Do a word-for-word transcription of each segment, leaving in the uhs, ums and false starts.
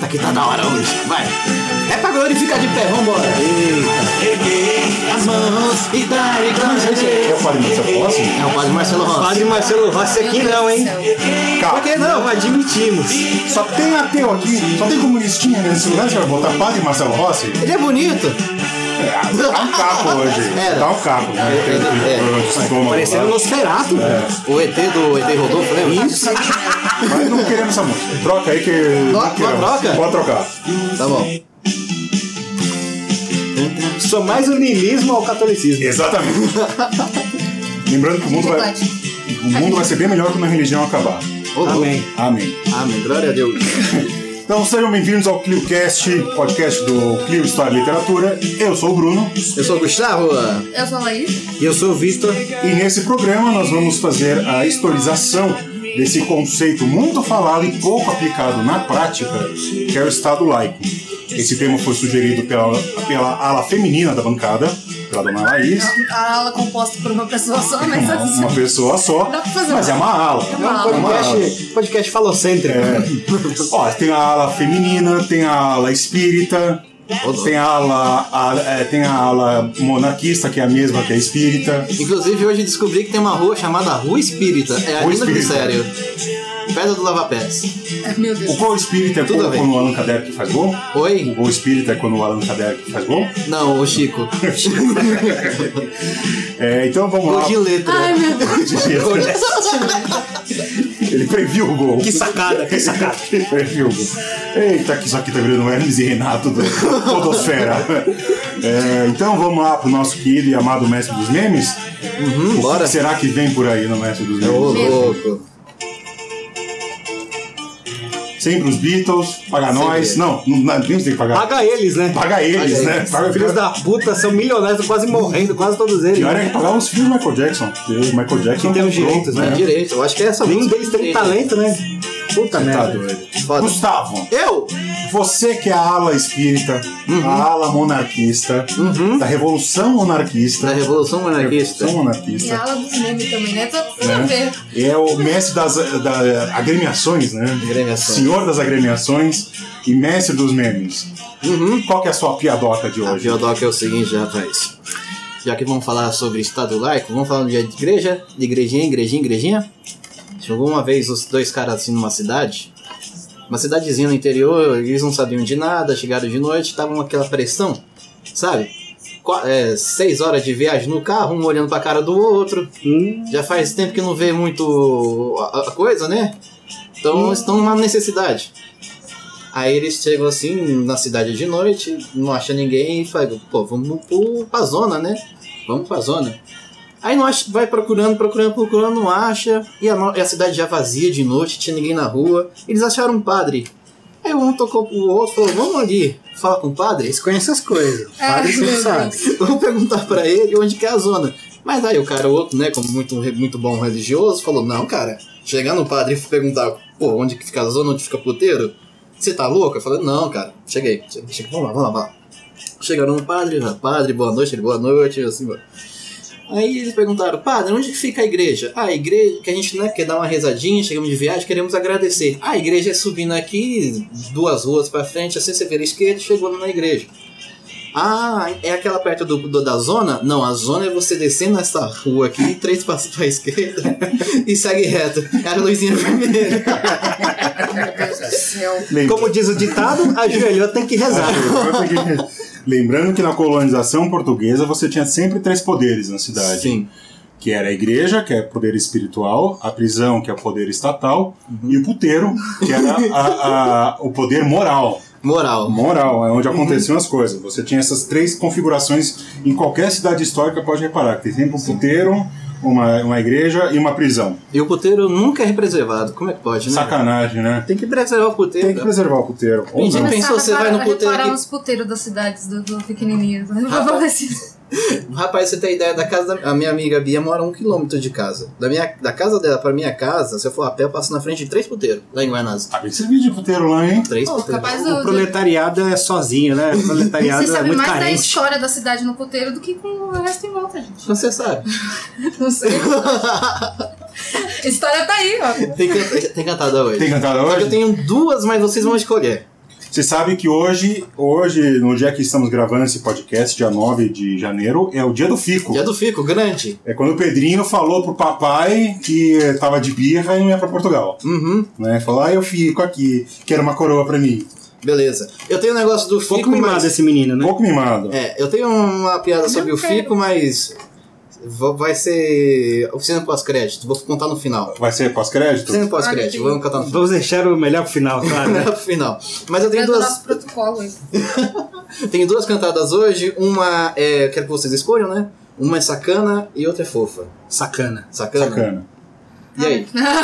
que tá da hora hoje. Vai. É pra glorificar de pé, vambora. Eita. Erguei as mãos e dai glória. É o Padre Marcelo Rossi? É o Padre Marcelo Rossi. Padre Marcelo Rossi aqui não, hein? Por que não? Admitimos. Só tem ateu aqui, só tem comunistinha nesse lugar. Você vai botar Padre Marcelo Rossi? Ele é bonito. É, tá um capo hoje. Era. Tá um capo. Né? É. Parecendo um Nosferatu. É. O E T do E T Rodolfo, lembra? Isso. Mas não queremos essa música. Troca aí que. Não troca? Pode trocar. Tá bom. Sou mais o niilismo ao catolicismo. Exatamente. Lembrando que o mundo vai. O mundo vai ser bem melhor quando a religião acabar. Amém. Amém. Amém. Glória a Deus. Então sejam bem-vindos ao ClioCast, podcast do Clio História e Literatura. Eu sou o Bruno. Eu sou o Gustavo. Eu sou a Laís. E eu sou o Vitor. E nesse programa nós vamos fazer a historização desse conceito muito falado e pouco aplicado na prática, que é o Estado laico. Esse tema foi sugerido pela, pela ala feminina da bancada, pela dona Laís. A ala composta por uma pessoa só, mas Uma, uma pessoa só, dá pra fazer mas uma. é uma ala. É uma É um ala. podcast, podcast falocêntrico. É. Ó, tem a ala feminina, tem a ala espírita, tem a ala, a, é, tem a ala monarquista, que é a mesma que a espírita. Inclusive, hoje descobri que tem uma rua chamada Rua Espírita. É a Rua linda do Espírita. sério. Pedra do Lava Pés. Meu Deus. O gol espírita é Tudo a quando, ver. quando o Allan Kardec faz gol? O Oi? gol espírita é quando o Allan Kardec faz gol? Não, o Chico. É, então vamos lá. Gol de letra. Ai, meu Deus. Ele previu o gol. Que sacada, que sacada. Ele previu o gol. Eita, que isso aqui tá virando Hermes e Renato da Podosfera. É, então vamos lá pro nosso querido e amado mestre dos memes. Uhum, O bora. que será que vem por aí no mestre dos Ô, memes? louco. Sempre os Beatles, paga nós. Não, não, não tem que pagar. Paga eles, né? Paga eles, Paga né? eles. Paga Filhos da puta são milionários, estão quase morrendo, quase todos eles. Pior é que pagar os filhos do Michael Jackson. Porque o Michael Jackson Que tem os comprou, direitos, É né? direito, eu acho que é essa Nenhum música. deles tem talento, né? Puta Tá merda. doido. Foda. Gustavo, Eu? você que é a ala espírita, Uhum. a ala monarquista, Uhum. da Revolução Monarquista. Da Revolução Monarquista. Revolução E a Monarquista. ala dos memes também, né? Tudo tudo a Né? ver. É o mestre das da, agremiações, né? Agremiações. Senhor das agremiações e mestre dos memes. Uhum. Qual que é a sua piadoca de A hoje? Biodoc é o seguinte, rapaz. Já que vamos falar sobre Estado laico, vamos falar um dia de igreja, de igrejinha, igrejinha, igrejinha. Chegou uma vez os dois caras assim numa cidade, uma cidadezinha no interior, eles não sabiam de nada, chegaram de noite, estavam aquela pressão, sabe? Qua- é, seis horas de viagem no carro, um olhando pra cara do outro. Hum, Já faz tempo que não vê muito a, a coisa, né? Então estão numa necessidade. Aí eles chegam assim na cidade de noite, não acham ninguém e falam, pô, vamos pro, pra zona, né? Vamos pra zona. Aí não acha, vai procurando, procurando, procurando, não acha. E a, no- e a cidade já vazia de noite, tinha ninguém na rua. Eles acharam um padre. Aí um tocou pro outro e falou, vamos ali, fala com o padre. eles conhecem as coisas. É, Padre sempre meu sabe. Deus. Vamos perguntar pra ele onde que é a zona. Mas aí o cara, o outro, né, como muito, muito bom religioso, falou, não, cara, chegar no padre e perguntar, pô, onde que fica a zona, onde fica o puteiro? Você tá louco? Eu falei, não, cara, cheguei, cheguei, cheguei. Vamos lá, vamos lá, vamos lá. Chegaram no padre, padre, boa noite, ele, boa noite, assim, mano. Aí eles perguntaram, padre, onde que fica a igreja? Ah, a igreja, que a gente, né, quer dar uma rezadinha, chegamos de viagem, queremos agradecer. Ah, a igreja é subindo aqui, duas ruas pra frente, assim você vira a esquerda e chegou na igreja. Ah, é aquela perto do, do- da zona? Não, a zona é você descer nessa rua aqui, três passos pra esquerda e segue reto. Era a luzinha vermelha. Meu Deus do céu. Lembra- Como diz o ditado, ajoelhou tem que rezar. Lembrando que na colonização portuguesa você tinha sempre três poderes na cidade. Sim. Que era a igreja, que é poder espiritual, a prisão, que é poder estatal, e o puteiro, que era a- a- o poder moral. Moral. Moral, é onde aconteciam as coisas. Você tinha essas três configurações em qualquer cidade histórica, pode reparar, que tem sempre um puteiro, uma, uma igreja e uma prisão. E o puteiro nunca é preservado. Como é que pode, né? Sacanagem, né? Tem que preservar o puteiro. Tem que preservar o puteiro. Ou Gente, não. Pensou, Começar a você vai no reparar- puteiro reparar aqui- os puteiros das cidades do, do pequenininhos. Né? Rapaz, você tem ideia da casa da a minha amiga Bia mora a um quilômetro de casa. Da, minha, da casa dela pra minha casa, se eu for a pé, eu passo na frente de três puteiros, lá em Guanás. Tá bem servido de puteiro lá, hein? Três Pô, puteiros. capaz O do, do, proletariado é sozinho, né? O proletariado você é sabe muito mais da carente. história da cidade no puteiro do que com o resto em volta, gente. Você sabe. Não sei. A história tá aí, ó. Tem, can- tem cantada hoje. Tem cantada Só que hoje? eu tenho duas, mas vocês vão escolher. Você sabe que hoje, hoje, no dia que estamos gravando esse podcast, dia nove de janeiro, é o dia do fico. Dia do fico, grande. É quando o Pedrinho falou pro papai que tava de birra e não ia pra Portugal. Uhum. Né? Falou, ah, eu fico aqui, quero uma coroa pra mim. Beleza. Eu tenho um negócio do fico, Pouco mimado mas... esse menino, né? Pouco mimado. É, eu tenho uma piada sobre o fico, mas... vai ser oficina pós-crédito. Vou contar no final. Vai ser pós-crédito? Oficina pós-crédito. Vamos contar no final. Vamos deixar o melhor pro final, claro. Né? No final. Mas eu tenho É do duas... nosso protocolo aí. tenho duas cantadas hoje. Uma é... quero que vocês escolham, né? Uma é sacana e outra é fofa. Sacana. Sacana? Sacana. E aí?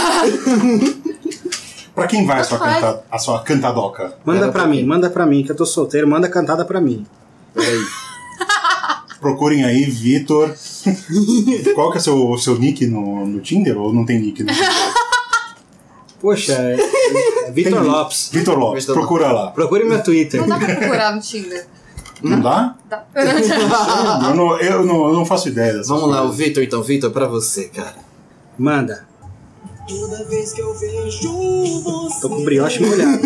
Pra quem vai a sua, Vai. canta, a sua cantadoca? Manda Era um pra pouquinho. mim, manda pra mim, que eu tô solteiro, manda cantada pra mim. Peraí. Procurem aí, Vitor. Qual que é o seu, seu nick no, no Tinder? Ou não tem nick no Tinder? Poxa, é, é Vitor Tem nick. Lopes. Vitor Lopes, Vitor procura lá. Procure meu Twitter. Não dá pra procurar no Tinder. Não dá? Dá. Eu não, eu não, eu não faço ideia dessas Vamos lá, o coisas. Vitor então. Vitor, pra você, cara. Manda. Tô com brioche molhado.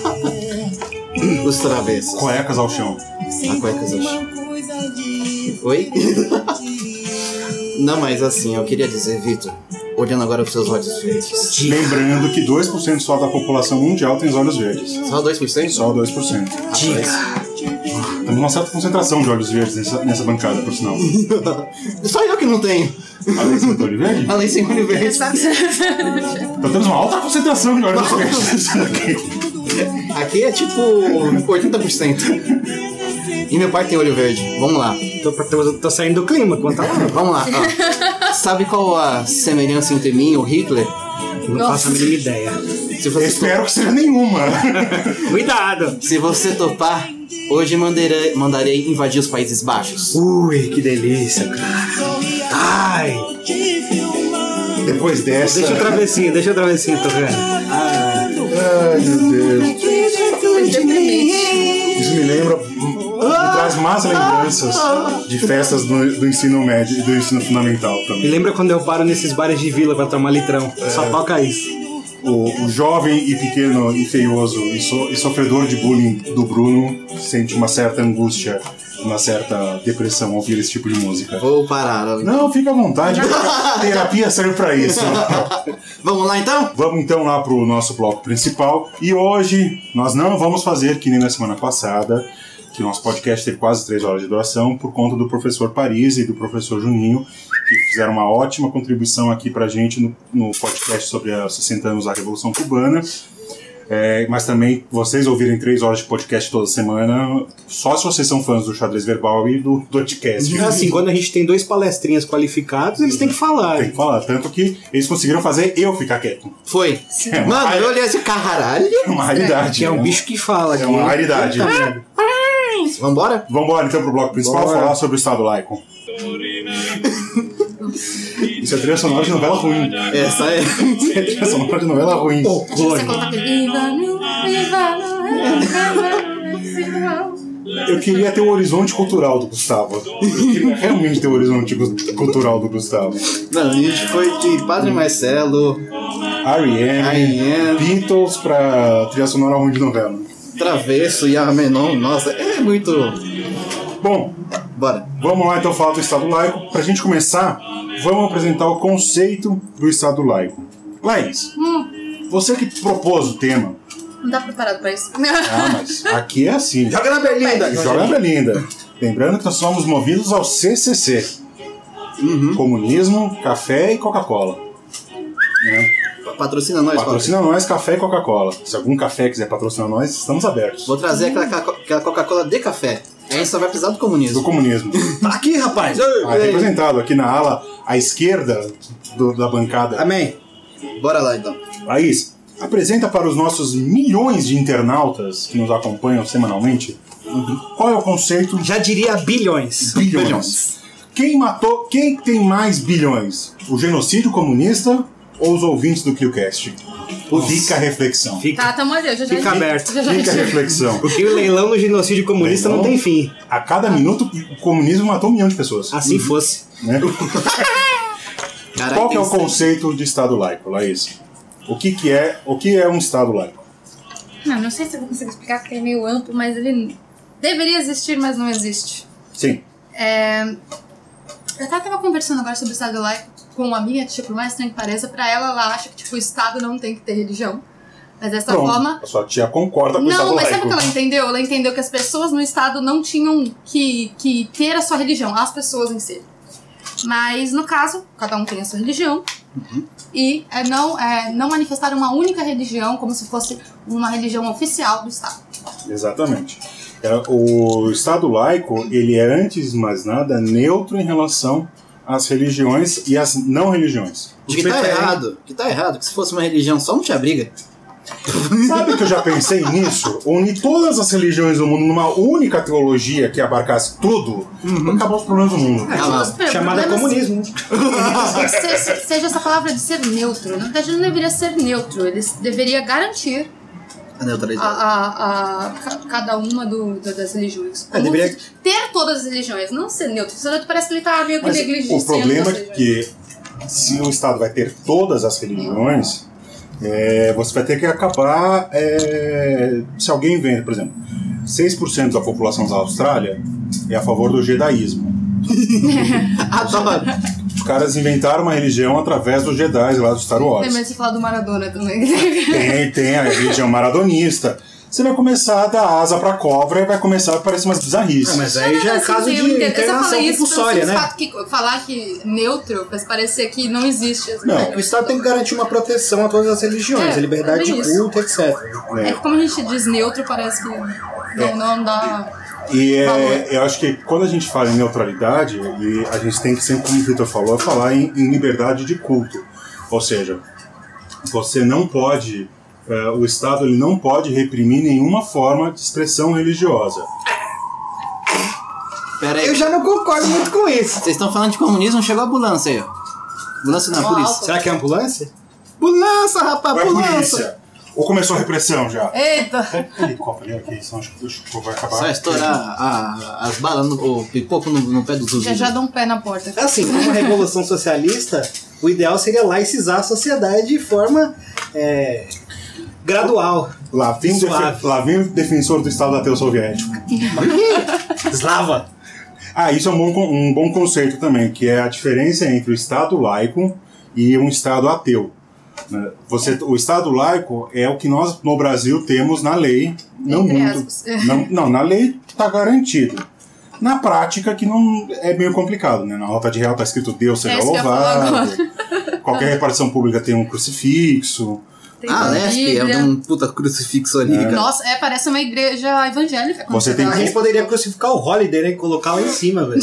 Os travessos. Cuecas ao chão. A cuecas hoje. Oi? Não, mas assim, eu queria dizer, Vitor, olhando agora pros seus olhos verdes. Lembrando que dois por cento só da população mundial tem os olhos verdes. Só dois por cento? Só dois por cento. Rapaz. Temos uma certa concentração de olhos verdes nessa, nessa bancada, por sinal. Só eu que não tenho. Além de ser olho verde? Além de ser olho verde. Então temos uma alta concentração de olhos verdes aqui. Aqui é tipo oitenta por cento. E meu pai tem olho verde. Vamos lá. Tô, tô, tô saindo do clima, conta lá. Vamos lá. Ó. Sabe qual a semelhança entre mim e o Hitler? Não faço a mínima ideia. Se você, Espero que seja nenhuma. Cuidado! se você topar, hoje mandarei, mandarei invadir os Países Baixos. Ui, que delícia, cara. Ai! Depois dessa. Deixa o travessinho, deixa o travessinho tocando. Ai, meu Deus. Isso me lembra. Me traz más lembranças de festas do, do ensino médio e do ensino fundamental Me também. lembra quando eu paro nesses bares de vila pra tomar litrão. Só toca isso. O, o jovem e pequeno e feioso e, so, e sofredor de bullying do Bruno sente uma certa angústia, uma certa depressão ao ouvir esse tipo de música. Vou parar. ó. Não, fica à vontade, a terapia serve pra isso. Vamos lá então? Vamos então lá pro nosso bloco principal. E hoje nós não vamos fazer que nem na semana passada, que nosso podcast teve quase três horas de duração, por conta do professor Paris e do professor Juninho, que fizeram uma ótima contribuição aqui pra gente no, no podcast sobre os sessenta anos da Revolução Cubana. É, mas também vocês ouvirem três horas de podcast toda semana, só se vocês são fãs do xadrez verbal e do podcast. Assim, quando a gente tem dois palestrinhas qualificados, eles têm que falar. Tem que falar, tanto que eles conseguiram fazer eu ficar quieto. Foi. É uma, Mano, eu olhei assim, caralho. é uma raridade. Que é um né? bicho que fala. É uma raridade. Puta merda. Vambora? Vamos então pro bloco principal Bora. falar sobre o Estado laico. Isso é trilha sonora de novela ruim. Essa é. Isso é trilha sonora de novela ruim. Você coloca aquele Viva, viva, viva. Eu queria ter o horizonte cultural do Gustavo. Eu queria realmente ter o horizonte gu- cultural do Gustavo. Não, a gente foi de Padre Marcelo, R E M, R E M. Beatles pra trilha sonora ruim de novela. Travesso e Armenon. Nossa, é muito. Bom, Bora. vamos lá então falar do Estado laico. Pra gente começar, vamos apresentar o conceito do Estado laico. Laís, você que propôs o tema. Não tá preparado pra isso. Ah, mas aqui é assim. Joga na berlinda. Joga na Belinda. Lembrando que nós somos movidos ao C C C. Comunismo, café e Coca-Cola. Né? Patrocina nós, Patrocina nós, café e Coca-Cola. Se algum café quiser patrocinar nós, estamos abertos. Vou trazer aquela, ca- aquela Coca-Cola de café. A gente só vai precisar do Do comunismo. comunismo. Tá aqui, rapaz. Ah, representado aqui na ala à esquerda do- da bancada. Amém. Bora lá então. Laís, apresenta para os nossos milhões de internautas que nos acompanham semanalmente qual é o conceito de Já diria bilhões. bilhões. Bilhões. Quem matou, quem tem mais bilhões? O genocídio comunista ou os ouvintes do QCast? Fica a reflexão. Fica, Tá, tamo ali, eu já já fica aberto. já já Fica a reflexão. Porque o leilão no genocídio comunista não tem fim. A cada minuto, o comunismo matou um milhão de pessoas. Assim fosse. Né? Caralho, Qual que é o pensei- conceito de Estado laico, Laís? O que, que é, o que é um Estado laico? Não, não sei se eu vou conseguir explicar porque é meio amplo, mas ele deveria existir, mas não existe. Sim. É... Eu até tava conversando agora sobre o Estado laico com uma amiga, tipo, por mais estranho que pareça, pra ela, ela acha que tipo, o Estado não tem que ter religião. Mas dessa Pronto, forma... a sua tia concorda com o Estado Não, mas laico. sabe o que ela entendeu? Ela entendeu que as pessoas no Estado não tinham que, que ter a sua religião, as pessoas em si. Mas, no caso, cada um tem a sua religião. Uhum. E é, não, é, não manifestar uma única religião como se fosse uma religião oficial do Estado. Exatamente. É, o Estado laico, ele é, antes de mais nada, neutro em relação às religiões e às não religiões. De que tá errado, que tá errado, que se fosse uma religião só não tinha briga. Sabe que eu já pensei nisso? Unir todas as religiões do mundo numa única teologia que abarcasse tudo, uhum. Acabou os problemas do mundo. Ah, lá. Chamada comunismo. Se, seja essa palavra de ser neutro. Na verdade, não deveria ser neutro. Ele deveria garantir a neutralidade. A, a, a, cada uma do, do, das religiões. É, deveria... Ter todas as religiões, não ser neutro. Senão parece que ele tá meio que Mas negligenciando. o problema é que se o Estado vai ter todas as religiões, é, você vai ter que acabar... É, se alguém vende, por exemplo, seis por cento da população da Austrália é a favor do jedaísmo. Adoro. Os caras inventaram uma religião através dos Jedi lá do Star Wars. Lembra de você falar do Maradona também. Tem, tem a religião maradonista. Você vai começar a dar asa pra cobra e vai começar a parecer umas bizarrices. Ah, mas aí já é caso de internação compulsória, né? Fato que, falar que neutro faz parecer que não existe. Não, é, o Estado tem que garantir uma proteção a todas as religiões, é, a liberdade de culto, etcétera. É. é que como a gente diz neutro, parece que não, é. não dá... E é, eu acho que quando a gente fala em neutralidade, e a gente tem que sempre, como o Victor falou, falar em, em liberdade de culto. Ou seja, você não pode, é, o Estado ele não pode reprimir nenhuma forma de expressão religiosa. Pera aí. Eu já não concordo muito com isso. Vocês estão falando de comunismo, chegou a ambulância aí, ó. Ambulância na polícia. Será que é ambulância? Ambulância, rapaz, Vai ambulância. Ou começou a repressão já? Eita! Aquele copo ali, aqui, senão acho que vai acabar. Só estourar a, as balas, no, o pipoco no, no pé dos outros. Já já dá um pé na porta. Assim, como uma revolução socialista, o ideal seria laicizar a sociedade de forma é, gradual. Lá vem, defe- lá vem o defensor do Estado ateu soviético. Slava. Ah, isso é um bom, um bom conceito também, que é a diferença entre o Estado laico e um Estado ateu. Você, o Estado laico é o que nós no Brasil temos na lei, no Entre mundo. Não, não, na lei está garantido. Na prática que não é meio complicado, né? Na nota de real está escrito Deus seja É isso que eu ia falar louvado. Qualquer repartição pública tem um crucifixo. Tem Ah, uma Lesp é Bíblia. um puta crucifixo ali, É. cara. Nossa, é, parece uma igreja evangélica. quando Você tem tá A lá. gente poderia crucificar o Holiday, né? E colocar lá em cima, velho.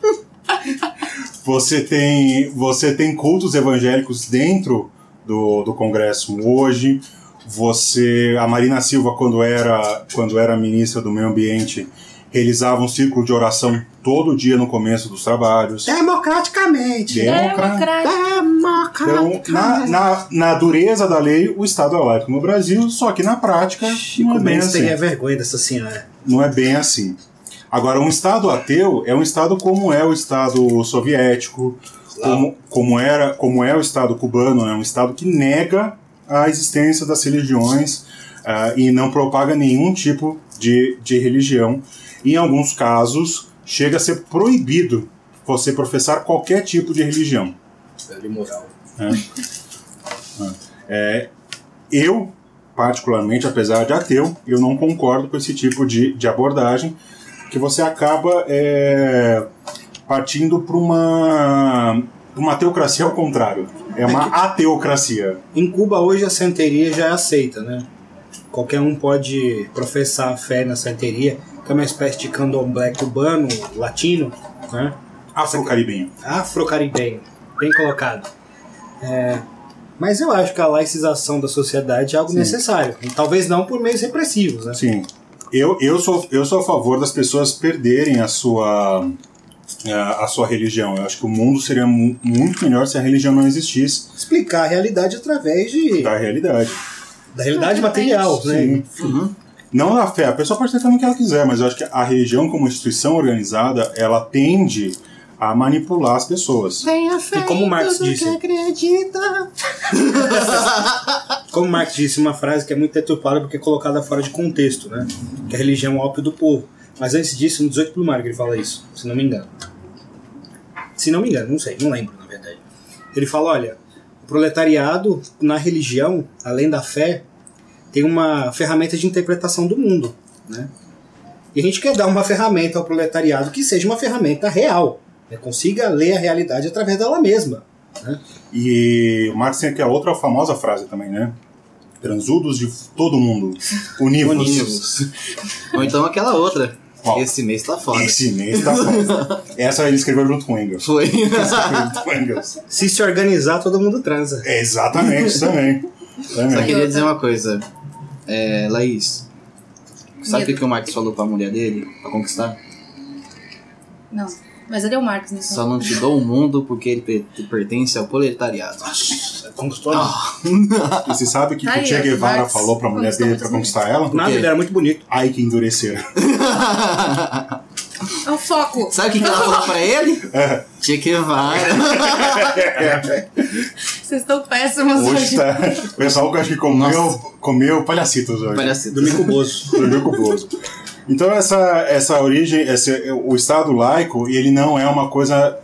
Você tem, você tem cultos evangélicos dentro do, do Congresso hoje. Você, a Marina Silva, quando era, quando era ministra do Meio Ambiente, realizava um círculo de oração todo dia no começo dos trabalhos. Democraticamente. Democra- Democrático. Então, na, na, na dureza da lei, o Estado é laico no Brasil, só que na prática não é bem Mendes assim. teria vergonha dessa senhora. Não é bem assim. Agora, um Estado ateu é um Estado como é o Estado soviético, como, como, era, como é o Estado cubano, é um Estado que nega a existência das religiões uh, e não propaga nenhum tipo de, de religião. Em alguns casos, chega a ser proibido você professar qualquer tipo de religião. Velho moral. É. É, eu, particularmente, apesar de ateu, eu não concordo com esse tipo de, de abordagem, que você acaba é, partindo para uma, uma teocracia ao contrário. É uma ateocracia. Em Cuba hoje a santeria já é aceita, né? Qualquer um pode professar a fé na santeria, que é uma espécie de candomblé cubano, latino, né? Afro-caribenho. Afro-caribenho, bem colocado. É, mas eu acho que a laicização da sociedade é algo Sim. necessário. E talvez não por meios repressivos, né? Sim. Eu, eu, sou, eu sou a favor das pessoas perderem a sua, a, a sua religião. Eu acho que o mundo seria mu- muito melhor se a religião não existisse Explicar a realidade através de, da realidade. da realidade material, né? Sim. Uhum. Não na fé, a pessoa pode ter fé no que ela quiser, mas eu acho que a religião como instituição organizada, ela tende a manipular as pessoas. Tenha fé E como em Marx tudo disse. que acredita. Como Marx disse, uma frase que é muito deturpada porque é colocada fora de contexto, né? Que a religião é o ópio do povo. Mas antes disso, no dezoito de Brumário que ele fala isso, se não me engano. Se não me engano, não sei, não lembro, na verdade. Ele fala, olha, o proletariado, na religião, além da fé, tem uma ferramenta de interpretação do mundo, né? E a gente quer dar uma ferramenta ao proletariado que seja uma ferramenta real, né? Consiga ler a realidade através dela mesma, né? E o Marx tem aqui a outra famosa frase também, né? Transudos de todo mundo, univos. Univos. Ou então aquela outra. Qual? Esse mês tá foda. Esse mês tá foda. Essa ele escreveu junto com o Engels. Foi. Ele escreveu junto com o Engels. Se se organizar, todo mundo transa. É, exatamente, também. também. Só queria dizer uma coisa. É, Laís, sabe o que, que o Marx falou pra mulher dele, pra conquistar? Não. Mas ele é o Marx, né? Só não te dou o mundo porque ele per- pertence ao proletariado. Conquistou Ah. E você sabe o que, que Aí, o Che ó, Guevara Marx falou pra mulher conquistou dele pra muito. conquistar ela? nada, quê? ele era muito bonito. Ai, que endurecer. É o foco. Sabe o que, que ela falou pra ele? É, Che Guevara. Vocês estão péssimos hoje hoje. tá. O pessoal que eu acho que comeu, comeu palhacitos hoje. Palhacito. Domingo Bozo. Dormiu com o Bozo. Então essa, essa origem, esse, o Estado laico, ele não é uma coisa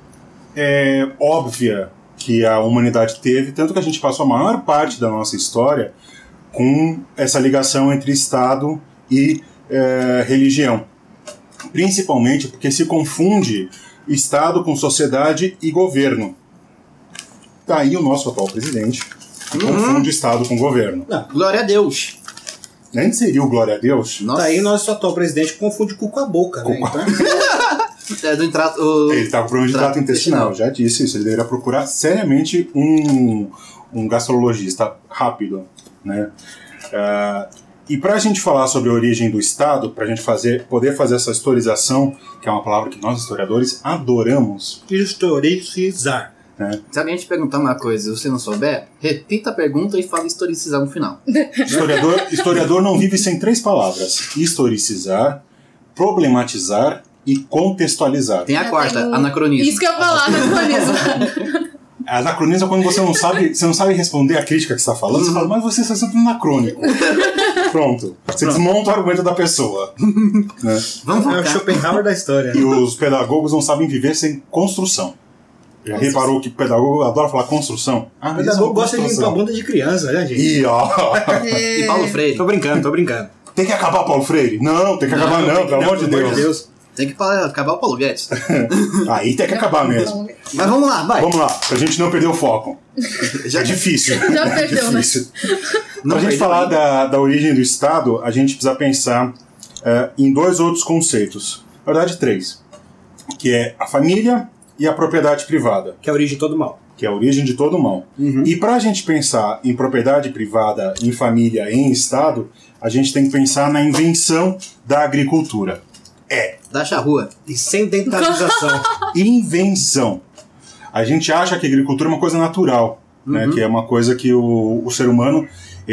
é, óbvia que a humanidade teve, tanto que a gente passou a maior parte da nossa história com essa ligação entre Estado e é, religião. Principalmente porque se confunde Estado com sociedade e governo. Daí o nosso atual presidente confunde Estado com governo. Glória a Deus. Nem seria o glória a Deus. Nossa. Daí nosso atual presidente confunde cu com a boca, né? Então, É do intrato. O... Ele está com problema de Trato trato intestinal, já disse isso. Ele deveria procurar seriamente um, um gastrologista rápido, né? Uh, e para a gente falar sobre a origem do Estado, para a gente fazer, poder fazer essa historização, que é uma palavra que nós historiadores adoramos, historicizar. né? Se alguém te perguntar uma coisa e você não souber, repita a pergunta e fala historicizar no final. Historiador, historiador não vive sem três palavras: historicizar, problematizar e contextualizar. Tem a Eu quarta, tenho- anacronismo. Isso que eu ia falar, anacronismo. Anacronismo é quando você não sabe, você não sabe responder a crítica que você está falando, você fala, mas você está sendo anacrônico. Pronto. Você desmonta o argumento da pessoa. Né? Vamos É o focar. Schopenhauer da história. E os pedagogos não sabem viver sem construção. Já reparou que o pedagogo adora falar construção? Ah, O isso é pedagogo uma gosta de limpar a construção. bunda de criança, né, gente? E ó, E Paulo Freire. Tô brincando, tô brincando. tem que acabar Paulo Freire? Não, tem que acabar não, tem que- pelo amor de Deus. Deus. Tem que pa- acabar o Paulo Guedes. Aí tem que acabar mesmo. Mas vamos lá, vai. Vamos lá, pra gente não perder o foco. Já é difícil. Já é perdeu, né? difícil. Não Pra gente perdeu falar ainda. da, da origem do Estado, a gente precisa pensar eh, em dois outros conceitos. Na verdade, três. Que é a família e a propriedade privada, Que é a origem de todo mal. que é a origem de todo mal. E para a gente pensar em propriedade privada, em família, em Estado, a gente tem que pensar na invenção da agricultura. É, Da charrua. E sem dentalização. invenção. A gente acha que a agricultura é uma coisa natural, né? Que é uma coisa que o, o ser humano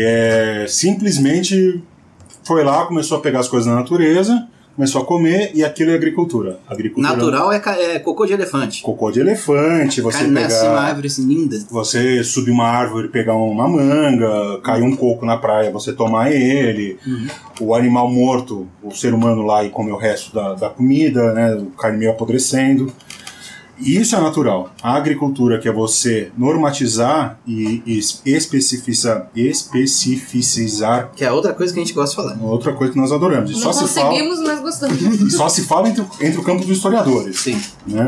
é, simplesmente foi lá, começou a pegar as coisas da natureza, começou a comer e aquilo é agricultura. Agricultura Natural é, ca- é cocô de elefante. Cocô de elefante, você Cai nessa pegar... árvore assim, linda. Você subir uma árvore, pegar uma manga, cair um coco na praia, você tomar ele. O animal morto, o ser humano lá e comer o resto da, da comida, né? O carne meio apodrecendo. E isso é natural. A agricultura, que é você normatizar e, e especificar, especificizar, Que é outra coisa que a gente gosta de falar. é outra coisa que nós adoramos. E Não só se fala, conseguimos, mas gostamos. e só se fala entre, entre o campo dos historiadores. Sim. Né?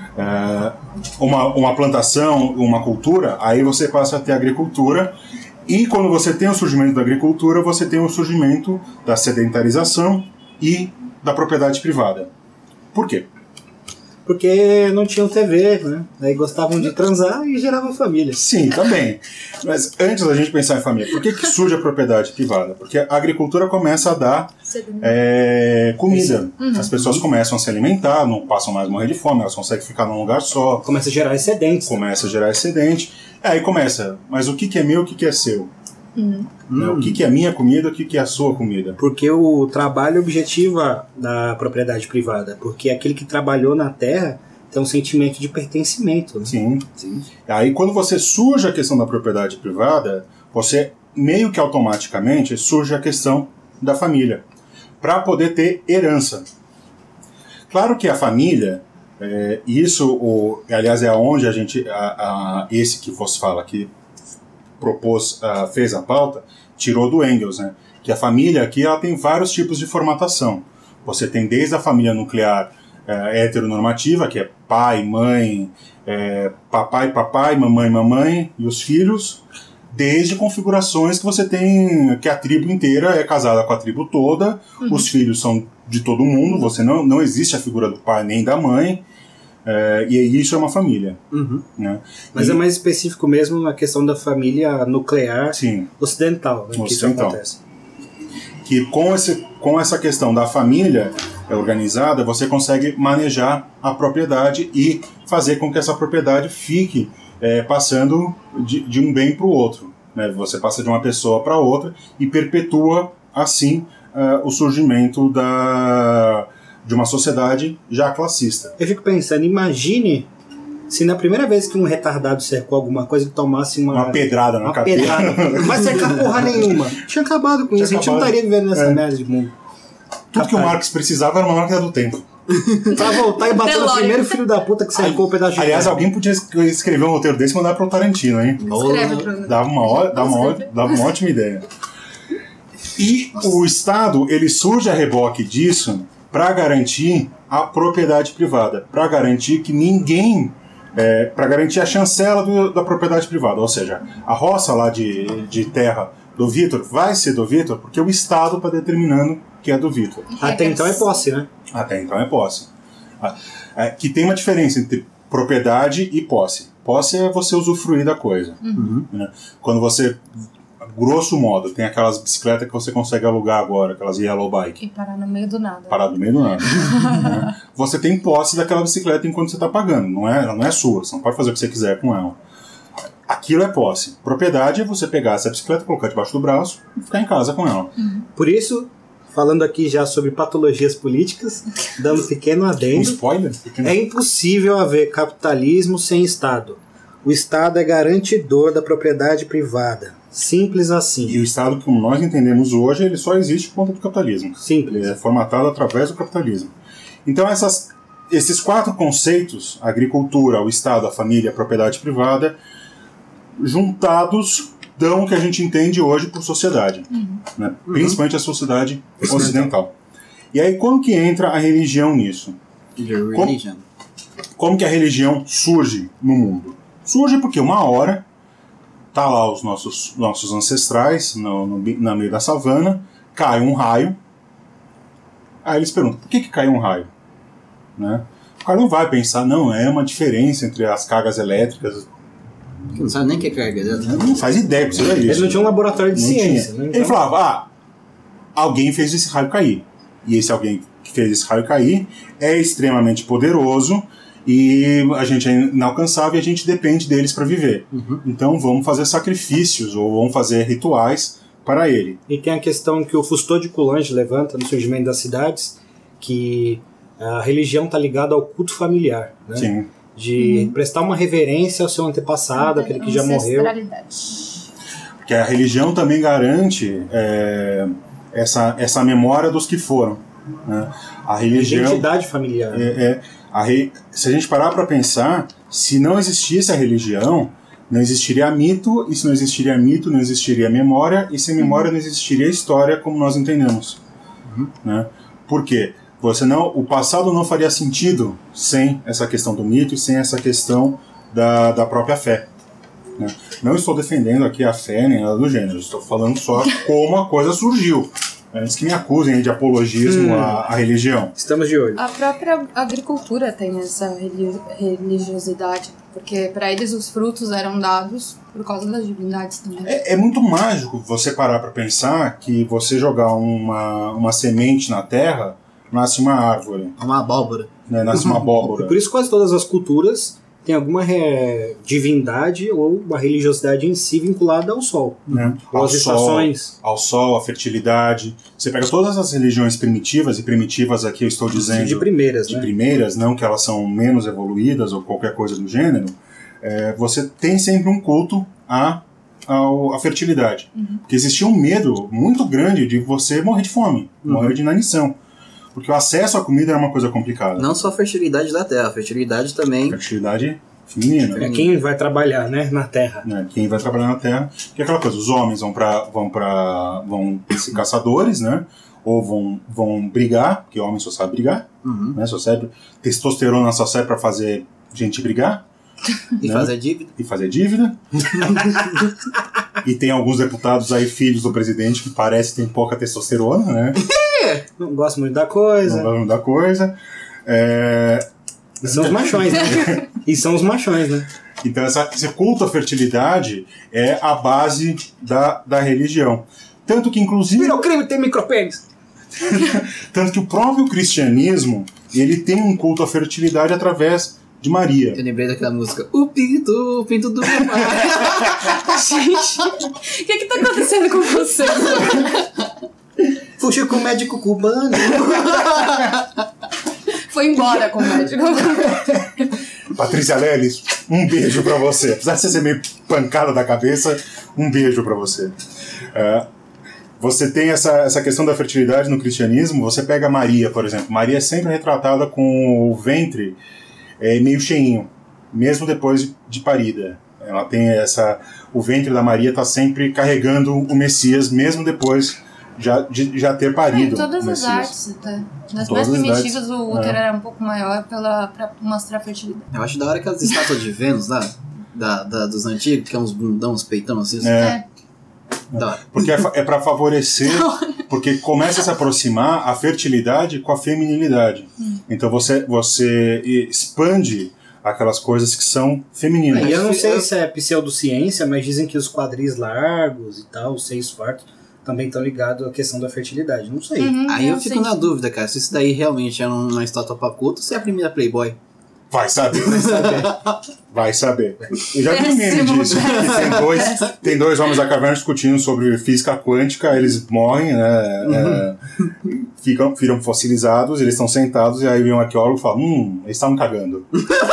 É, uma, uma plantação, uma cultura, aí você passa a ter agricultura, e quando você tem o surgimento da agricultura, você tem o surgimento da sedentarização e da propriedade privada. Por quê? Porque não tinham T V, né? Aí gostavam de transar e geravam família. Sim, também. Mas antes da gente pensar em família, por que, que surge a propriedade privada? Porque a agricultura começa a dar é, comida. As pessoas começam a se alimentar, não passam mais a morrer de fome, elas conseguem ficar num lugar só, Começa a gerar excedentes. começa a gerar excedente. Aí começa, mas o que, que é meu, o que, que é seu? Né? O que, que é minha comida, o que, que é a sua comida? Porque o trabalho objetiva da propriedade privada. Porque aquele que trabalhou na terra ter um sentimento de pertencimento. Né? Sim, sim. Aí quando você surge a questão da propriedade privada, você meio que automaticamente surge a questão da família, para poder ter herança. Claro que a família, é, isso, o, aliás, é onde a gente, a, a, esse que você fala, que propôs, a, fez a pauta, tirou do Engels, né? Que a família aqui ela tem vários tipos de formatação. Você tem desde a família nuclear é, heteronormativa, que é pai, mãe, é, papai, papai, mamãe, mamãe e os filhos, desde configurações que você tem, que a tribo inteira é casada com a tribo toda, uhum. Os filhos são de todo mundo, você não, não existe a figura do pai nem da mãe, é, e isso é uma família. Uhum. Né? Mas e, é mais específico mesmo na questão da família nuclear sim, ocidental, né, ocidental. Que isso acontece. Que com, esse, com essa questão da família organizada, você consegue manejar a propriedade e fazer com que essa propriedade fique É, passando de, de um bem para o outro. Né? Você passa de uma pessoa para outra e perpetua, assim, uh, o surgimento da, de uma sociedade já classista. Eu fico pensando, imagine se na primeira vez que um retardado cercou alguma coisa, ele tomasse uma... Uma pedrada na uma cabeça. Pedrada. Não vai cercar porra nenhuma. Tinha acabado com Tinha isso, acabado. A gente não estaria vivendo nessa é. merda de mundo. Tudo Capaz. que o Marx precisava era uma máquina do tempo. Pra voltar e bater no primeiro filho da puta que cercou o pedaço de Aliás, alguém podia escrever um roteiro desse e mandar pro Tarantino, hein? Escreve, dava uma, hora, dava, uma hora, dava uma ótima ideia. E Nossa. O Estado, ele surge a reboque disso para garantir a propriedade privada, para garantir que ninguém, é, para garantir a chancela do, da propriedade privada, ou seja, a roça lá de, de terra do Vitor vai ser do Vitor porque o Estado está determinando que é do Vitor. Até então é posse, né? Até então é posse. Que tem uma diferença entre propriedade e posse. Posse é você usufruir da coisa. Uhum. Né? Quando você, grosso modo, tem aquelas bicicletas que você consegue alugar agora, aquelas yellow bike. E parar no meio do nada. Parar no meio do nada. Né? Você tem posse daquela bicicleta enquanto você está pagando. Não é, ela não é sua, você não pode fazer o que você quiser com ela. Aquilo é posse. Propriedade é você pegar essa bicicleta, colocar debaixo do braço e ficar em casa com ela. Uhum. Por isso... Falando aqui já sobre patologias políticas, dando um pequeno adendo. Um spoiler? Pequeno. É impossível haver capitalismo sem Estado. O Estado é garantidor da propriedade privada. Simples assim. E o Estado, como nós entendemos hoje, ele só existe por conta do capitalismo. Simples. Ele é formatado através do capitalismo. Então, essas, esses quatro conceitos, a agricultura, o Estado, a família, a propriedade privada, juntados... dão o que a gente entende hoje por sociedade, uhum. Né? Uhum. Principalmente a sociedade ocidental. E aí, como que entra a religião nisso? Como, como que a religião surge no mundo? Surge porque uma hora tá lá os nossos, nossos ancestrais no, no, na meio da savana, cai um raio, aí eles perguntam, por que que cai um raio? Né? O cara não vai pensar, não, é uma diferença entre as cargas elétricas. Que não sabe nem o que é carga elétrica. Não faz ideia que seja isso. Ele não tinha um laboratório de não ciência. Né? Então... Ele falava, ah, alguém fez esse raio cair. E esse alguém que fez esse raio cair é extremamente poderoso e a gente é inalcançável e a gente depende deles para viver. Uhum. Então vamos fazer sacrifícios ou vamos fazer rituais para ele. E tem a questão que o Fustot de Coulanges levanta no surgimento das cidades, que a religião está ligada ao culto familiar. Né? Sim. De uhum. prestar uma reverência ao seu antepassado, aquele que já morreu. Porque a religião também garante é, essa, essa memória dos que foram. Né? A religião, a identidade familiar. É, é, a re, se a gente parar para pensar, se não existisse a religião, não existiria mito, e se não existiria mito, não existiria memória, e sem memória não existiria história como nós entendemos. Uhum. Né? Por quê? Você não, o passado não faria sentido sem essa questão do mito e sem essa questão da, da própria fé. Né? Não estou defendendo aqui a fé nem nada do gênero, estou falando só como a coisa surgiu. Antes que me acusem de apologismo hum. à, à religião. Estamos de olho. A própria agricultura tem essa religiosidade, porque para eles os frutos eram dados por causa das divindades também. É, é muito mágico você parar para pensar que você jogar uma, uma semente na terra, nasce uma árvore. Uma abóbora. Né? Nasce uma abóbora. Por isso quase todas as culturas tem alguma re... divindade ou uma religiosidade em si vinculada ao sol. Né? Ou Ao às estações. sol, ao sol, à fertilidade. Você pega todas as religiões primitivas, e primitivas aqui eu estou dizendo De primeiras, de né? primeiras, não que elas são menos evoluídas ou qualquer coisa do gênero, é, você tem sempre um culto à, à, à fertilidade. Uhum. Porque existia um medo muito grande de você morrer de fome, Uhum. morrer de inanição. Porque o acesso à comida era uma coisa complicada. Não só a fertilidade da terra, a fertilidade também. Fertilidade feminina. É quem vai trabalhar, né, na terra. Né? Quem vai trabalhar na terra, que é aquela coisa, os homens vão para vão para vão ser caçadores, né? Ou vão, vão brigar, porque homem só sabe brigar, Uhum. né? Só serve, testosterona só serve para fazer gente brigar E né? fazer dívida. E fazer dívida. E tem alguns deputados aí, filhos do presidente, que parece que tem pouca testosterona, né? Não gosto muito da coisa. Não vai da coisa. É... E são os machões, né? E são os machões, né? Então essa, esse culto à fertilidade é a base da, da religião. Tanto que, inclusive... Virou crime ter micropênis. Tanto que o próprio cristianismo, ele tem um culto à fertilidade através de Maria. Eu lembrei daquela música, o pinto, o pinto do meu pai. Gente, o que que tá acontecendo com você? Fugiu com o médico cubano. Foi embora com o médico. Patrícia Leles, um beijo pra você. Apesar de você ser meio pancada da cabeça, um beijo pra você. É, você tem essa, essa questão da fertilidade no cristianismo. Você pega Maria, por exemplo. Maria é sempre retratada com o ventre é, meio cheinho, mesmo depois de, de parida. Ela tem essa... O ventre da Maria está sempre carregando o Messias, mesmo depois já, de já ter parido. Em todas o as Messias. artes, até. Nas Todas mais as primitivas, artes. o útero É. era um pouco maior pela, pra mostrar a fertilidade. Eu acho da hora aquelas estátuas de Vênus lá, da, da, dos antigos, que é uns bundão, uns peitão assim. É. Da hora. Porque é, fa- é para favorecer, porque começa a se aproximar a fertilidade com a feminilidade. Hum. Então você, você expande aquelas coisas que são femininas. E eu não Eu- sei eu- se é pseudociência, mas dizem que os quadris largos e tal, os seios fartos, também estão ligados à questão da fertilidade. Não sei. Uhum, Aí eu não fico sei. na dúvida, cara, se isso daí realmente é uma estátua pra culto ou se é a primeira Playboy. Vai saber. Vai saber. Eu já vi um meme Péssimo, disso. Que tem, dois, tem dois homens da caverna discutindo sobre física quântica, eles morrem, né? É, ficam, ficam fossilizados, eles estão sentados, e aí vem um arqueólogo e fala: Hum, eles estavam cagando.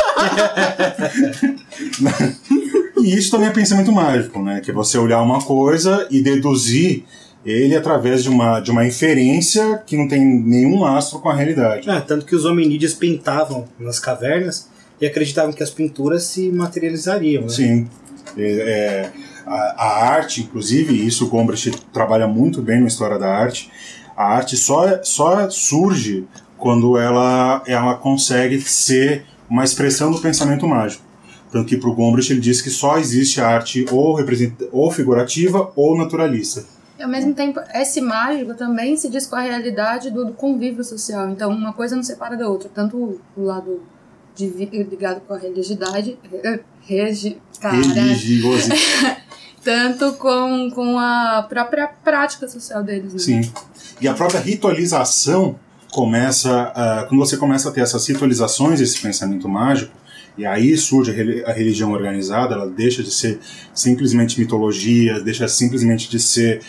E isso também é pensamento mágico, né? Que é você olhar uma coisa e deduzir ele através de uma, de uma inferência que não tem nenhum lastro com a realidade. Ah, tanto que os hominídeos pintavam nas cavernas e acreditavam que as pinturas se materializariam, né? Sim. É, é, a, a arte, inclusive, isso o Gombrich trabalha muito bem na história da arte, a arte só, só surge quando ela, ela consegue ser uma expressão do pensamento mágico. Tanto que para o Gombrich ele diz que só existe arte ou, represent- ou figurativa ou naturalista. E ao mesmo tempo, esse mágico também se diz com a realidade do, do convívio social. Então, uma coisa não separa da outra. Tanto o lado de, ligado com a religiosidade, re- regi, caralho, Religiosidade. tanto com, com a própria prática social deles. Né? Sim. E a própria ritualização começa, uh, quando você começa a ter essas ritualizações, esse pensamento mágico, e aí surge a, reli- a religião organizada, ela deixa de ser simplesmente mitologia, deixa simplesmente de ser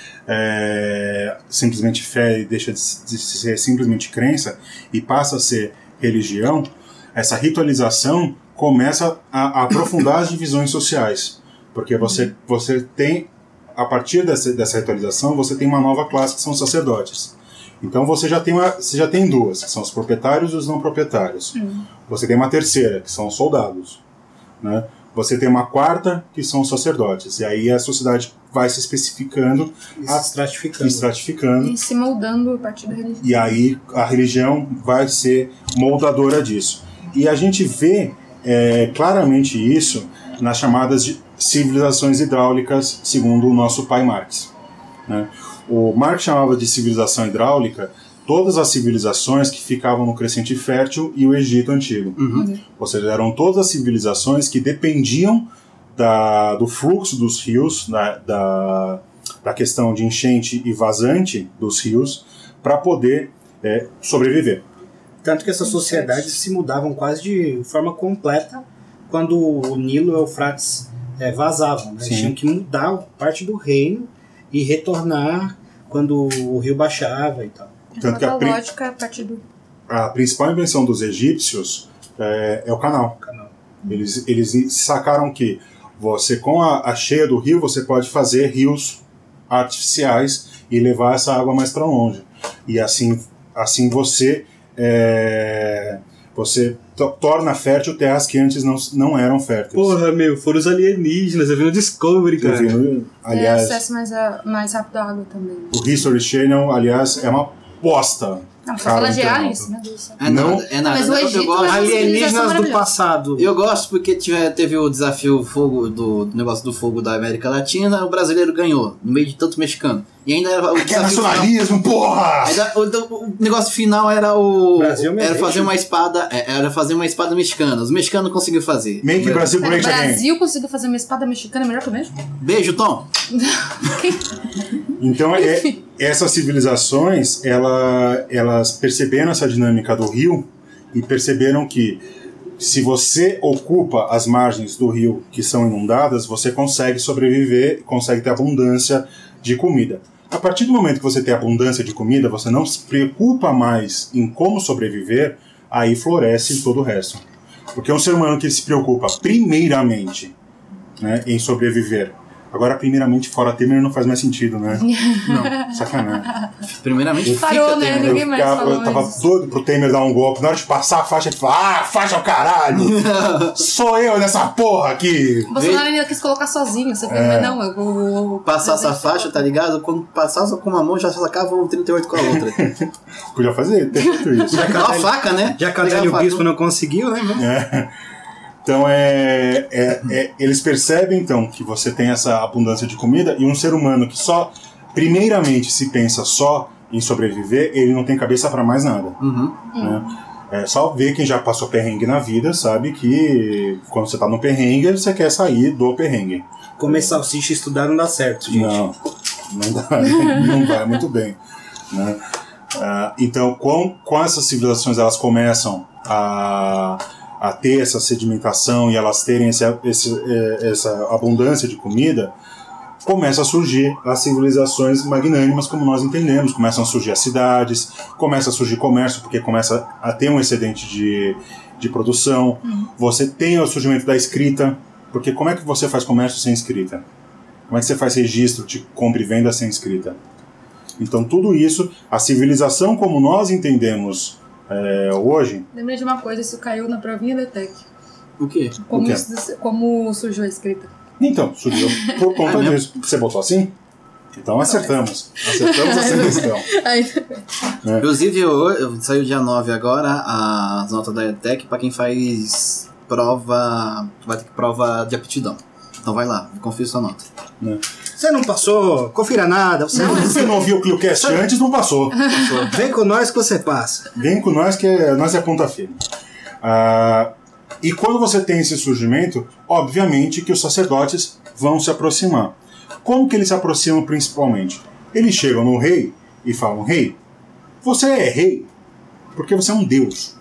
é, simplesmente fé, e deixa de, de ser simplesmente crença, e passa a ser religião. Essa ritualização começa a, a aprofundar as divisões sociais, porque você, você tem, a partir dessa, dessa ritualização, você tem uma nova classe que são os sacerdotes. Então você já tem, uma, você já tem duas, que são os proprietários e os não proprietários. Hum. Você tem uma terceira, que são os soldados. Né? Você tem uma quarta, que são os sacerdotes. E aí a sociedade vai se especificando, E se a- estratificando. estratificando. E se moldando a partir da religião. E aí a religião vai ser moldadora disso. E a gente vê é, claramente isso nas chamadas de civilizações hidráulicas, segundo o nosso pai Marx. Né? O Marx chamava de civilização hidráulica todas as civilizações que ficavam no Crescente Fértil e o Egito Antigo. Uhum. Ou seja, eram todas as civilizações que dependiam da, do fluxo dos rios, da, da, da questão de enchente e vazante dos rios, para poder é, sobreviver. Tanto que essas sociedades se mudavam quase de forma completa quando o Nilo e o Eufrates é, vazavam. Né? Eles tinham que mudar parte do reino e retornar quando o rio baixava e tal. Tanto que a, pri- lógica a partir do... a principal invenção dos egípcios é, é o canal. Canal. Eles, eles sacaram que você, com a, a cheia do rio, você pode fazer rios artificiais e levar essa água mais para longe. E assim, assim você, é, você to- torna fértil terras que antes não, não eram férteis. Porra, meu, foram os alienígenas, eu vi no Discovery, Eu cara. vi, aliás, Tem acesso mais, a, mais rápido à água também. o History Channel, aliás, é uma bosta. Não, você Cara, fala de internauta. aliens, meu Deus do céu. É Não. nada, é nada. Mas o Eu- eu Egito gosto- é uma Alienígenas civilização do maravilhosa. passado. Eu gosto porque tive, teve o desafio fogo do, do negócio do fogo da América Latina, o brasileiro ganhou, no meio de tanto mexicano. E ainda era o Que é desafio final, nacionalismo, porra! ainda, o, o negócio final era o Brasil me era deixa. fazer uma espada, é, era fazer uma espada mexicana. Os mexicanos conseguiram fazer. Make Brasil Pera, Great o Again. Brasil conseguiu fazer uma espada mexicana melhor que o México? Beijo, Tom. Então, é, essas civilizações, ela, elas perceberam essa dinâmica do rio e perceberam que se você ocupa as margens do rio que são inundadas, você consegue sobreviver, consegue ter abundância de comida. A partir do momento que você tem abundância de comida, você não se preocupa mais em como sobreviver, aí floresce todo o resto. Porque é um ser humano que se preocupa primeiramente, né, em sobreviver. Agora, primeiramente, fora Temer não faz mais sentido, né? Não, Sacanagem. primeiramente Parou, fica né? Temer. Ninguém Eu, mais ficava, falou eu tava isso. doido pro Temer dar um golpe. Na hora de passar a faixa, ele fala: ah, faixa ao caralho! Sou eu nessa porra aqui! O Bolsonaro ainda quis colocar sozinho, você fez, mas não, eu vou... Passar essa faixa, tá ligado? Quando passar só com uma mão, já sacava o trinta e oito com a outra. Podia fazer, ter feito isso. Já a faca, né? Já que a Pegar Adélio a faca. Bispo não conseguiu, né? Vamos- É. Então, é, é, é, eles percebem, então, que você tem essa abundância de comida e um ser humano que só, primeiramente, se pensa só em sobreviver, ele não tem cabeça para mais nada. Uhum. Né? É só ver quem já passou perrengue na vida, sabe que quando você tá no perrengue, você quer sair do perrengue. Comer salsicha e estudar não dá certo, gente. Não, não dá, não vai muito bem. Né? Ah, então, com, com essas civilizações, elas começam a, a ter essa sedimentação e elas terem esse, esse, eh, essa abundância de comida, começa a surgir as civilizações magnânimas como nós entendemos, começam a surgir as cidades, começa a surgir comércio porque começa a ter um excedente de, de produção, Uhum. você tem o surgimento da escrita, porque como é que você faz comércio sem escrita? Como é que você faz registro de compra e venda sem escrita? Então tudo isso, a civilização como nós entendemos é, hoje... Lembrei de uma coisa, isso caiu na provinha da E T E C. O quê? Como, O quê? isso- como surgiu a escrita. Então, surgiu por conta Ah, disso. Você botou assim? Então acertamos. Acertamos essa questão. Inclusive, eu, eu, saiu dia nove agora as notas da E T E C pra quem faz prova. Vai ter que prova de aptidão. Então vai lá, confia sua nota. Você não passou, confira nada, você não... Se você não ouviu o ClioCast antes, não passou. Vem com nós que você passa. Vem com nós que é, nós é ponta firme. Ah, e quando você tem esse surgimento, obviamente que os sacerdotes vão se aproximar. Como que eles se aproximam principalmente? Eles chegam no rei e falam: rei, você é rei porque você é um deus.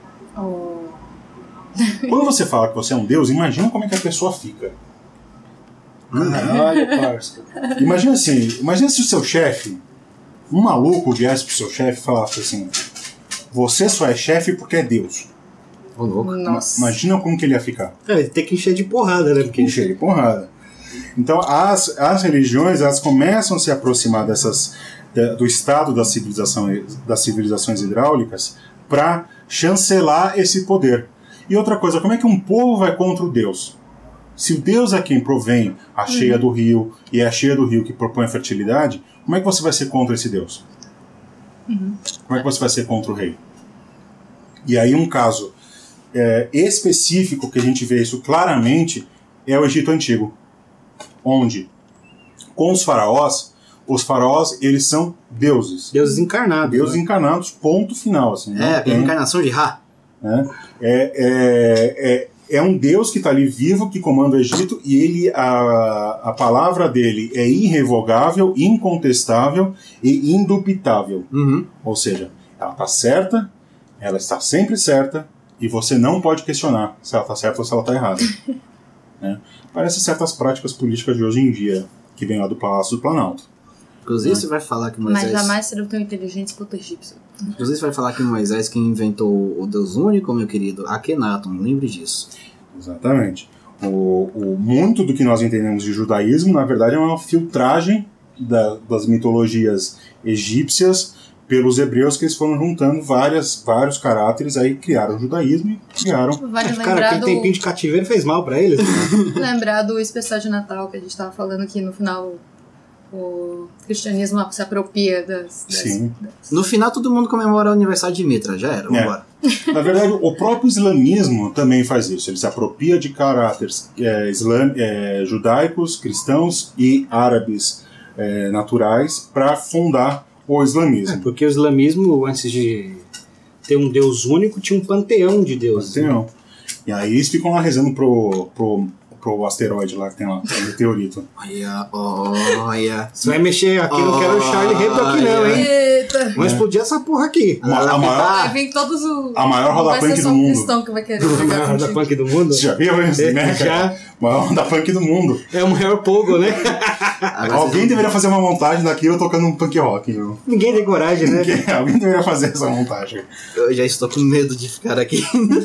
Oh. Quando você fala que você é um deus, imagina como é que a pessoa fica. Caralho, parça. Imagina assim, imagina se o seu chefe, um maluco viesse pro seu chefe e falasse assim: você só é chefe porque é Deus. Ô, louco. Nossa. Imagina como que ele ia ficar. É, ele tem que encher de porrada, né? Porque Encher de porrada. Então as, as religiões, elas começam a se aproximar dessas, da- do estado da civilização, das civilizações hidráulicas para chancelar esse poder. E outra coisa, como é que um povo vai contra o Deus? Se o Deus é quem provém a cheia do rio, e é a cheia do rio que propõe a fertilidade, como é que você vai ser contra esse Deus? Como é que você vai ser contra o rei? E aí um caso é, específico que a gente vê isso claramente é o Egito Antigo, onde com os faraós, os faraós eles são deuses, Deus encarnado. deuses né? encarnados, ponto final. Assim, não É, a tem- encarnação de Ra. né? É, é, é, é um Deus que está ali vivo, que comanda o Egito, e ele, a, a palavra dele é irrevogável, incontestável e indubitável. Uhum. Ou seja, ela está certa, ela está sempre certa, e você não pode questionar se ela está certa ou se ela está errada. Né? Parece certas práticas políticas de hoje em dia, que vem lá do Palácio do Planalto. Inclusive, Né? você vai falar que Moisés... Mas jamais serão tão inteligentes quanto o egípcio. Inclusive, você vai falar que Moisés quem inventou o Deus único, meu querido, Akhenaton, lembre disso. Exatamente. O, o, muito do que nós entendemos de judaísmo, na verdade, é uma filtragem da, das mitologias egípcias pelos hebreus, que eles foram juntando várias, vários caráteres, aí criaram o judaísmo e criaram... Vale Cara, lembrar aquele do... tempinho de cativeiro fez mal pra eles. Né? lembrar do especial de Natal que a gente tava falando aqui no final. O cristianismo se apropria das... das Sim. das... No final, todo mundo comemora o aniversário de Mitra, já era, vambora. É. Na verdade, o próprio islamismo também faz isso. Ele se apropria de caráteres é, islam, é, judaicos, cristãos e árabes é, naturais para fundar o islamismo. É, porque o islamismo, antes de ter um Deus único, tinha um panteão de deuses. Panteão. E aí eles ficam lá rezando pro, pro, pro asteroide lá que tem lá, o meteorito. Olha, olha... Você vai mexer aqui, não quero o Charlie Hebdo aqui não, hein? Eita! Vamos explodir essa porra aqui. A, a maior, Vai vir todos os... a maior roda Vai ser punk só do um mundo. cristão que vai querer A pegar maior roda contigo. punk do mundo. Você já viu isso, É, né, cara? já. Maior roda punk do mundo. É o maior pogo, né? Agora Alguém vocês- deveria fazer uma montagem daquilo tocando um punk rock, meu. Ninguém tem coragem, né? Alguém- Alguém deveria fazer essa montagem. Eu já estou com medo de ficar aqui.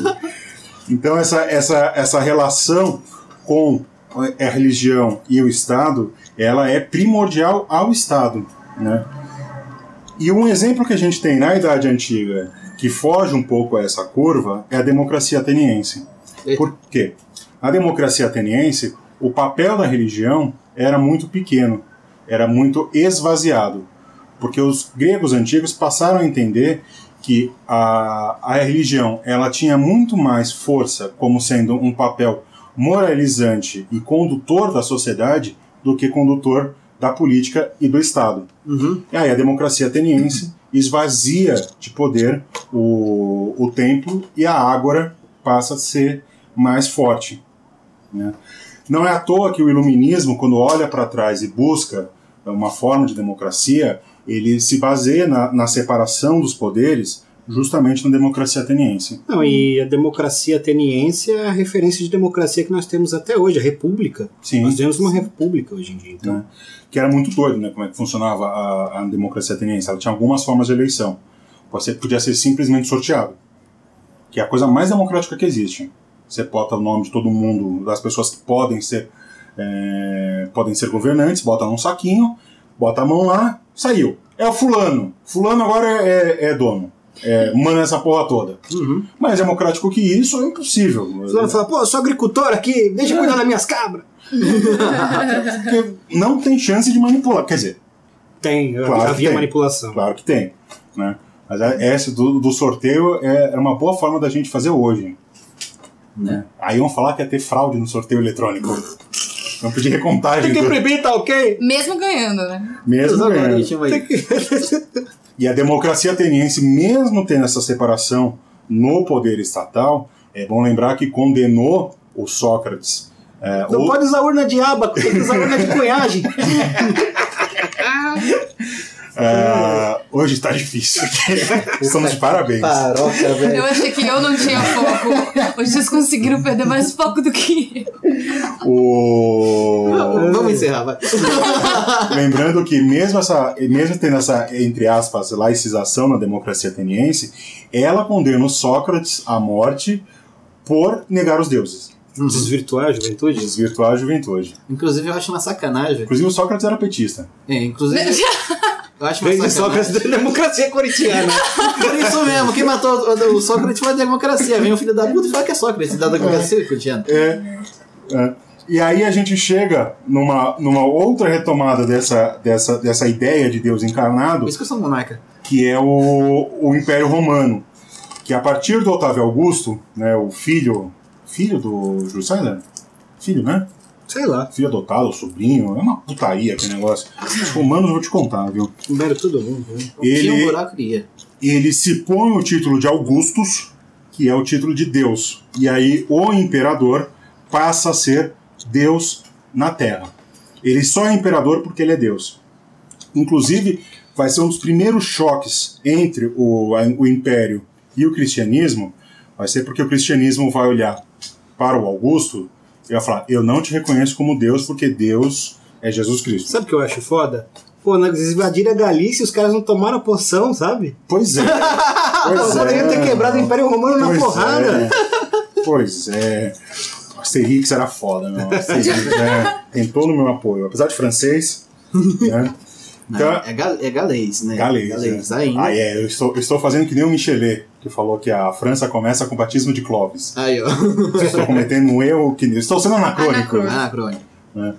Então essa, essa, essa relação com a religião e o Estado, ela é primordial ao Estado, né? E um exemplo que a gente tem na Idade Antiga que foge um pouco a essa curva é a democracia ateniense. Eita. Por quê? Na democracia ateniense, o papel da religião era muito pequeno, era muito esvaziado, porque os gregos antigos passaram a entender que a, a religião ela tinha muito mais força como sendo um papel moralizante e condutor da sociedade do que condutor da política e do Estado. Uhum. E aí a democracia ateniense esvazia de poder o, o templo e a ágora passa a ser mais forte. Né? Não é à toa que o iluminismo, quando olha para trás e busca uma forma de democracia, ele se baseia na, na separação dos poderes justamente na democracia ateniense. Não, e a democracia ateniense é a referência de democracia que nós temos até hoje, a república. Sim. Nós temos uma república hoje em dia, então. Né? Que era muito doido, né? Como é que funcionava a, a democracia ateniense. Ela tinha algumas formas de eleição. Você podia ser simplesmente sorteado, que é a coisa mais democrática que existe. Você bota o nome de todo mundo, das pessoas que podem ser, é, podem ser governantes, bota num saquinho, bota a mão lá, saiu. É o fulano. Fulano agora é, é, é dono. É, manda essa porra toda. Uhum. Mais democrático que isso é impossível. Você vai falar, pô, eu sou agricultor aqui, deixa eu cuidar das minhas cabras. Porque não tem chance de manipular. Quer dizer, Tem, Claro que havia tem. manipulação. claro que tem. Né? Mas essa do, do sorteio é, é uma boa forma da gente fazer hoje. Né? Aí vão falar que ia ter fraude no sorteio eletrônico. Não pedir recontagem. Tem que do- imprimir, tá ok? Mesmo ganhando, né? mesmo Agora, ganhando. gente, vai- Tem que... E a democracia ateniense, mesmo tendo essa separação no poder estatal, é bom lembrar que condenou o Sócrates. É, Não o- pode usar urna de ábaco, tem que usar urna de cunhagem. é, hoje está difícil. Estamos de parabéns. Paroca, Eu velho. achei que eu não tinha foco. Hoje vocês conseguiram perder mais foco do que eu. O... Vamos encerrar, vai. Lembrando que mesmo, essa, mesmo tendo essa, entre aspas, laicização na democracia ateniense, ela condena o Sócrates à morte por negar os deuses, Desvirtuar a juventude? desvirtuar a juventude. Inclusive, eu acho uma sacanagem. Inclusive o Sócrates era petista. É, inclusive, eu acho uma Vem de sacanagem. Sócrates da democracia corintiana. Por isso mesmo, quem matou o, o Sócrates foi a democracia. Vem o filho da puta e fala que é Sócrates, da democracia corintiana. É, é. E aí a gente chega numa, numa outra retomada dessa, dessa, dessa ideia de Deus encarnado, Por isso que eu sou monarca. que é o, o Império Romano, que a partir do Otávio Augusto, né, o filho, filho do Júlio César, filho, né? Sei lá. Filho adotado, sobrinho, é uma putaria aquele negócio. Os romanos eu vou te contar, viu? Primeiro todo mundo. Né? Tinha um Ele, buraco iria. ele se põe o título de Augustus, que é o título de Deus. E aí o imperador passa a ser Deus na Terra. Ele só é imperador porque ele é Deus. Inclusive, vai ser um dos primeiros choques entre o, a- o Império e o cristianismo, Vai ser porque o cristianismo vai olhar para o Augusto e vai falar, eu não te reconheço como Deus porque Deus é Jesus Cristo. Sabe o que eu acho foda? Pô, eles invadiram a Galícia e os caras não tomaram a poção, sabe? Pois é. Pois Pô, poderiam ter quebrado o Império Romano na Pois porrada. é. Pois é. Asterix era foda, meu. Asterix é, tem todo o meu apoio. Apesar de francês, né? Então, Não, é, gal, é galês, né? galês. Galês, é. ainda. Ah, é. Eu estou, eu estou fazendo que nem o Michelet, que falou que a França começa com o batismo de Clovis. Aí, ó. Estou cometendo um erro que... Estou sendo anacrônico. Anacrônico. Ah, crônica. Né?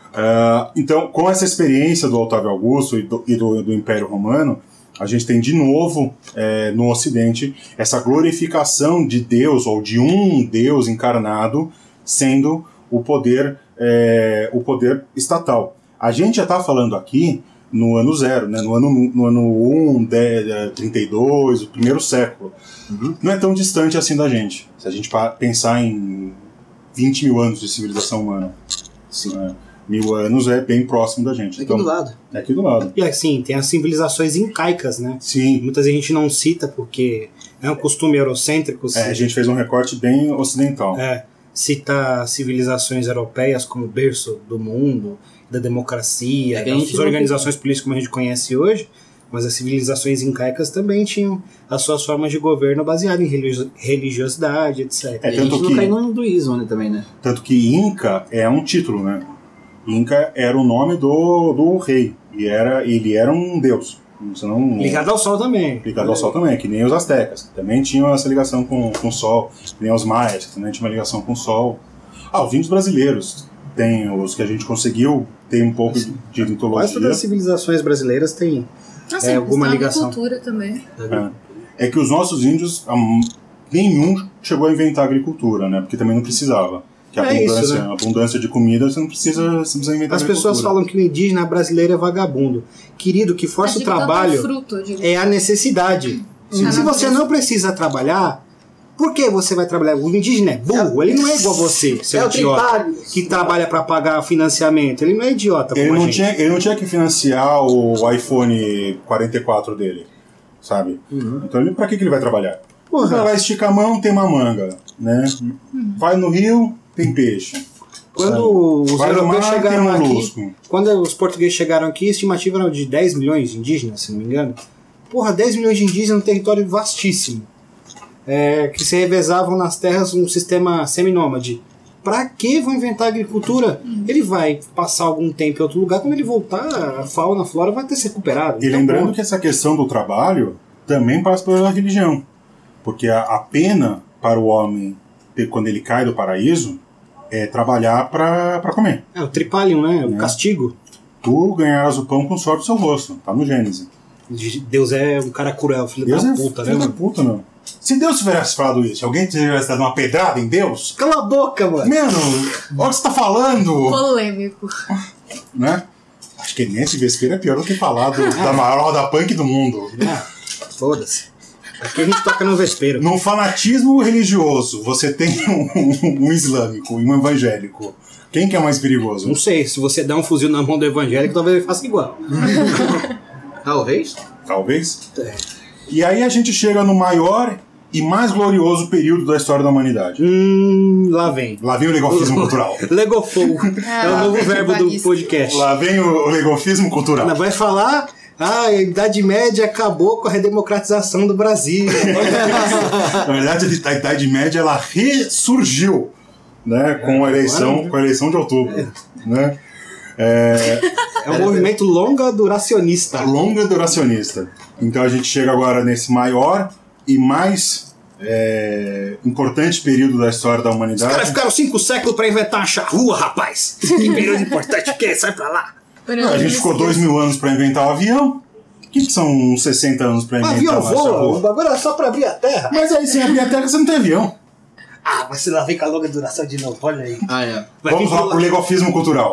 Uh, então, com essa experiência do Otávio Augusto e do, e do, do Império Romano, a gente tem de novo, é, no Ocidente, essa glorificação de Deus, ou de um Deus encarnado, sendo o poder, é, o poder estatal. A gente já está falando aqui no ano zero, né? no ano no ano um, dez, trinta e dois, o primeiro século. Uhum. Não é tão distante assim da gente, se a gente pensar em vinte mil anos de civilização humana. Sim. Né? Mil anos é bem próximo da gente. É aqui então, do lado. É aqui do lado. E assim, tem as civilizações incaicas, né? Sim. Muitas vezes a gente não cita porque é um costume eurocêntrico. É, a gente fez um recorte bem ocidental. É, cita civilizações europeias como berço do mundo, da democracia, É que a gente das não- organizações políticas como a gente conhece hoje, mas as civilizações incaicas também tinham as suas formas de governo baseadas em religio- religiosidade, etcétera. É, E a gente tanto não que- cai no hinduísmo, né, também, né? Tanto que Inca é um título, né? Inca era o nome do, do rei. E era, ele era um deus. Senão, Ligado ao sol também. ligado ao sol também, que nem os astecas. Que também tinham essa ligação com, com o sol. Que nem os maias, que também tinham uma ligação com o sol. Ah, os índios brasileiros. Tem os que a gente conseguiu ter um pouco de Quase todas mitologia. as civilizações brasileiras têm Assim, é, alguma questão da ligação. cultura também. É. É que os nossos índios, hum, nenhum chegou a inventar agricultura, né? Porque também não precisava. Que a É isso, abundância, né? a abundância de comida, você não precisa, você não precisa inventar As pessoas agricultura. falam que o indígena brasileiro é vagabundo. Querido, que força o Eu digo tanto trabalho fruto, eu digo. é a necessidade. Sim. Se você não precisa trabalhar, por que você vai trabalhar? O indígena é burro, ele não é igual a você, seu É o idiota, tritário. que trabalha para pagar financiamento. Ele não é idiota Ele como a não, gente. tinha, ele não tinha que financiar o iPhone quarenta e quatro dele, sabe? Uhum. Então, ele, pra que, que ele vai trabalhar? Porra. O cara vai esticar a mão, tem uma manga, né? Vai no rio, tem peixe. Quando os Vai no europeus mar, chegaram tem um aqui, molusco. quando os portugueses chegaram aqui, a estimativa era de dez milhões de indígenas, se não me engano. Porra, dez milhões de indígenas é um território vastíssimo. É, que se revezavam nas terras um sistema seminômade. Pra que vão inventar agricultura? Ele vai passar algum tempo em outro lugar, quando ele voltar, a fauna, a flora vai ter se recuperado. E Então, lembrando pô, que essa questão do trabalho também passa pela religião. Porque a, a pena para o homem, ter- quando ele cai do paraíso, é trabalhar para comer. é o tripalium, né? O É. castigo. Tu ganharás o pão com suor do seu rosto. Tá no Gênesis. Deus é um cara cruel, filho Deus da é puta, né, filho da mano? puta, meu. Se Deus tivesse falado isso, alguém tivesse dado uma pedrada em Deus, Cala a boca, mano. mano, olha o que você tá falando, Polêmico. né? Acho que nesse vespeiro é pior do que falar do- da maior roda punk do mundo. Ah, foda-se. Aqui a gente toca no vespeiro. Num fanatismo religioso, você tem um, um islâmico e um evangélico. Quem que é mais perigoso? Não sei, se você der um fuzil na mão do evangélico, talvez ele faça igual. Talvez. Talvez. É. E aí a gente chega no maior e mais glorioso período da história da humanidade. Hum, lá vem. Lá vem o legofismo cultural. Legofou. É o novo verbo do barista. podcast. Lá vem o o legofismo cultural. Ela vai falar, ah, a Idade Média acabou com a redemocratização do Brasil. Na verdade, a Idade Média ela ressurgiu, né, com a eleição, com a eleição de outubro, né? É, É um movimento longa duracionista. longa duracionista. Então a gente chega agora nesse maior e mais é, importante período da história da Os humanidade. caras ficaram cinco séculos pra inventar a charrua, rapaz. Que período importante que é? Sai pra lá. Não, a gente ficou dois mil anos para inventar o avião. O que, que são uns sessenta anos para O inventar avião uma voa, o charrua? bagulho era só pra abrir a terra. Mas aí sem abrir a terra você não tem avião. Ah, mas você lá vem com a longa duração de novo, olha aí. Ah, é. Vai Vamos vir lá com- pro legofismo cultural.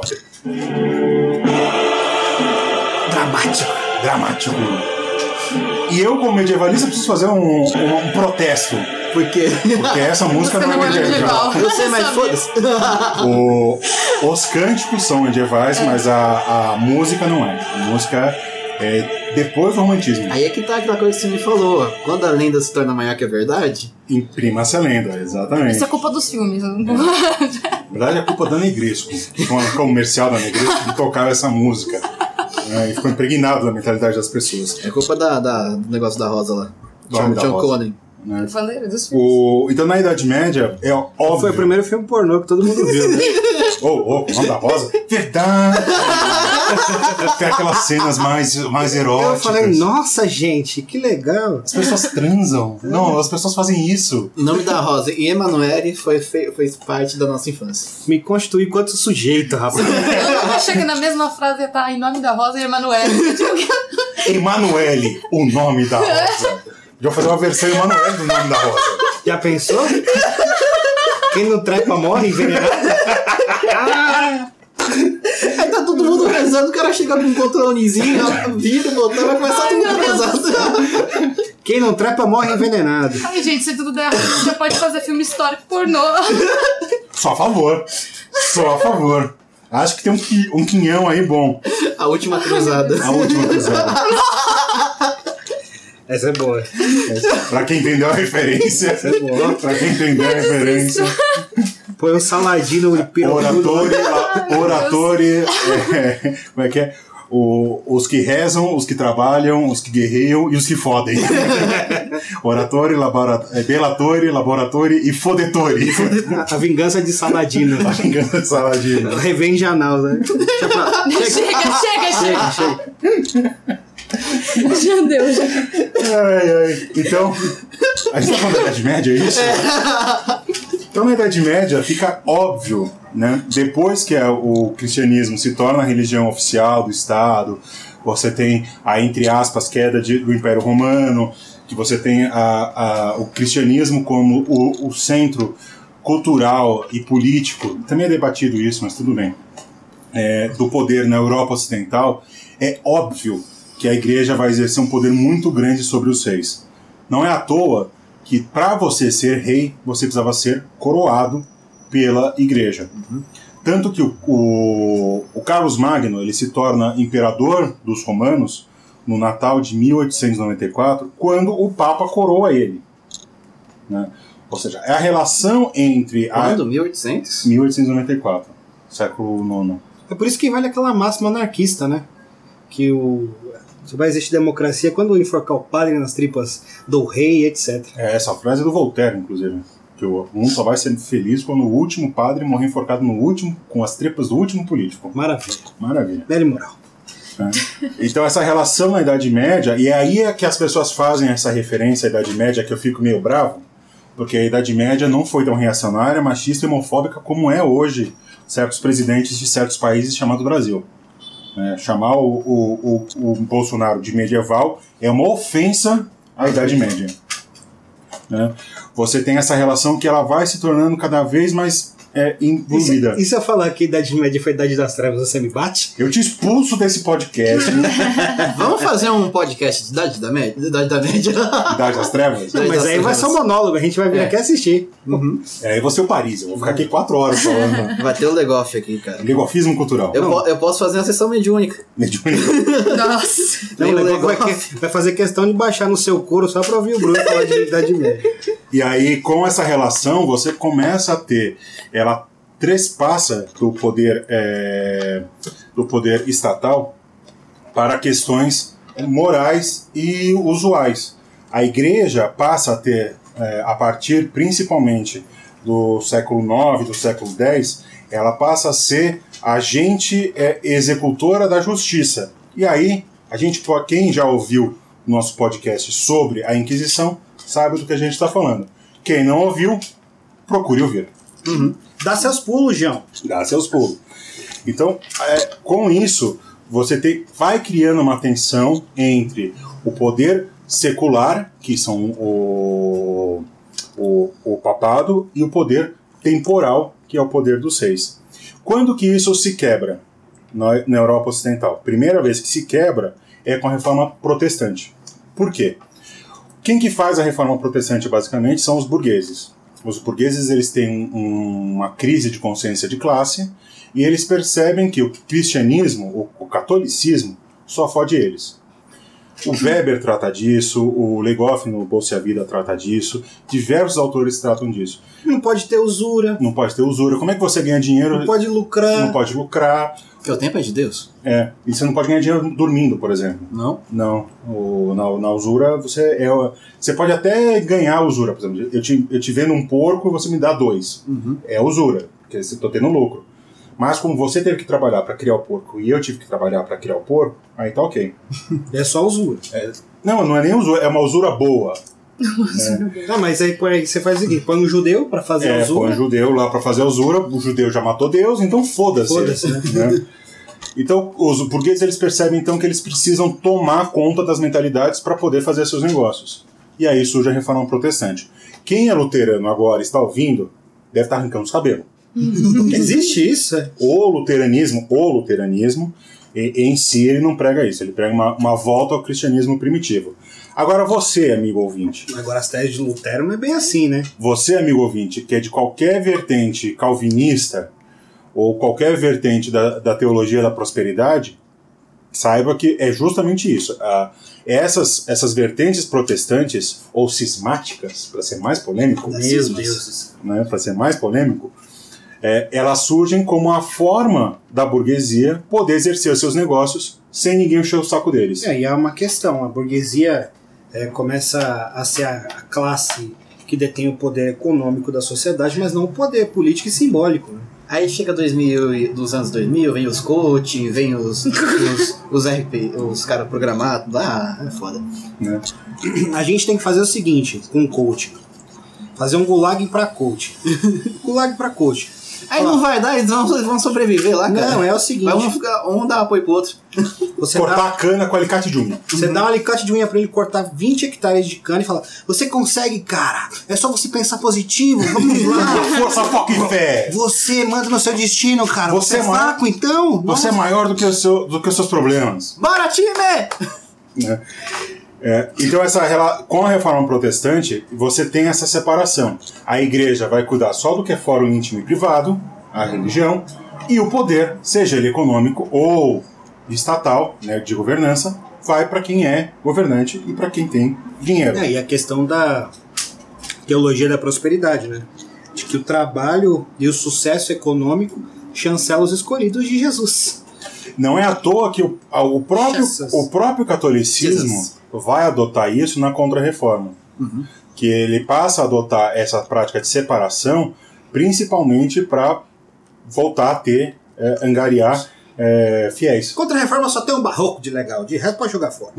Dramático. Dramático. E eu, como medievalista, preciso fazer um, um, um protesto. Por quê? Porque essa música Você não, não é é medieval. medieval. Eu sei, mas Sabia. foda-se. O- os cânticos são medievais, mas a, a música não é. A música é depois do romantismo. Aí é que tá aquela coisa que você me falou. Quando a lenda se torna maior que a verdade... Imprima-se a lenda, exatamente. Isso é culpa dos filmes. Na verdade, é culpa da Negresco, com o comercial da Negresco, que tocava essa música. É, e ficou impregnado na mentalidade das pessoas. É culpa da, da, do negócio da Rosa lá. Do Homem da John Rosa. Connery. Né? Eu falei dos filmes. O, então, na Idade Média, é óbvio... Foi o primeiro filme pornô que todo mundo viu, né? Ô, ô, o Nome da Rosa? Verdade! Tem aquelas cenas mais, mais eróticas. Eu falei, nossa, gente, que legal. As pessoas transam. Não, as pessoas fazem isso. O Nome da Rosa e Emanuele foi, fe- foi parte da nossa infância. Me constitui enquanto sujeito, rapaz. Eu achei que na mesma frase ia estar em nome da Rosa e Emanuele. Emanuele, o Nome da Rosa. Já vou fazer uma versão Emanuele do Nome da Rosa. Já pensou? Quem não trepa morre envenenado? Aí tá todo mundo rezando, o cara chega com um controlezinho, vira, botar, vai começar todo mundo a rezar. Quem não trepa morre envenenado. Ai, gente, se tudo der errado, você pode fazer filme histórico pornô. Só a favor. Só a favor. Acho que tem um, qui- um quinhão aí bom. A última cruzada. A última cruzada. Essa é boa. Pra quem entendeu a referência. Essa é boa. Pra quem entendeu a referência. Põe um saladinho no piro. Oratori, la- oratori, é, como é que é? O, os que rezam, os que trabalham, os que guerreiam e os que fodem. Oratori, labora, é, belatori, laboratori e fodetori. A vingança de Saladino. A vingança de Saladino. Revenge anal, né? Deixa pra... Chega, chega, chega. Chega, chega. Meu Deus. Ai, ai. Então, a gente tá falando da Idade Média, é isso? Então, na Idade Média, fica óbvio, né? Depois que a- o cristianismo se torna a religião oficial do Estado, você tem a, entre aspas, queda de- do Império Romano, que você tem a, a- o cristianismo como o, o centro cultural e político, também é debatido isso, mas tudo bem, é, do poder na Europa Ocidental, é óbvio que a igreja vai exercer um poder muito grande sobre os reis. Não é à toa que para você ser rei, você precisava ser coroado pela igreja. Tanto que o, o, o Carlos Magno ele se torna imperador dos romanos no Natal de mil oitocentos e noventa e quatro, quando o Papa coroa ele. Né? Ou seja, é a relação entre a Quando? mil e oitocentos? mil oitocentos e noventa e quatro, século nono. É por isso que vale aquela máxima anarquista, né? Que o... Só vai existir democracia quando enforcar o padre nas tripas do rei, etcétera. É, essa frase é do Voltaire, inclusive. Que o mundo só vai ser feliz quando o último padre morrer enforcado no último, com as tripas do último político. Maravilha. Maravilha. Bela e moral. Né? Então essa relação na Idade Média, e aí é que as pessoas fazem essa referência à Idade Média, que eu fico meio bravo, porque a Idade Média não foi tão reacionária, machista e homofóbica como é hoje certos presidentes de certos países chamados Brasil. É, chamar o, o, o, o Bolsonaro de medieval é uma ofensa à Idade Média. Né? Você tem essa relação que ela vai se tornando cada vez mais é, envolvida. E se, e se eu falar que a Idade Média foi a Idade das Trevas, você me bate? Eu te expulso desse podcast. Vamos fazer um podcast de Idade da Média? De Idade da Média. Idade das Trevas. Não, mas aí vai ser um monólogo, a gente vai vir É. aqui assistir. Uhum. É, aí você é o Paris, eu vou ficar aqui quatro horas falando. Vai ter o Legoff aqui, cara. Legofismo cultural. Eu, po- eu posso fazer uma sessão mediúnica. Nossa. Não, Tem o o Legoff vai, Legoff. que- vai fazer questão de baixar no seu couro só pra ouvir o Bruno falar de Idade Média. E aí, com essa relação, você começa a ter. Ela trespassa do poder, é, do poder estatal para questões morais e usuais. A igreja passa a ter, é, a partir principalmente do século nove, do século dez, ela passa a ser agente é, executora da justiça. E aí, a gente, quem já ouviu nosso podcast sobre a Inquisição, sabe do que a gente está falando. Quem não ouviu, procure ouvir. Dá seus pulos, João. Dá seus pulos. Então, é, com isso, você tem, vai criando uma tensão entre o poder secular, que são o, o, o papado, e o poder temporal, que é o poder dos reis. Quando que isso se quebra na, na Europa Ocidental? Primeira vez que se quebra é com a Reforma Protestante. Por quê? Quem que faz a Reforma Protestante, basicamente, são os burgueses. Os burgueses eles têm um, uma crise de consciência de classe e eles percebem que o cristianismo, o, o catolicismo, só fode eles. O Weber trata disso, o Legoff no Bolsa e a Vida trata disso, diversos autores tratam disso. Não pode ter usura. Não pode ter usura. Como é que você ganha dinheiro? Não pode lucrar. Não pode lucrar. Porque o tempo é de Deus. É, e você não pode ganhar dinheiro dormindo, por exemplo. Não? Não. O, na, na usura, você é, você pode até ganhar usura, por exemplo. Eu te, eu te vendo um porco e você me dá dois. Uhum. É usura, porque você está tendo lucro. Mas como você teve que trabalhar para criar o porco e eu tive que trabalhar para criar o porco, aí tá ok. É só usura. É, não, não é nem usura, é uma usura boa. É. Não, mas aí, aí você faz o seguinte, põe um judeu pra fazer É, a usura. põe um judeu lá pra fazer a usura, o judeu já matou Deus, então foda-se. Foda-se, né? né? Então, os burgueses eles percebem então que eles precisam tomar conta das mentalidades para poder fazer seus negócios. E aí surge a Reforma Protestante. Quem é luterano agora está ouvindo, deve estar arrancando os cabelos. Existe isso? É. O luteranismo, o luteranismo, em si ele não prega isso, ele prega uma, uma volta ao cristianismo primitivo. Agora você, amigo ouvinte. Agora as teses de Lutero não é bem assim, né? Você, amigo ouvinte, que é de qualquer vertente calvinista ou qualquer vertente da, da teologia da prosperidade, saiba que é justamente isso. Ah, essas, essas vertentes protestantes, ou cismáticas, para ser mais polêmico, Meu Deus. Né, para ser mais polêmico, é, elas surgem como a forma da burguesia poder exercer os seus negócios sem ninguém encher o saco deles. É, e é uma questão. A burguesia é, começa a ser a, a classe que detém o poder econômico da sociedade, mas não o poder político e simbólico, né? Aí chega dois mil, dos anos dois mil, vem os coaching, vem os, os, os R P, os caras programados, ah, é foda. Né? A gente tem que fazer o seguinte com o coaching. Fazer um gulag pra coaching. Gulag pra coaching. Aí não vai dar, eles vão, eles vão sobreviver lá, cara. Não, é o seguinte. Vai um, ficar, um dar apoio pro outro. Você Cortar dá, a cana com alicate de unha. você dá um alicate de unha pra ele cortar vinte hectares de cana e fala: você consegue, cara. É só você pensar positivo. Vamos lá. Força, foco e fé. Você manda no seu destino, cara. Você Você, é é maior- fraco, então. Você é maior do que, o seu, do que os seus problemas. Bora, time! Né? É, então, essa, rela- com a reforma protestante, você tem essa separação. A igreja vai cuidar só do que é fórum íntimo e privado, a religião, e o poder, seja ele econômico ou estatal, né, de governança, vai para quem é governante e para quem tem dinheiro. É, e a questão da teologia da prosperidade, né? De que o trabalho e o sucesso econômico chancela os escolhidos de Jesus. Não é à toa que o, a- o, próprio, Jesus. o próprio catolicismo Jesus. vai adotar isso na Contra-Reforma. Uhum. Que ele passa a adotar essa prática de separação principalmente para voltar a ter, é, angariar é, fiéis. Contra a reforma só tem um barroco de legal, de resto pode jogar fora.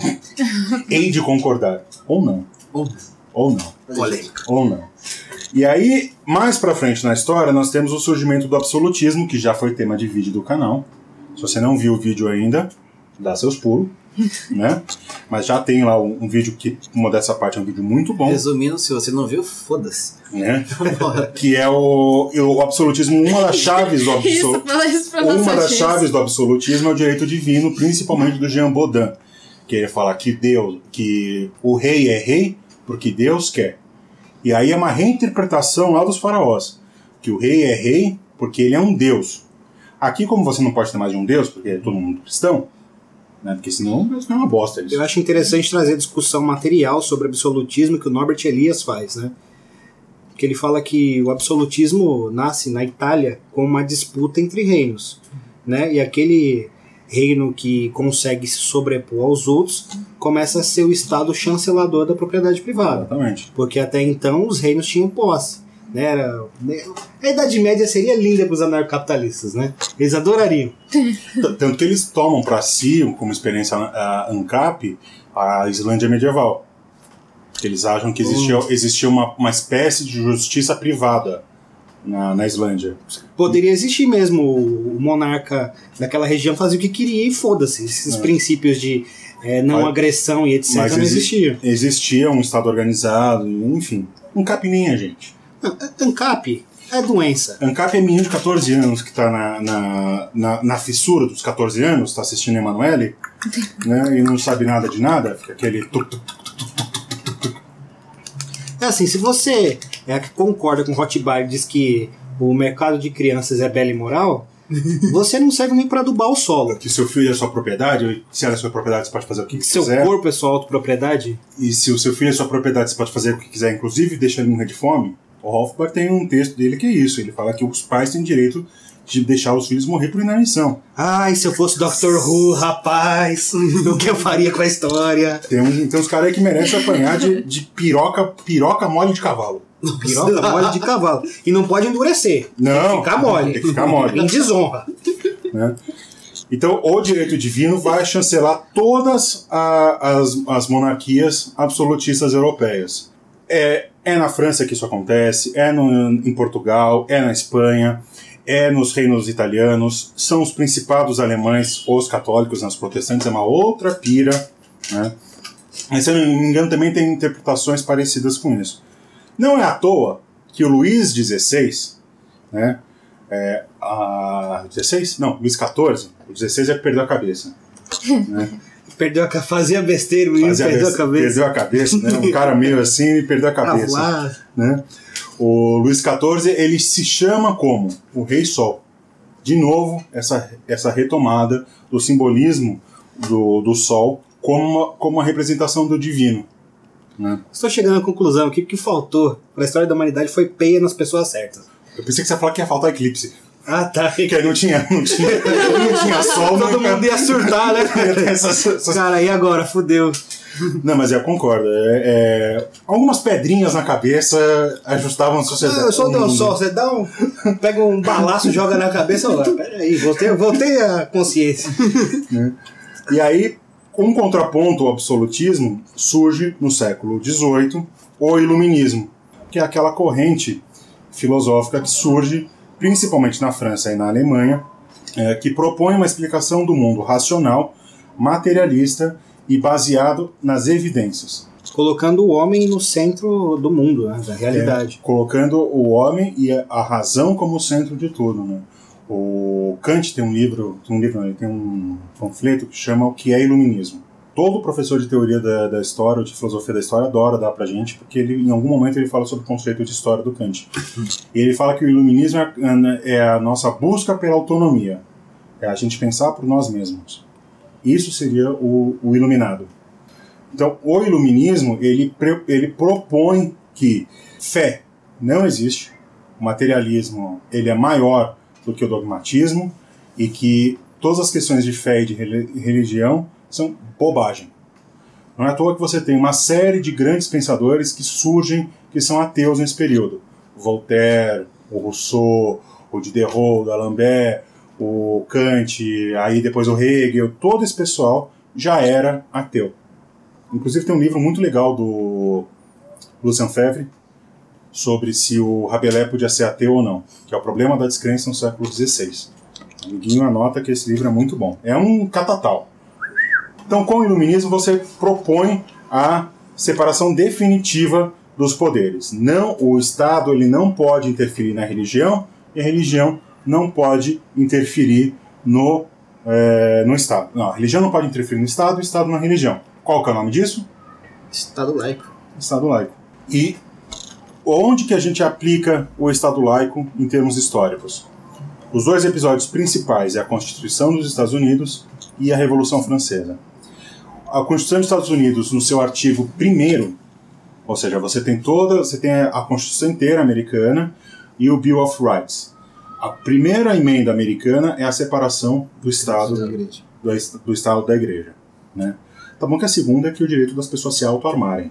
Hei de concordar. Ou não. Ou Ou não. Polêmica. Ou não. E aí, mais pra frente na história, nós temos o surgimento do absolutismo, que já foi tema de vídeo do canal. Se você não viu o vídeo ainda, dá seus pulos, né? Mas já tem lá um, um vídeo que, uma dessa parte é um vídeo muito bom, resumindo, se você não viu, foda-se. né? Que é o, o absolutismo, uma das chaves do Isso, absolutismo. fala isso pra Uma nossa das gente. chaves do absolutismo é o direito divino, principalmente do Jean Baudin, que ele fala que Deus, que o rei é rei porque Deus quer. E aí é uma reinterpretação lá dos faraós, que o rei é rei porque ele é um Deus. Aqui, como você não pode ter mais de um Deus, porque é todo mundo cristão, né? Porque senão isso não é uma bosta. Isso. Eu acho interessante trazer a discussão material sobre absolutismo que o Norbert Elias faz, né? Que ele fala que o absolutismo nasce na Itália com uma disputa entre reinos, né? E aquele reino que consegue se sobrepor aos outros começa a ser o estado chancelador da propriedade privada, Exatamente. porque até então os reinos tinham posse, né? Era, a Idade Média seria linda para os anarcapitalistas, né? Eles adorariam. T- Tanto que eles tomam para si, como experiência a ANCAP, a Islândia medieval. Porque eles acham que existia, existia uma, uma espécie de justiça privada na, na Islândia. Poderia existir mesmo o monarca daquela região fazer o que queria e foda-se. Esses É. princípios de é, não Mas- agressão e etcétera Mas não exi- existiam. Existia um Estado organizado, enfim. ANCAP nem a gente. ANCAP é doença. ANCAP é menino de catorze anos que está na, na, na, na fissura dos catorze anos, está assistindo Emanuele, né, e não sabe nada de nada, fica aquele... tuc, tuc, tuc. É assim, se você é a que concorda com o Rothbard e diz que o mercado de crianças é belo e moral, Você não serve nem para adubar o solo. Que seu filho é sua propriedade, se ela é sua propriedade, você pode fazer o que Seu quiser. corpo é sua autopropriedade. E se o seu filho é sua propriedade, você pode fazer o que quiser, inclusive deixar ele morrer de fome. O Hofbauer tem um texto dele que é isso. Ele fala que os pais têm direito de deixar os filhos morrer por inanição. Ai, se eu fosse doutor Who, rapaz, o que eu faria com a história? Tem, um, tem uns caras aí que merecem apanhar de, de piroca, piroca mole de cavalo. Piroca mole de cavalo. E não pode endurecer. Não, Tem que ficar mole. Tem que ficar mole. Em desonra. Né? Então, o direito divino vai chancelar todas a, as, as monarquias absolutistas europeias. É, é na França que isso acontece, é no, em Portugal, é na Espanha, é nos reinos italianos, são os principados alemães, os católicos, né, os protestantes, é uma outra pira. Né? Mas, se eu não me engano, também tem interpretações parecidas com isso. Não é à toa que o Luís dezesseis, né, é, a dezesseis? Não, Luís quatorze, o dezesseis é que perdeu a cabeça. Né? Perdeu a, fazia besteira, o Luís perdeu a cabeça. Perdeu a cabeça, né? Um cara meio assim e perdeu a cabeça. Ah, né? O Luís quatorze, ele se chama como o Rei Sol. De novo, essa, essa retomada do simbolismo do, do Sol como uma, como uma representação do divino. Né? Estou chegando à conclusão que o que faltou para a história da humanidade foi peia nas pessoas certas. Eu pensei que você ia falar que ia faltar eclipse. Ah, tá. Que aí não tinha, não tinha, não tinha sol. Todo mundo ia surtar, né? essas, essas... Cara, e agora? Fudeu. Não, mas eu concordo. É, é... Algumas pedrinhas na cabeça ajustavam a sociedade. Ah, eu sou do sol, você dá um. Pega um balaço, joga na cabeça. Olha, peraí, voltei, voltei a consciência. Né? E aí, um contraponto ao absolutismo surge no século dezoito, o iluminismo, que é aquela corrente filosófica que surge principalmente na França e na Alemanha, é, que propõe uma explicação do mundo racional, materialista e baseado nas evidências. Colocando o homem no centro do mundo, né, da realidade. É, colocando o homem e a razão como centro de tudo. Né? O Kant tem um livro, tem um livro, ele tem um panfleto que chama O que é Iluminismo. Todo professor de teoria da, da história ou de filosofia da história adora dar pra gente, porque ele, em algum momento ele fala sobre o conceito de história do Kant. E ele fala que o iluminismo é, é a nossa busca pela autonomia. É a gente pensar por nós mesmos. Isso seria o, o iluminado. Então, o iluminismo, ele, ele propõe que fé não existe, o materialismo ele é maior do que o dogmatismo, e que todas as questões de fé e de religião são bobagem. Não é à toa que você tem uma série de grandes pensadores que surgem, que são ateus nesse período. O Voltaire, o Rousseau, o Diderot, o D'Alembert, o Kant, aí depois o Hegel, todo esse pessoal já era ateu. Inclusive tem um livro muito legal do Lucien Febvre sobre se o Rabelais podia ser ateu ou não, que é o problema da descrença no século dezesseis. O amiguinho anota que esse livro é muito bom. É um catatal. Então, com o iluminismo, você propõe a separação definitiva dos poderes. Não, o Estado ele não pode interferir na religião e a religião não pode interferir no, é, no Estado. Não, a religião não pode interferir no Estado e o Estado na religião. Qual que é o nome disso? Estado laico. Estado laico. E onde que a gente aplica o Estado laico em termos históricos? Os dois episódios principais é a Constituição dos Estados Unidos e a Revolução Francesa. A Constituição dos Estados Unidos, no seu artigo primeiro, ou seja, você tem toda, você tem a Constituição inteira americana e o Bill of Rights. A primeira emenda americana é a separação do Estado Da igreja. do, do Estado da Igreja, né? Tá bom que a segunda é que o direito das pessoas se auto-armarem.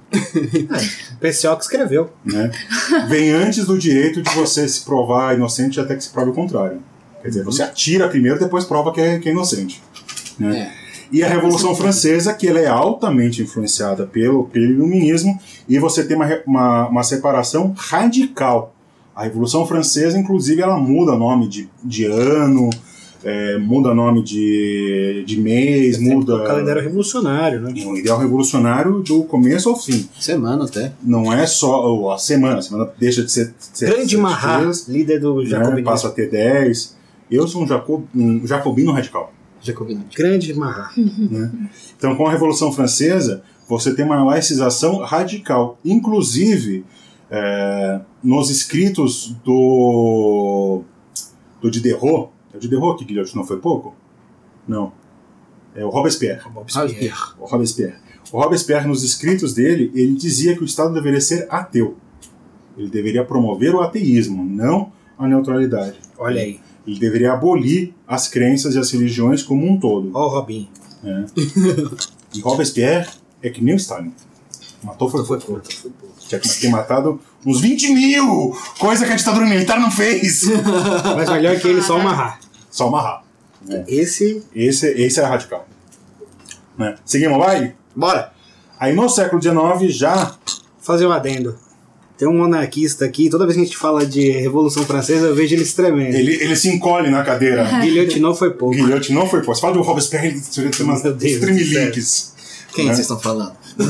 O pessoal que escreveu. Né? Vem antes do direito de você se provar inocente até que se prove o contrário. Quer dizer, você atira primeiro, depois prova que é, que é inocente. Né? É. E a Revolução Francesa, que ela é altamente influenciada pelo, pelo iluminismo, e você tem uma, uma, uma separação radical. A Revolução Francesa, inclusive, ela muda o nome de, de ano, é, muda o nome de, de mês, muda... O calendário revolucionário, né? Um ideal revolucionário do começo ao fim. Semana até. Não é só a semana, a semana deixa de ser... ser Grande Marat, líder do né, jacobinismo. passa a ter dez. Eu sou um, jacob, um jacobino radical. Jacobino. Grande Marat. Né? Então, com a Revolução Francesa, você tem uma laicização radical. Inclusive, é, nos escritos do, do Diderot, É o Diderot que guilhotinou foi pouco? Não. É o Robespierre. Robespierre. O Robespierre. O Robespierre, nos escritos dele, ele dizia que o Estado deveria ser ateu. Ele deveria promover o ateísmo, não a neutralidade. Olha aí. Ele deveria abolir as crenças e as religiões como um todo. Ó o Robinho. É. E Robespierre é que nem o Stalin. Matou foi pouco. Tinha que ter matado uns vinte mil! Coisa que a ditadura militar não fez! Mas melhor que ele só amarrar. Só amarrar. É. Esse... Esse, esse é radical. Né? Seguimos o baile? Bora! Aí no século dezenove já... Fazer um adendo. Tem um monarquista aqui, toda vez que a gente fala de Revolução Francesa, eu vejo ele tremendo. Ele, ele se encolhe na cadeira. Guilhotinou foi pouco. Guilhotinou foi pouco. Você fala do Robespierre, ele tem umas tremilinques. Quem né? vocês estão falando?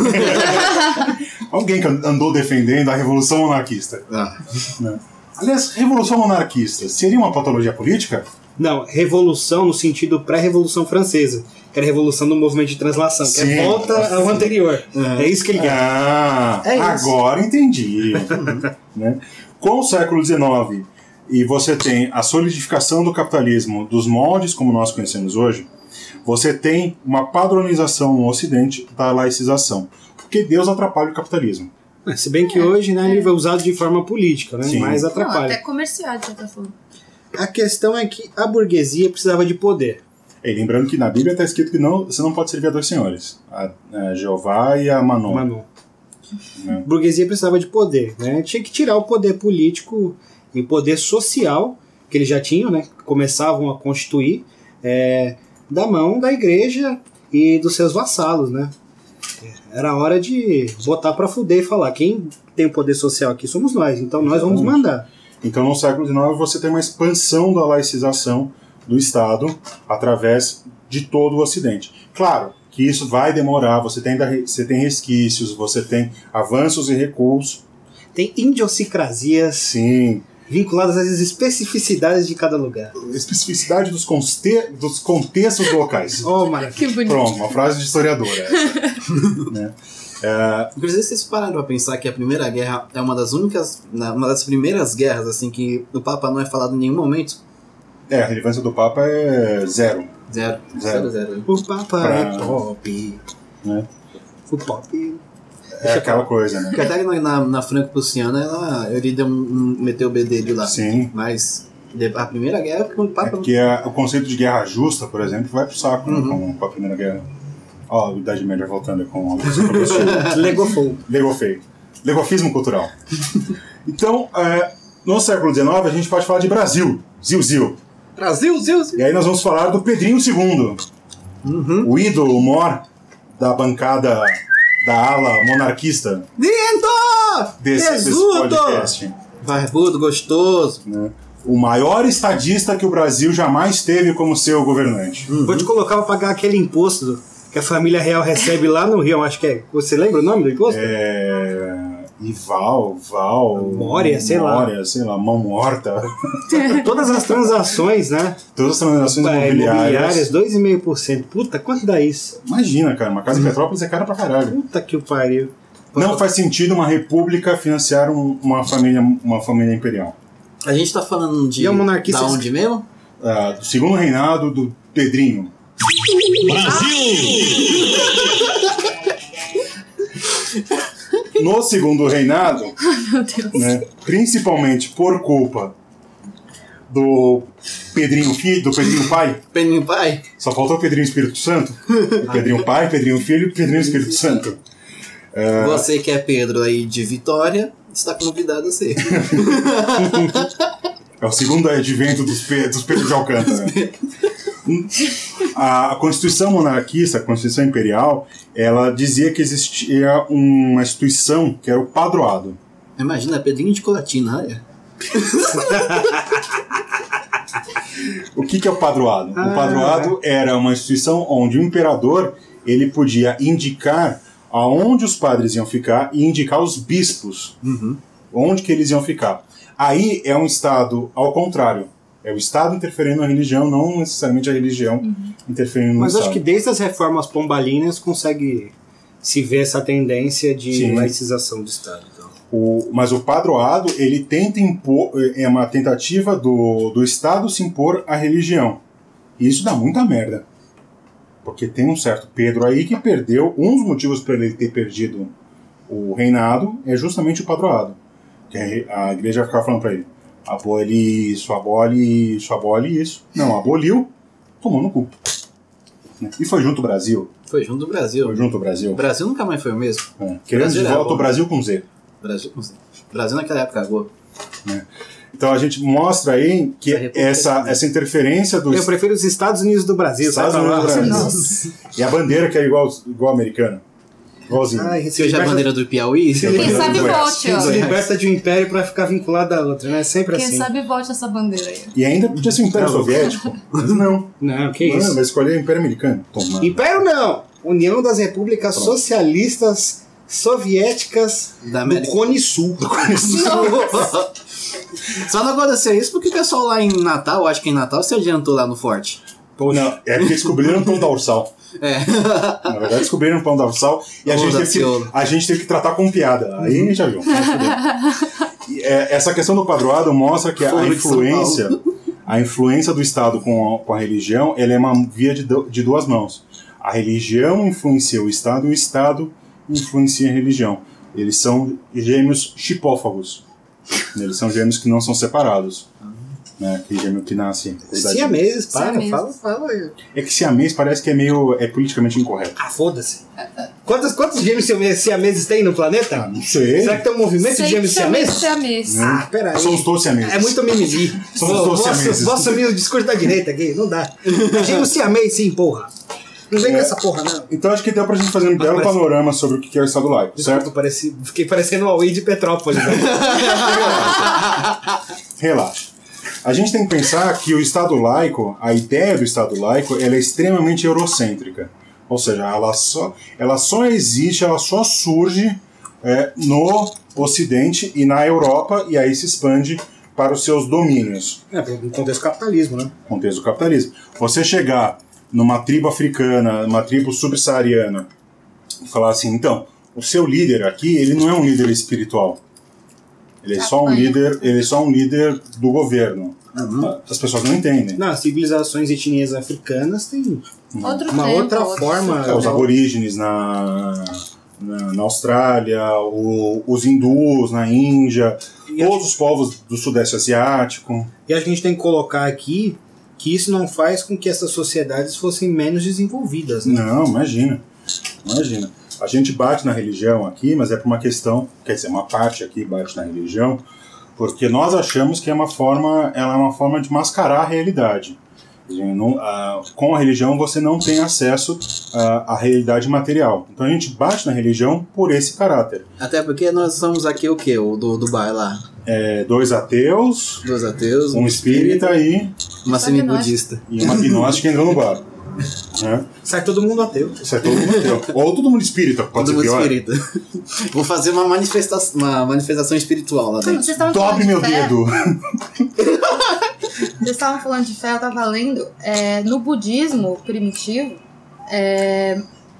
Alguém que andou defendendo a Revolução Monarquista. Ah. Né? Aliás, Revolução Monarquista seria uma patologia política? Não, revolução no sentido pré-revolução francesa, que era a revolução do movimento de translação, que Sim. é volta ao anterior. Uhum. É isso que ele quer. Ah, É isso. agora entendi. Né? Com o século dezenove, e você tem a solidificação do capitalismo dos moldes como nós conhecemos hoje, você tem uma padronização no Ocidente da laicização. Porque Deus atrapalha o capitalismo. É, se bem que hoje, né, ele é usado de forma política, né? Sim. Mas Não, atrapalha. até comercial, de certa forma. A questão é que a burguesia precisava de poder. E lembrando que na Bíblia está escrito que não, você não pode servir a dois senhores, a, a Jeová e a Manon. Manon. Né? A burguesia precisava de poder, né? Tinha que tirar o poder político e poder social que eles já tinham, né? Começavam a constituir é, da mão da igreja e dos seus vassalos, né? Era hora de botar pra fuder e falar: quem tem o poder social aqui somos nós, então nós vamos mandar. Então, no século dezenove, você tem uma expansão da laicização do Estado através de todo o Ocidente. Claro que isso vai demorar, você tem, você tem resquícios, você tem avanços e recuos. Tem idiosincrasias Sim. vinculadas às especificidades de cada lugar. Especificidade dos, conste dos contextos locais. Oh, maravilha. Que bonito. Pronto, uma frase de historiadora. Essa, né? É, Inclusive, vocês pararam pra pensar que a Primeira Guerra é uma das únicas, uma das primeiras guerras assim que o Papa não é falado em nenhum momento? é, a relevância do Papa é zero. Zero. Zero. Zero, zero. O Papa Pra- é pop. Né? O pop. É aquela coisa, né? Porque até na, na, na Franco-Prussiana ela- ele deu um, um, meteu o B dele lá. Sim. Mas de- a Primeira Guerra o É Papa porque a- o conceito de guerra justa, por exemplo, vai pro saco né, Uhum. com, com a Primeira Guerra. Ó, a Idade Média voltando com o Legofou. Legofei. Legofismo cultural. Então, é, no século dezenove, a gente pode falar de Brasil. Zil, zil. Brasil, Zil, Zil. E aí nós vamos falar do Pedrinho segundo. Uhum. O ídolo, o mor da bancada da ala monarquista Lindo! desse, desse Tesudo! podcast. Barbudo, gostoso. Né? O maior estadista que o Brasil jamais teve como seu governante. Vou te colocar pra pagar aquele imposto que a família real recebe lá no Rio. Acho que é. Você lembra o nome do imposto? É... Ival, Val... Mória, sei lá. Mória, sei lá, mão morta. Todas as transações, né? Todas as transações É, imobiliárias. imobiliárias, dois vírgula cinco por cento. Puta, quanto dá isso? Imagina, cara, uma casa em Petrópolis é cara pra caralho. Puta que o pariu. Não faz sentido uma república financiar um- uma, família, uma família imperial. A gente tá falando de E é um monarquista- da onde mesmo? Ah, do segundo reinado do Pedrinho. No segundo reinado, Meu Deus. né, principalmente por culpa do Pedrinho Filho, do Pedrinho Pai, Peninho Pai? só faltou o Pedrinho Espírito Santo. O Pedrinho Pai, Pedrinho Filho e Pedrinho Espírito Santo. Você que é Pedro aí de Vitória, está convidado a ser. É o segundo advento dos, Pe dos Pedro de Alcântara. A, a Constituição monarquista, a Constituição imperial, ela dizia que existia uma instituição que era o padroado. Imagina, Pedrinho de Colatina, olha. O que, que é o padroado? Ah, o padroado era uma instituição onde o imperador ele podia indicar aonde os padres iam ficar e indicar os bispos Uhum. onde que eles iam ficar. Aí é um Estado ao contrário. É o Estado interferindo na religião, não necessariamente a religião interferindo no Mas Estado. acho que desde as reformas pombalinas consegue se ver essa tendência de Sim. laicização do Estado. Então. O, mas o padroado, ele tenta impor, é uma tentativa do, do Estado se impor à religião. E isso dá muita merda. Porque tem um certo Pedro aí que perdeu, um dos motivos para ele ter perdido o reinado é justamente o padroado. Que a igreja vai ficar falando para ele, abole isso, abole isso, abole isso. Não, aboliu, tomou no cu. E foi junto o Brasil. Foi junto o Brasil. Foi junto o Brasil. O Brasil nunca mais foi o mesmo. É. Querendo de volta o Brasil com Z. Brasil com Z. Brasil naquela época cagou. É. Então a gente mostra aí que essa, essa interferência dos... Eu prefiro os Estados Unidos do Brasil. Estados Unidos do Brasil. Nossa. E a bandeira que é igual, igual a americana. Igualzinho. Ai, se hoje a bandeira do Piauí... Quem sabe vote, ó. Se liberta de um império pra ficar vinculado a outra, né? Sempre Quem assim. Quem sabe vote essa bandeira aí. E ainda podia ser o Império Soviético. Mas não. Não, que isso. Não, vai escolher o Império Americano. Toma. Império não! União das Repúblicas Pronto. Socialistas Soviéticas da do Cone Sul. Do Cone Sul. Só não aconteceu isso porque o pessoal lá em Natal, acho que em Natal, se adiantou lá no forte. Poxa. Não, é porque descobriram o pão dorsal. É. Na verdade, descobriram o pão dorsal e a gente, teve que, a gente teve que tratar com piada. Aí já viu. E, é, essa questão do padroado mostra que a influência, a influência do Estado com a, com a religião, ela é uma via de, do, de duas mãos. A religião influencia o Estado e o Estado influencia a religião. Eles são gêmeos chipófagos. Eles são gêmeos que não são separados. Né? Que gêmeo que nasce. Siamês, para, fala, fala aí. É que siamês parece que é meio é politicamente incorreto. Ah, foda-se. Quantos, quantos gêmeos siameses tem no planeta? Ah, não sei. Será que tem um movimento sei de gêmeos siameses? siameses? Ah, peraí. Somos todos siameses. É muito mimimi. Somos todos siameses. Vou assumir o discurso da direita aqui, não dá. Gêmeos siamês, sim, porra. Não vem é, com essa porra, não. Então acho que deu pra gente fazer um belo parece... panorama sobre o que é o Estado laico, Desculpa, certo? Pareci... Fiquei parecendo o Huawei de Petrópolis. Né? Relaxa. A gente tem que pensar que o Estado laico, a ideia do Estado laico, ela é extremamente eurocêntrica. Ou seja, ela só, ela só existe, ela só surge é, no Ocidente e na Europa, e aí se expande para os seus domínios. É, no contexto do capitalismo, né? Contexto do capitalismo. Você chegar numa tribo africana, numa tribo subsaariana, e falar assim, então, o seu líder aqui, ele não é um líder espiritual. Ele é só um líder, ele é só um líder do governo. Uhum. As pessoas não entendem. Não, as civilizações e etnias africanas têm outro uma tempo, outra outro forma. É, os aborígenes na, na, na Austrália, o, os hindus na Índia, e todos a... os povos do Sudeste Asiático. E a gente tem que colocar aqui que isso não faz com que essas sociedades fossem menos desenvolvidas. Né? Não, imagina. Imagina. A gente bate na religião aqui, mas é por uma questão, quer dizer, uma parte aqui bate na religião, porque nós achamos que é uma forma, ela é uma forma de mascarar a realidade. Não, a, com a religião você não tem acesso à realidade material. Então a gente bate na religião por esse caráter. Até porque nós somos aqui o quê? O do Dubai lá? É, dois ateus, dois ateus, um espírita, espírita e uma semi-budista. E uma agnóstica entrou no bar. É. Sai todo mundo ateu. Sai todo mundo ateu. Ou todo mundo espírita, pode todo ser mundo pior. Espírita. Vou fazer uma manifestação, uma manifestação espiritual lá dentro. Dobre meu de dedo. Vocês estavam falando de fé, eu estava lendo. É, no budismo primitivo, é,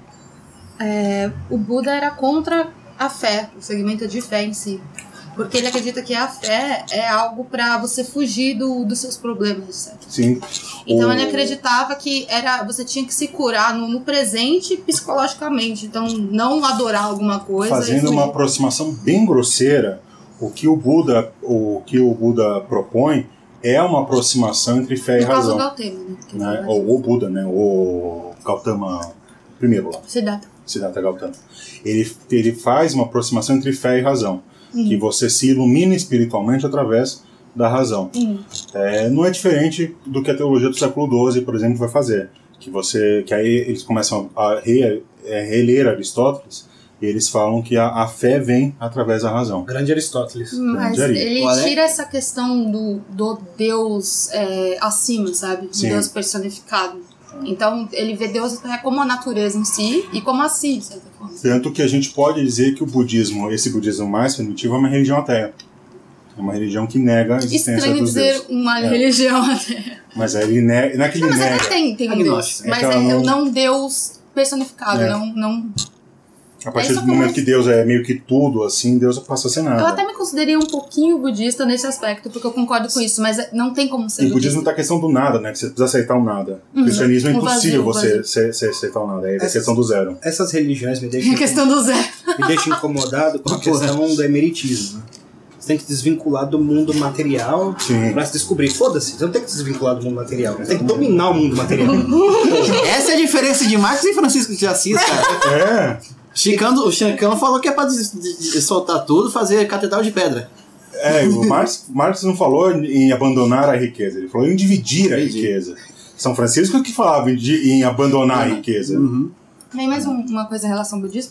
é, o Buda era contra a fé, o segmento de fé em si. Porque ele acredita que a fé é algo para você fugir do, dos seus problemas, etcétera. Sim. Então o... ele acreditava que era, você tinha que se curar no, no presente psicologicamente. Então não adorar alguma coisa. Fazendo uma aproximação bem grosseira, o que o Buda, o que o Buda propõe é uma aproximação entre fé e no razão. No caso do Gautama, né? né? Ou o Buda, né? O Gautama primeiro lá. Siddhartha. Siddhartha Gautama. Ele, ele faz uma aproximação entre fé e razão. Uhum. Que você se ilumina espiritualmente através da razão. Uhum. É, não é diferente do que a teologia do século doze, por exemplo, vai fazer. Que, você, que aí eles começam a re, é, reler Aristóteles e eles falam que a, a fé vem através da razão. Grande Aristóteles. Mas Grande ele Ari. tira essa questão do, do Deus é, acima, sabe? Do Sim. Deus personificado. Então ele vê Deus até como a natureza em si e como a si, de certa forma. Tanto que a gente pode dizer que o budismo, esse budismo mais primitivo, é uma religião ateia. É uma religião que nega a existência Estranho dos dizer deuses. uma É. religião até. Mas aí ele nega, não é que ele Não, mas nega. até tem, tem um Deus. Agnóstico. Mas É é, que ela não... não- não Deus personificado, É. não, não... A partir É do isso que eu momento mais- que Deus é meio que tudo, assim, Deus passa a ser nada. Eu até me considerei um pouquinho budista nesse aspecto, porque eu concordo com isso, mas não tem como ser E o budismo budista. tá a questão do nada, né? Que você precisa aceitar o nada. O Uhum. cristianismo é O impossível vazio, o você, vazio. você, você aceitar o nada. É a Essas- questão do zero. Essas religiões me deixam, A questão do zero. me deixam incomodado com a questão do emeritismo. Né? Você tem que desvincular do mundo material Sim. pra se descobrir. Foda-se, você não tem que se desvincular do mundo material. Você tem que dominar o mundo material. Essa é a diferença de Marcos e Francisco de Assis, cara. É. Chicano, o Chicano falou que é pra des- de- de soltar tudo, fazer catedral de pedra. É, o Marx, Marx não falou em abandonar a riqueza, ele falou em dividir a Dividir. riqueza. São Francisco que falava em, di- em abandonar a riqueza. Uhum. Tem mais um- uma coisa em relação ao budismo.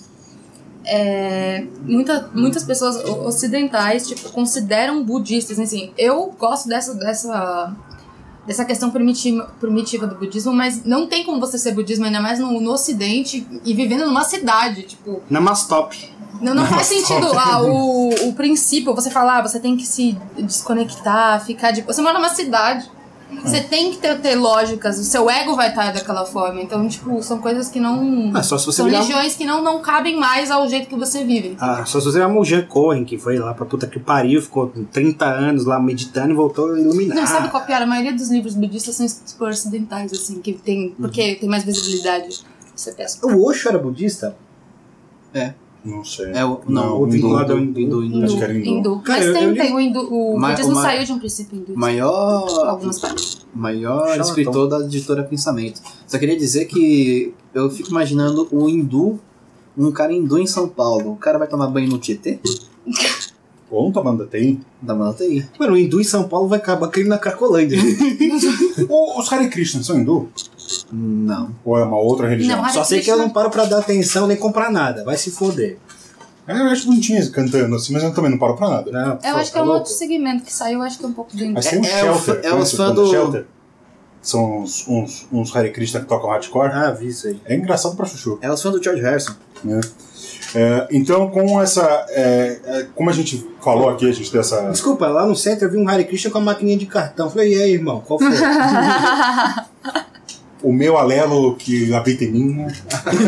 É, muita, muitas pessoas o- ocidentais tipo, consideram budistas. Assim, eu gosto dessa, dessa, dessa questão primitiva, primitiva do budismo, mas não tem como você ser budismo, ainda mais no, no ocidente e vivendo numa cidade. Tipo, Namastop. não, não faz sentido ah, o, o princípio. Você falar, ah, você tem que se desconectar, ficar de. Você mora numa cidade. Você tem que ter, ter lógicas, o seu ego vai estar daquela forma. Então, tipo, são coisas que não. Ah, só se você são virar- religiões que não, não cabem mais ao jeito que você vive. Ah, só se você virar o Jean Cohen, que foi lá pra puta que pariu, ficou trinta anos lá meditando e voltou iluminado. Não, sabe qual que é? A maioria dos livros budistas são escritos por ocidentais, assim, que tem, porque tem mais visibilidade. Isso é péssimo. O Osho era budista? Não sei. É o, não, o vinculado ao hindu, hindu. hindu, Acho que era hindu. Cara, Mas eu- tem, eu li- tem o hindu. O Ma- budismo o ma- saiu de um princípio hindu. maior, Algumas partes. maior Charlatão. escritor da editora Pensamento. Só queria dizer que eu fico imaginando o hindu, um cara hindu em São Paulo. O cara vai tomar banho no Tietê? Ou não tá mandando tem. Dá uma nota aí. Mano, o hindu em São Paulo vai acabar caindo na Cracolândia. O- Os Hare Krishna são hindu? Não. Ou é uma outra religião? Não, Hare Só sei que eu Krishna- não paro pra dar atenção nem comprar nada. Vai se foder. É, eu acho bonitinho cantando assim, mas eu também não paro pra nada. Não, Eu pô, acho que tá é um louco? outro segmento que saiu, acho que é um pouco do hindu. Mas tem um É- é o Shelter. fã- é conhece os o fã banda do- Shelter? São uns, uns, uns Hare Krishna que tocam hardcore. Ah, vi isso aí. É engraçado pra chuchu. É os fãs do George Harrison. Né? É, então, com essa. é, é, como a gente falou aqui, a gente deu essa. Desculpa, lá no centro eu vi um Hare Krishna com a maquininha de cartão. Falei, e aí, irmão, qual foi? O meu alelo que habita em mim. Né?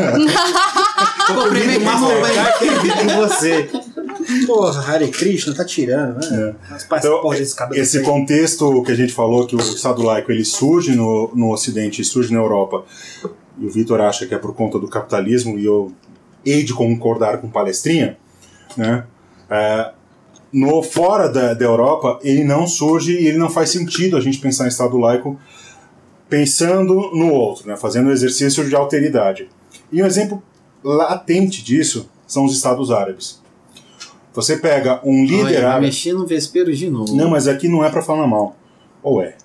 Comprei meu Mastercard que habita em você. Porra, Hare Krishna, tá tirando, né? As Então, porra desse cabelo. esse contexto que a gente falou, que o Estado laico ele surge no, no Ocidente e surge na Europa, e o Vitor acha que é por conta do capitalismo, e eu hei de concordar com palestrinha, né? É, no, fora da, da Europa, ele não surge e ele não faz sentido a gente pensar em Estado laico pensando no outro, né? Fazendo o exercício de alteridade. E um exemplo latente disso são os Estados Árabes. Você pega um líder Olha, vai árabe... mexer no vespeiro de novo. Não, mas aqui não é pra falar mal. Ou é?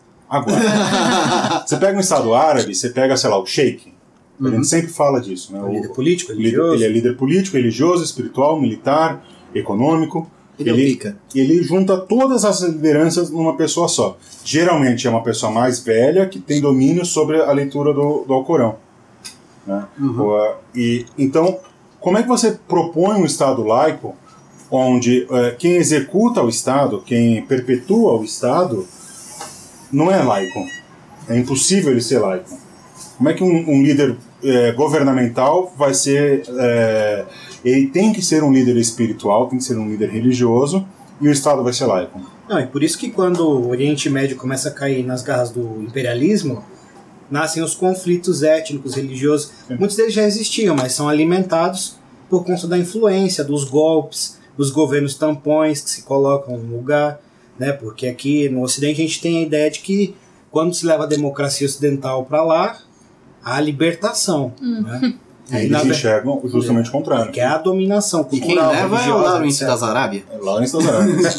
Agora. Você pega um Estado árabe, você pega, sei lá, o Sheik. A gente sempre fala disso, né? O O- líder político, o líder- religioso. ele é líder político, religioso, espiritual, militar, econômico. Ele é o pica. ele junta todas as lideranças numa pessoa só. Geralmente é uma pessoa mais velha que tem domínio sobre a leitura do, do Alcorão. Né? O- E, então, como é que você propõe um Estado laico onde eh, quem executa o Estado, quem perpetua o Estado, não é laico? É impossível ele ser laico. Como é que um, um líder eh, governamental vai ser... eh, ele tem que ser um líder espiritual, tem que ser um líder religioso, e o Estado vai ser laico. Não, e por isso que quando o Oriente Médio começa a cair nas garras do imperialismo, nascem os conflitos étnicos, religiosos. Sim. Muitos deles já existiam, mas são alimentados por conta da influência, dos golpes, dos governos tampões que se colocam no lugar, né? Porque aqui no Ocidente a gente tem a ideia de que quando se leva a democracia ocidental para lá, há a libertação, né? E eles na ver- enxergam justamente o contrário. que é a dominação E quem cultural, leva é o religiosa, Lawrence etcétera. das Arábia. É lá nos Estados Unidos.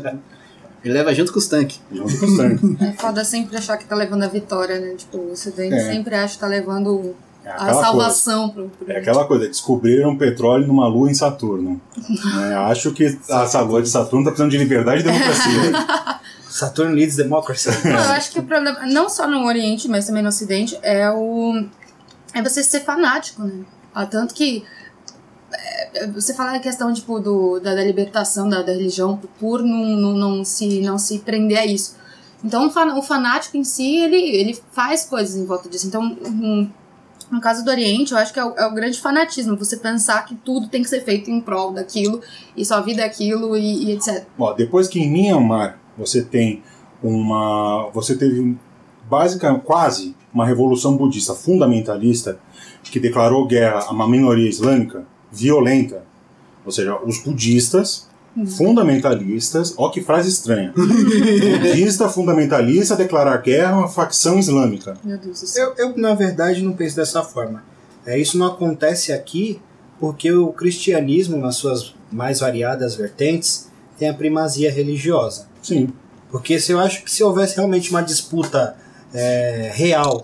Ele leva junto com os tanques. Junto com os tanques. É foda sempre achar que tá levando a vitória, né? Tipo, o Ocidente É. sempre acha que tá levando É a aquela salvação pro, pro... É aquela coisa, descobriram petróleo numa lua em Saturno. Né? Acho que essa lua de Saturno tá precisando de liberdade e democracia. Saturn leads democracy. Não, eu acho que o problema, não só no Oriente, mas também no Ocidente, é o é você ser fanático, né? Ah, tanto que é, você fala a questão tipo, do, da, da libertação da, da religião por não, não, não, se, não se prender a isso. Então o, fan, o fanático em si, ele, ele faz coisas em volta disso. Então um, No caso do Oriente, eu acho que é o, é o grande fanatismo, você pensar que tudo tem que ser feito em prol daquilo, e sua vida é aquilo, e, e etcétera. Ó, depois que em Myanmar você tem uma... Você teve básica, quase uma revolução budista fundamentalista que declarou guerra a uma minoria islâmica violenta, ou seja, os budistas hum. fundamentalistas, ó que frase estranha, budista fundamentalista declarar guerra a uma facção islâmica. Meu Deus do céu. Eu, eu, na verdade, não penso dessa forma. É, isso não acontece aqui porque o cristianismo, nas suas mais variadas vertentes, tem a primazia religiosa. Sim. Porque se eu acho que se houvesse realmente uma disputa é, real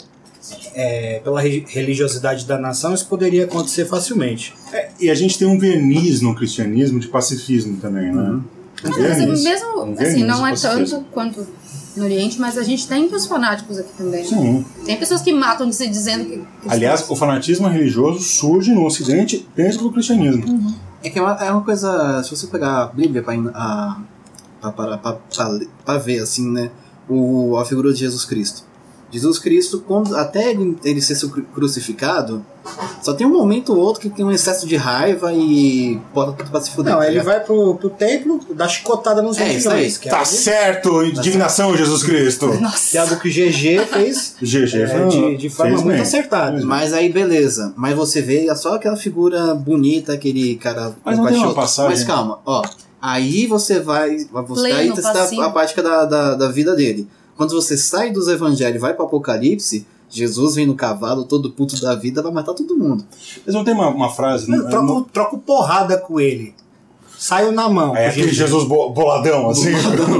é, pela re- religiosidade da nação, isso poderia acontecer facilmente. É, e a gente tem um verniz no cristianismo de pacifismo também, né? Uhum. Um Mas, verniz, mesmo, um assim, verniz não de é pacifismo. tanto quanto no Oriente, mas a gente tem os fanáticos aqui também. Sim. Tem pessoas que matam se dizendo que... que Aliás, o fanatismo religioso surge no Ocidente dentro do cristianismo. Uhum. É que é uma, é uma coisa, se você pegar a Bíblia pra, a, pra, pra, pra, pra, pra ver, assim, né, o, a figura de Jesus Cristo. Jesus Cristo, quando, até ele, ele ser crucificado, só tem um momento ou outro que tem um excesso de raiva e bota tudo pra se fuder. Não, tá ele ligado? vai pro, pro templo, dá chicotada nos É, isso aí. religiões. Que é Tá algo, certo, indignação, Jesus Cristo. que é algo que G G fez G G é, de, de forma fez muito bem. acertada. Mas aí, beleza. Mas você vê é só aquela figura bonita, aquele cara... Mas com não tem uma cachorro. passagem? Mas calma, ó. Aí você vai... você, Pleno, aí você tá passivo. a prática da, da, da vida dele. Quando você sai dos evangelhos e vai pro Apocalipse, Jesus vem no cavalo, todo puto da vida, vai matar todo mundo. Mas não tem uma, uma frase... Eu não- troco, não- troco porrada com ele. Saio na mão. É aquele Jesus bo- boladão, assim.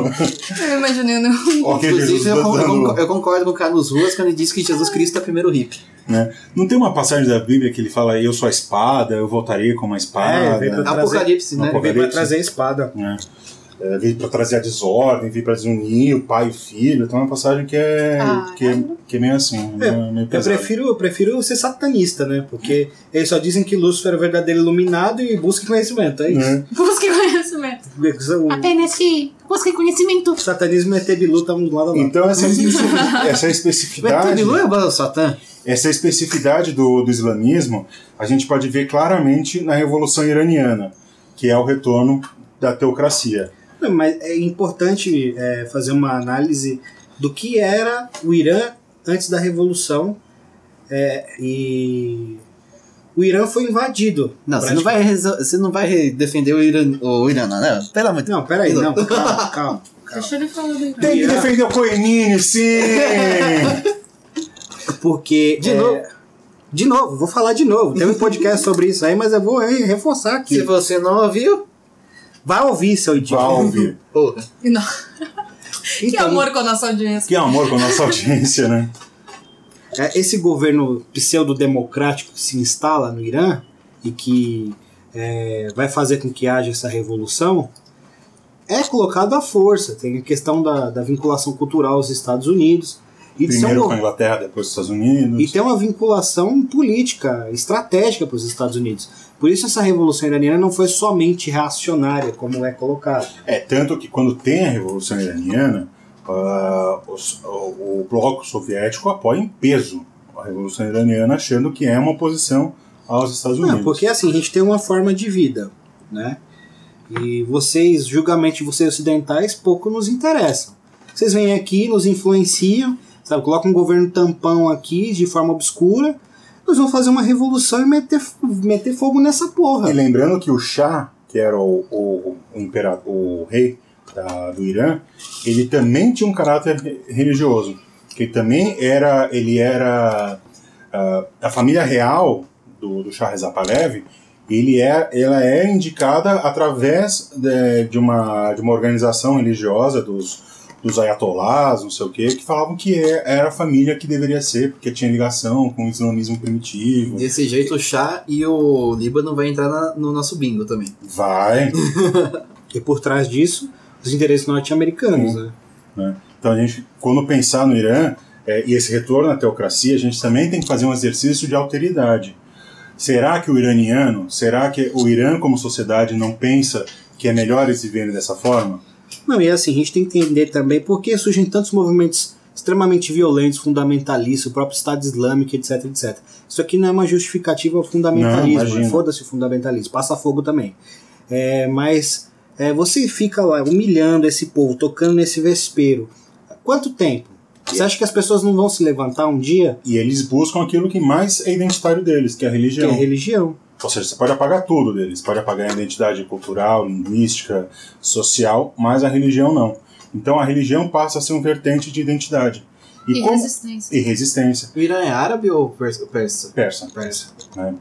Eu imaginando... Ok, Inclusive, Jesus eu, con- eu dando... con- eu concordo com o Carlos Ruas quando ele diz que Jesus Cristo é o primeiro hippie. Né? Não tem uma passagem da Bíblia que ele fala, eu sou a espada, eu voltarei com uma espada. É, vem pra- Apocalipse, né? Apocalipse. Ele vai trazer a espada. Né? É, veio para trazer a desordem, veio para desunir o pai e o filho. Então é uma passagem que é, Ah, que é, que é meio assim, É, meio, meio Eu pesada. prefiro, eu prefiro ser satanista, né? Porque eles só dizem que Lúcifer é o verdadeiro iluminado e busque conhecimento, é isso. Né? Busque conhecimento. O Apenas se busque conhecimento. satanismo é ter bilu, tá um do lado a lado. Então essa, especific- essa Mas especificidade, não é o Satã? essa especificidade do, do islamismo, a gente pode ver claramente na Revolução Iraniana, que é o retorno da teocracia. Não, mas é importante é, fazer uma análise do que era o Irã antes da Revolução. É, e o Irã foi invadido. Não, você não, vai resol- você não vai defender o Irã, o Irã, não, né? Pelo amor de Não, peraí, não, calma, calma. calma. Deixa ele falar do Tem que Irã. defender o Khomeini, sim! Porque. De é, novo. De novo, vou falar de novo. Tem um podcast sobre isso aí, mas eu vou é, reforçar aqui. Se você não ouviu, Vai ouvir, seu idiota. Vai ouvir. porra. Não. Que Então, amor com a nossa audiência. Que amor com a nossa audiência, né? é, esse governo pseudo-democrático que se instala no Irã e que é, vai fazer com que haja essa revolução é colocado à força. Tem a questão da, da vinculação cultural aos Estados Unidos. E de ser um Primeiro go- com a Inglaterra, depois os Estados Unidos. E tem uma vinculação política, estratégica para os Estados Unidos. Por isso essa Revolução Iraniana não foi somente reacionária, como é colocado. É, tanto que quando tem a Revolução Iraniana, ah, os- o, o bloco soviético apoia em peso a Revolução Iraniana, achando que é uma oposição aos Estados Unidos. Não, porque assim, a gente tem uma forma de vida, né? E vocês, julgamento de vocês ocidentais, pouco nos interessam. Vocês vêm aqui, nos influenciam, sabe? Colocam um governo tampão aqui, de forma obscura, nós vamos fazer uma revolução e meter, meter fogo nessa porra. E lembrando que o Shah, que era o, o, o, imperador, o rei da, do Irã, ele também tinha um caráter re- religioso. Que ele também era, ele era uh, a família real do, do Shah Reza Pahlavi. Ele é, ela é indicada através de, de, uma, de uma organização religiosa dos, dos ayatolás, não sei o quê, que falavam que é, era a família que deveria ser, porque tinha ligação com o islamismo primitivo. Desse jeito o Chá e o Líbano vai entrar na- no nosso bingo também. Vai. E por trás disso, os interesses norte-americanos, Sim. né? Né? Então a gente, quando pensar no Irã é, e esse retorno à teocracia, a gente também tem que fazer um exercício de alteridade. Será que o iraniano, será que o Irã como sociedade não pensa que é melhor eles viverem dessa forma? Não, e assim, a gente tem que entender também por que surgem tantos movimentos extremamente violentos, fundamentalistas, o próprio Estado Islâmico, etc, etcétera. Isso aqui não é uma justificativa ao fundamentalismo, Não, foda-se o fundamentalismo, passa fogo também. É, mas é, você fica lá humilhando esse povo, tocando nesse vespeiro. Quanto tempo? Você acha que as pessoas não vão se levantar um dia? E eles buscam aquilo que mais é identitário deles, que é a religião. Que é religião. Ou seja, você pode apagar tudo deles. Pode apagar a identidade cultural, linguística, social, mas a religião não. Então a religião passa a ser um vertente de identidade. E, e como... resistência. E resistência. O Irã é árabe ou persa? Persa. Persa. Persa. Né?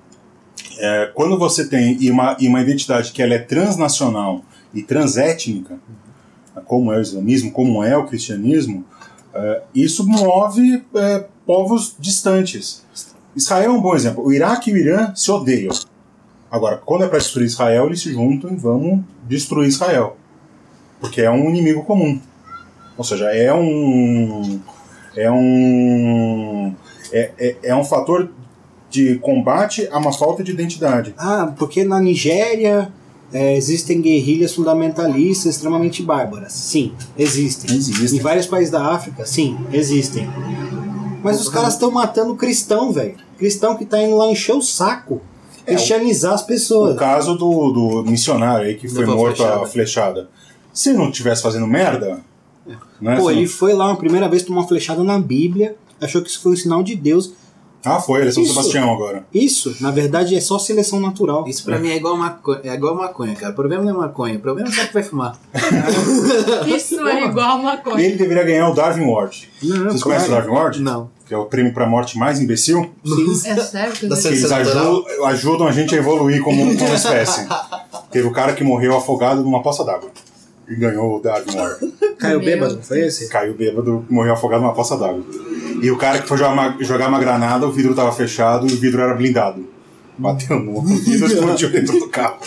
É, quando você tem uma, uma identidade que ela é transnacional e transétnica, como é o islamismo, como é o cristianismo, é, isso move é, povos distantes. Israel é um bom exemplo. O Iraque e o Irã se odeiam. Agora, quando é para destruir Israel, eles se juntam e vão destruir Israel. Porque é um inimigo comum. Ou seja, é um... É um... É, é, é um fator de combate a uma falta de identidade. Ah, porque na Nigéria é, existem guerrilhas fundamentalistas extremamente bárbaras. Sim, existem. Existem. Em vários países da África, sim, existem. Mas os caras estão matando cristão, velho. Cristão que tá indo lá encher o saco. É, cristianizar as O pessoas. caso do, do missionário aí que foi Levou a morto flechada. a flechada. Se não estivesse fazendo merda... Né, Pô, se ele não- foi lá uma primeira vez, tomou uma flechada na Bíblia, achou que isso foi um sinal de Deus. Ah, foi, ele é São Isso. Sebastião agora. Isso, na verdade, é só seleção natural. Isso pra mim é igual maconha, é igual maconha, cara. O problema não é maconha, o problema é só que vai fumar. Isso é igual uma coisa. Ele deveria ganhar o Darwin Award. Não, Vocês claro. conhecem o Darwin Award? Não. Que é o prêmio pra morte mais imbecil. É sério que Da eu Que eles Ciência natural. aju- ajudam a gente a evoluir como, como espécie. Teve o cara que morreu afogado numa poça d'água. E ganhou o Darwin Award. Caiu Meu bêbado, Deus. foi esse? Caiu bêbado, morreu afogado numa poça d'água. E o cara que foi jogar uma, jogar uma granada, o vidro tava fechado e o vidro era blindado. Bateu no vidro e explodiu dentro do carro.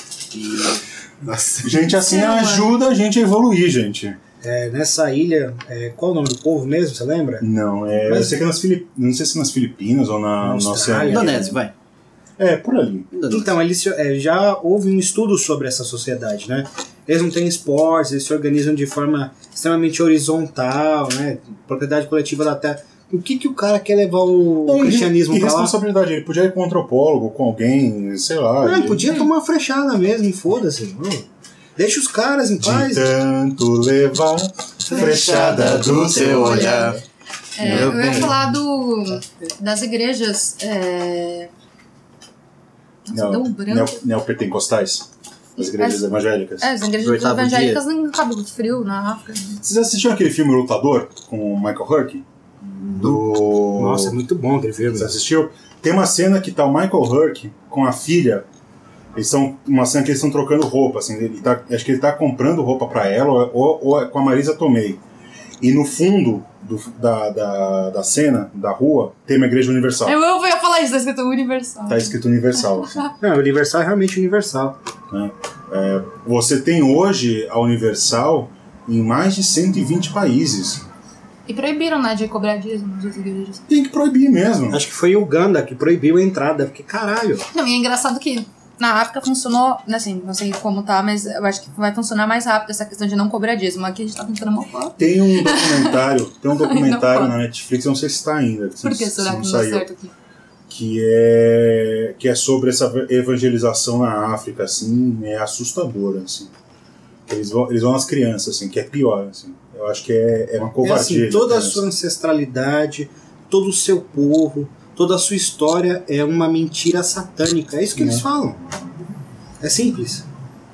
Nossa. Gente, assim Ser humano. ajuda a gente a evoluir, gente. É, nessa ilha, é, qual o nome do povo mesmo, você lembra? Não, é. Mas- eu sei que é nas Filip... Não sei se nas Filipinas ou na, Na na Austrália. Oceania. Indonésia, vai. É, por ali. Indonésia. Então, eles, se- é, já houve um estudo sobre essa sociedade, né? Eles não têm esportes, eles se organizam de forma extremamente horizontal, né? Propriedade coletiva da terra. O que, que o cara quer levar o Não, e- cristianismo e pra lá? responsabilidade. Ele podia ir com um antropólogo, com alguém, sei lá. Não, ele e- podia tomar uma flechada mesmo e foda-se. Ô, deixa os caras em De paz. tanto levar frechada do seu olhar. É, Meu eu ia bem. falar do, das igrejas. É... Nossa, deu um Neo- branco. neo- Neopentecostais. As igrejas As- evangélicas. É, as Do igrejas oitavo evangélicas em Cabo Frio, na África. Vocês assistiram aquele filme O Lutador com o Michael Hurk? Do... Nossa, é muito bom aquele filme. Você assistiu? Tem uma cena que tá o Michael Hurk com a filha. Eles são uma cena que eles estão trocando roupa, assim. Ele tá, acho que ele tá comprando roupa pra ela ou, ou é com a Marisa Tomei. E no fundo do- da, da, da cena, da rua, tem uma igreja universal. Eu, eu ia falar isso, tá escrito universal. Tá escrito universal. Assim, Não, o Universal é realmente universal. né? É, você tem hoje a Universal em mais de cento e vinte países. E proibiram, né, de cobrar dízimo nas igrejas. Tem que proibir mesmo. Acho que foi Uganda que proibiu a entrada, porque caralho. Não, e é engraçado que na África funcionou, assim, não sei como tá, mas eu acho que vai funcionar mais rápido essa questão de não cobrar dízimo. Aqui a gente tá tentando mofar. Tem um documentário, tem um documentário Não na Netflix, eu não sei se está ainda. Por que se- será se que não dá saiu. certo aqui? Que é que é sobre essa evangelização na África, assim, é assustador, assim. Eles vão, eles vão nas crianças, assim, que é pior, assim. Eu acho que é, é uma É covardia. assim, toda a de criança. sua ancestralidade, todo o seu povo, toda a sua história é uma mentira satânica. É isso que eles Né? falam. É simples.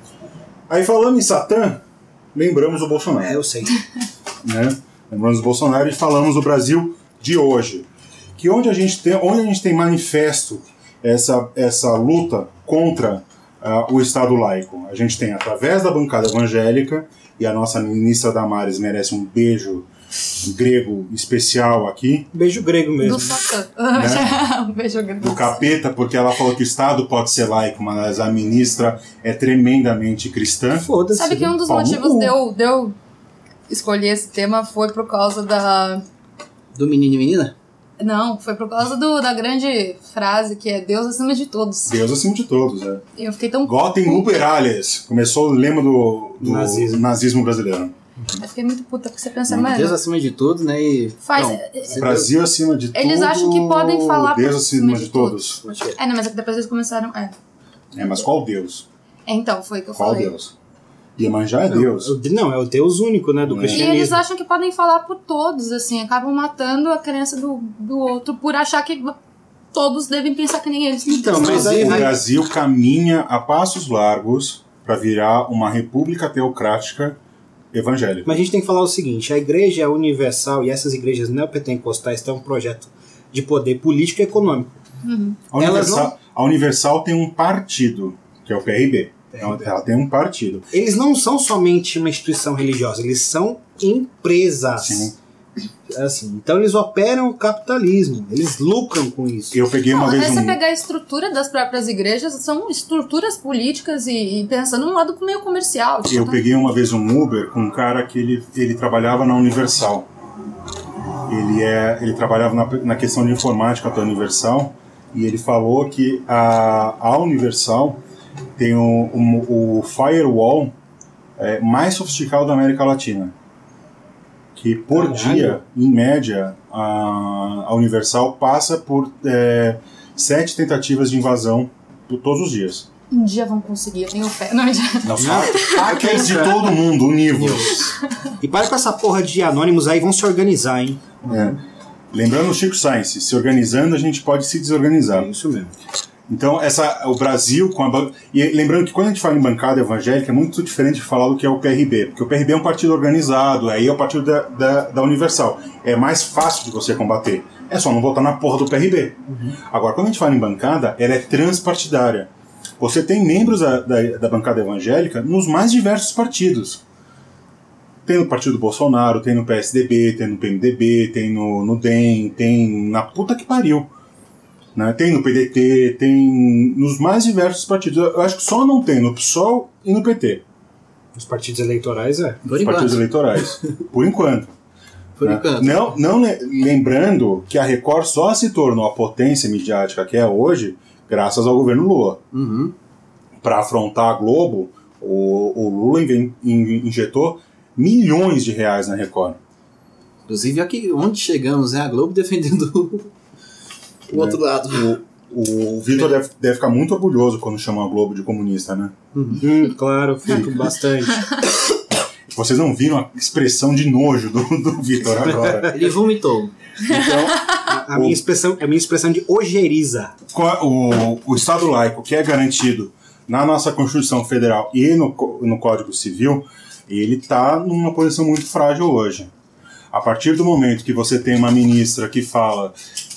Aí falando em Satã, lembramos o Bolsonaro. É, eu sei. Né? Lembramos o Bolsonaro e falamos do Brasil de hoje. Que onde a gente tem, onde a gente tem manifesto essa, essa luta contra ah, o Estado laico? A gente tem através da bancada evangélica, e a nossa ministra Damares merece um beijo grego especial aqui, Beijo grego mesmo. Do Satã. Um beijo grande. do capeta, porque ela falou que o Estado pode ser laico, mas a ministra é tremendamente cristã. Foda-se. Sabe que um dos Pau no motivos cu. de eu, de eu escolher esse tema foi por causa da... Do menino e menina? Não, foi por causa do, da grande frase que é Deus acima de todos. Deus acima de todos, é. E eu fiquei tão... Gotem über alles. Começou o lema do, do Nazismo. nazismo. brasileiro. Eu fiquei muito puta porque você pensa, Não, mano. Deus acima de tudo, né? E, Faz- não, Brasil acima de tudo. Eles acham que podem falar Deus por acima cima de de todos. É, não, mas é que depois eles começaram. É. É, mas qual Deus? Então, foi o que eu Qual falei. Deus? Iemanjá é Deus. O- Não, é o Deus único, né, do É. E cristianismo. eles acham que podem falar por todos, assim, acabam matando a crença do, do outro por achar que todos devem pensar que nem eles. Então, mas aí, O aí- Brasil caminha a passos largos para virar uma república teocrática evangélica. Mas a gente tem que falar o seguinte, a igreja universal e essas igrejas neopentecostais têm um projeto de poder político e econômico. A Elas Universal, a Universal tem um partido, que é o P R B. Ela, ela tem um partido. Eles não são somente uma instituição religiosa, eles são empresas. Sim. Assim, então eles operam o capitalismo, eles lucram com isso. Eu peguei Não, uma até vez você um... pegar a estrutura das próprias igrejas, são estruturas políticas e, e pensando num lado meio comercial. Tipo, Eu tá- peguei uma vez um Uber com um cara que ele, ele trabalhava na Universal. Ele, é, ele trabalhava na, na questão de informática da Universal e ele falou que a, a Universal tem o, o, o firewall é, mais sofisticado da América Latina. Que por Caralho. dia, em média, a, a Universal passa por é, sete tentativas de invasão por todos os dias. Um dia vão conseguir, eu tenho fé. Não, já... Não, hackers de todo mundo, univos. E para com essa porra de anônimos aí, vão se organizar, hein? É. Lembrando o Chico Science, se organizando a gente pode se desorganizar. É isso mesmo. Então, essa, o Brasil com a ban- e lembrando que quando a gente fala em bancada evangélica é muito diferente de falar do que é o P R B, porque o P R B é um partido organizado, aí é o partido da, da, da Universal. É mais fácil de você combater. É só não votar na porra do P R B. Uhum. Agora, quando a gente fala em bancada, ela é transpartidária. Você tem membros da, da, da bancada evangélica nos mais diversos partidos. Tem no partido do Bolsonaro, tem no P S D B, tem no P M D B, tem no, no D E M, tem na puta que pariu. Né? Tem no P D T, tem nos mais diversos partidos. Eu acho que só não tem no P SOL e no P T. Os partidos eleitorais, é. Por Os partidos enquanto. eleitorais. Por enquanto. Por né? enquanto. Não, não le- lembrando que a Record só se tornou a potência midiática que é hoje graças ao governo Lula. Uhum. Para afrontar a Globo, o, o Lula inven- in- injetou milhões de reais na Record. Inclusive, aqui onde chegamos é a Globo defendendo o outro lado. O, o Vitor deve, deve ficar muito orgulhoso quando chama a Globo de comunista, né? Hum, claro, fico bastante. Vocês não viram a expressão de nojo do, do Vitor agora. Ele vomitou. Então, A, a minha expressão, a minha expressão de ojeriza. co- o, o Estado laico, que é garantido na nossa Constituição Federal e no, co- no Código Civil, ele está numa posição muito frágil hoje. A partir do momento que você tem uma ministra que fala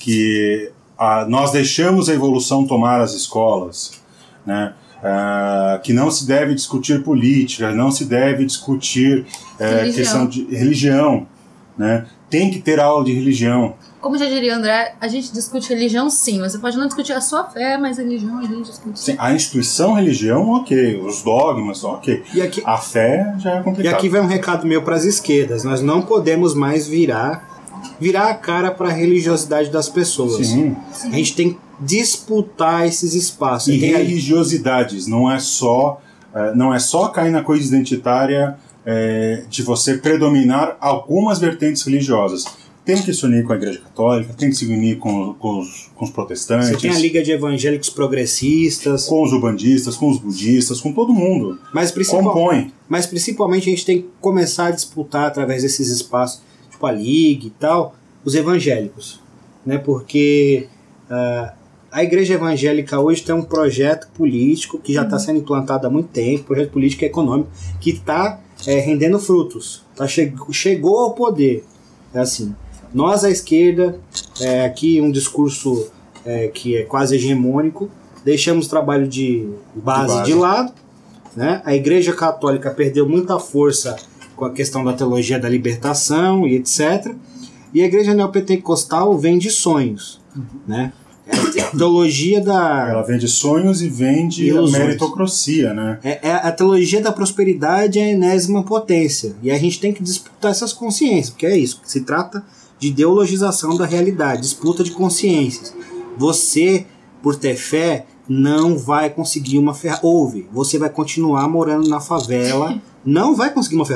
que ah, nós deixamos a evolução tomar as escolas, né? Ah, que não se deve discutir política, não se deve discutir eh, Religião. questão de religião, né? Tem que ter aula de religião. Como já diria André, a gente discute religião sim, mas você pode não discutir a sua fé, mas a religião a gente discute sim. Sim, a instituição religião, ok, os dogmas, ok. E aqui, A fé já é e complicado. aqui vai um recado meu para as esquerdas. Nós não podemos mais virar virar a cara para a religiosidade das pessoas. Sim. A gente tem que disputar esses espaços. E Tem aí- religiosidades, não é só eh, não é só cair na coisa identitária eh, de você predominar algumas vertentes religiosas. Tem que se unir com a Igreja Católica, tem que se unir com, com, os, com os protestantes, Você tem a Liga de Evangélicos Progressistas, com os ubandistas, com os budistas, com todo mundo. mas, principal, Compõe. mas principalmente a gente tem que começar a disputar através desses espaços, tipo a Liga e tal, os evangélicos. Né? Porque ah, a Igreja Evangélica hoje tem um projeto político que já está sendo implantado há muito tempo, projeto político e econômico, que está é, rendendo frutos. Tá, che chegou ao poder. É assim, nós, à esquerda, é, aqui um discurso é, que é quase hegemônico, deixamos o trabalho de base de, De base. lado. Né? A Igreja Católica perdeu muita força com a questão da teologia da libertação e etcétera. E a Igreja Neopentecostal vem de sonhos. Né? É a teologia da... Ela vende sonhos e vende Ilusões. meritocracia, né? É, é a teologia da prosperidade é a enésima potência. E a gente tem que disputar essas consciências, porque é isso, que se trata de ideologização da realidade, disputa de consciências. Você, por ter fé, não vai conseguir uma Ferrari. Ouve, você vai continuar morando na favela, não vai conseguir uma Ferrari.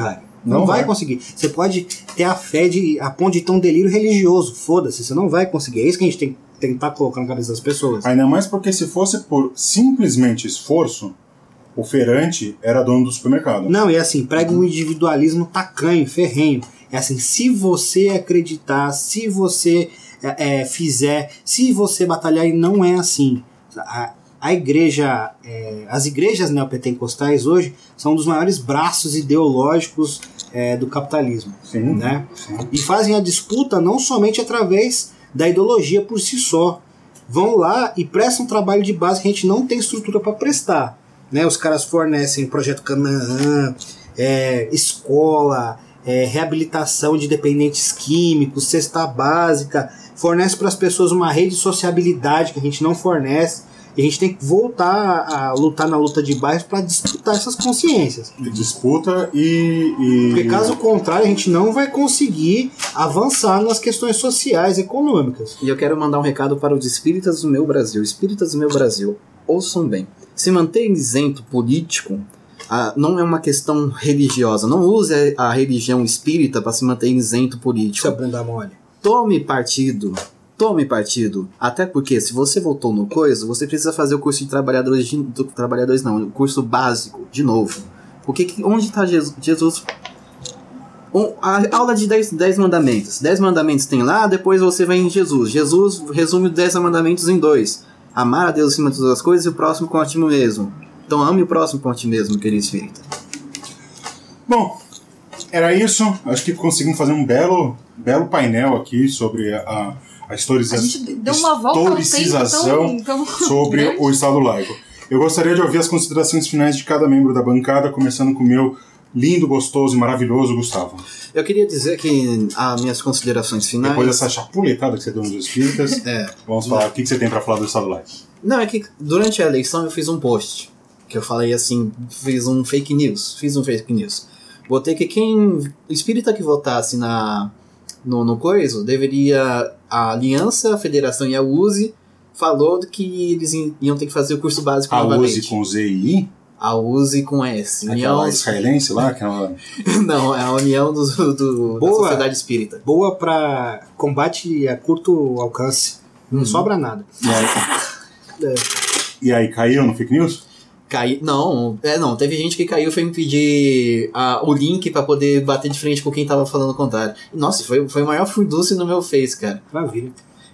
Não, Não vai, vai. conseguir. Você pode ter a fé de, a ponto de ter um delírio religioso. Foda-se, você não vai conseguir. É isso que a gente tem que tentar colocar na cabeça das pessoas. Ainda mais porque se fosse por simplesmente esforço, o feirante era dono do supermercado. Não, e assim, prega um individualismo tacanho, ferrenho. É assim, se você acreditar, se você é, é, fizer, se você batalhar, e não é assim. A, a igreja, é, as igrejas neopentecostais hoje são um dos maiores braços ideológicos é, do capitalismo. Sim, Né? sim. E fazem a disputa não somente através da ideologia por si só. Vão lá e prestam um trabalho de base que a gente não tem estrutura para prestar. Né? Os caras fornecem projeto Canaã, é, escola, é, reabilitação de dependentes químicos, cesta básica, fornece para as pessoas uma rede de sociabilidade que a gente não fornece. E a gente tem que voltar a lutar na luta de bairros para disputar essas consciências. Disputa e, e... Porque caso contrário, a gente não vai conseguir avançar nas questões sociais e econômicas. E eu quero mandar um recado para os espíritas do meu Brasil. Espíritas do meu Brasil, ouçam bem. Se manter isento político ah, não é uma questão religiosa. Não use a religião espírita para se manter isento político. Isso é bunda mole. Tome partido. Tome partido. Até porque, se você votou no coisa, você precisa fazer o curso de trabalhadores, de, do, trabalhadores não, o curso básico, de novo. Porque onde está Jesus? Jesus um, a aula de dez mandamentos. dez mandamentos tem lá, depois você vai em Jesus. Jesus resume os dez mandamentos em dois. Amar a Deus acima de todas as coisas e o próximo com a ti mesmo. Então ame o próximo com a ti mesmo, querido espírita. Bom, era isso. Acho que conseguimos fazer um belo, belo painel aqui sobre a... a historiza- A gente deu uma volta ao tempo historicização tão- tão sobre grande. o Estado laico. Eu gostaria de ouvir as considerações finais de cada membro da bancada, começando com o meu lindo, gostoso e maravilhoso Gustavo. Eu queria dizer que as minhas considerações finais... Depois dessa chapuletada que você deu nos espíritas, É. vamos falar o que que você tem para falar do Estado laico. Não, é que durante a eleição eu fiz um post, que eu falei assim, fiz um fake news, fiz um fake news. Botei que quem, espírita que votasse na, no, no coiso, deveria, a Aliança, a Federação e a U Z I, falou que eles iam ter que fazer o curso básico A novamente. U Z I com Z I I, A U Z I com S. aquela União... israelense lá, aquela... Não, é a União do, do, da Boa. Sociedade Espírita. Boa para combate a curto alcance. Não Uhum. sobra nada. E aí, É. e aí caiu no fake news? Cai... Não, é, não, teve gente que caiu e foi me pedir ah, o link pra poder bater de frente com quem tava falando o contrário. Nossa, foi, foi o maior furdúncio no meu Face, cara. Maravilha.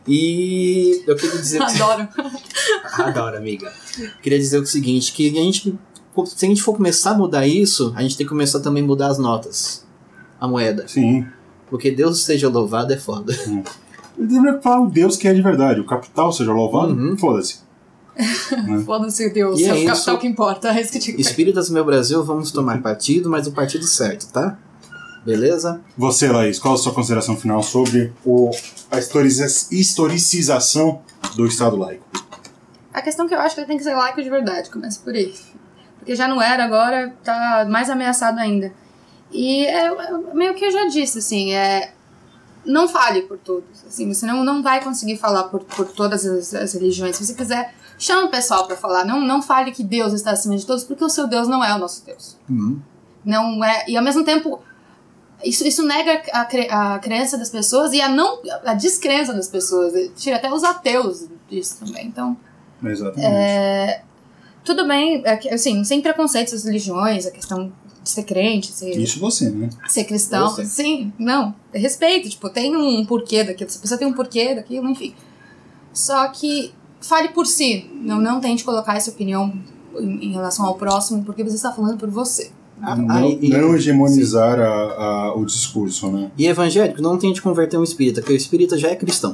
E eu queria dizer Adoro. Adoro, amiga. queria dizer o seguinte, que a gente, se a gente for começar a mudar isso, a gente tem que começar também a mudar as notas, a moeda. Sim. Porque Deus seja louvado é foda. Ele deveria falar o Deus que é de verdade. O capital seja louvado, Uhum. foda-se. Foda-se Deus, E é é o isso. capital que importa. É isso que te Espíritas do meu Brasil, vamos tomar partido, mas o partido certo, tá? Beleza? Você, Laís, qual a sua consideração final sobre o, a historiza- historicização do Estado laico? A questão que eu acho que ele tem que ser laico de verdade, começa por aí. Porque já não era, agora tá mais ameaçado ainda. E é, é meio que eu já disse, assim, é... Não fale por todos, assim, você não, não vai conseguir falar por, por todas as, as religiões. Se você quiser, chama o pessoal pra falar. Não, não fale que Deus está acima de todos, porque o seu Deus não é o nosso Deus. Uhum. Não é... E ao mesmo tempo... Isso, isso nega a, cre, a crença das pessoas e a, não, a descrença das pessoas. Tira até os ateus disso também. Então, Exatamente. é, tudo bem, é que, assim, sem preconceitos das religiões, a questão de ser crente, ser, Isso você, né? ser cristão. Você. Sim, não, respeito, tipo, tem um porquê daquilo, essa pessoa tem um porquê daquilo, enfim. Só que fale por si, não, não tente colocar essa opinião em, em relação ao próximo, porque você está falando por você. Ah, Não, ah, e, não hegemonizar a, a, o discurso, né? e evangélico, não tente converter um espírita, porque o espírita já é cristão.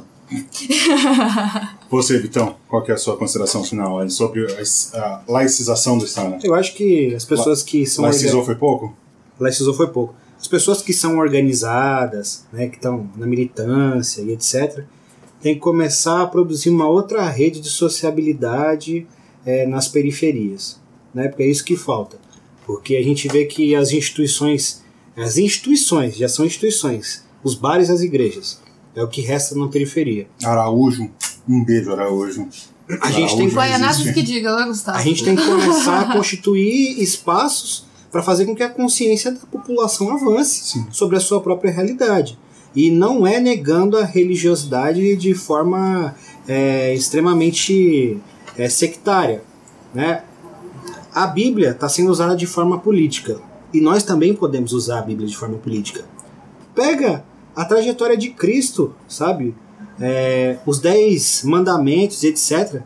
Você, Vitão, qual que é a sua consideração final aí sobre a, a laicização do Estado? Eu acho que as pessoas que são... Laicizou foi pouco? Laicizou foi pouco. As pessoas que são organizadas, né, que estão na militância e etcétera, tem que começar a produzir uma outra rede de sociabilidade é, nas periferias, né, porque é isso que falta. Porque a gente vê que as instituições, as instituições, já são instituições, os bares e as igrejas, é o que resta na periferia. Araújo, um beijo, Araújo. A gente tem que- Guaianases que diga, né, Gustavo? A gente tem que começar a constituir espaços para fazer com que a consciência da população avance Sim. sobre a sua própria realidade. E não é negando a religiosidade de forma é, extremamente é, sectária, né? A Bíblia está sendo usada de forma política. E nós também podemos usar a Bíblia de forma política. Pega a trajetória de Cristo, sabe? É, os dez mandamentos, etcétera.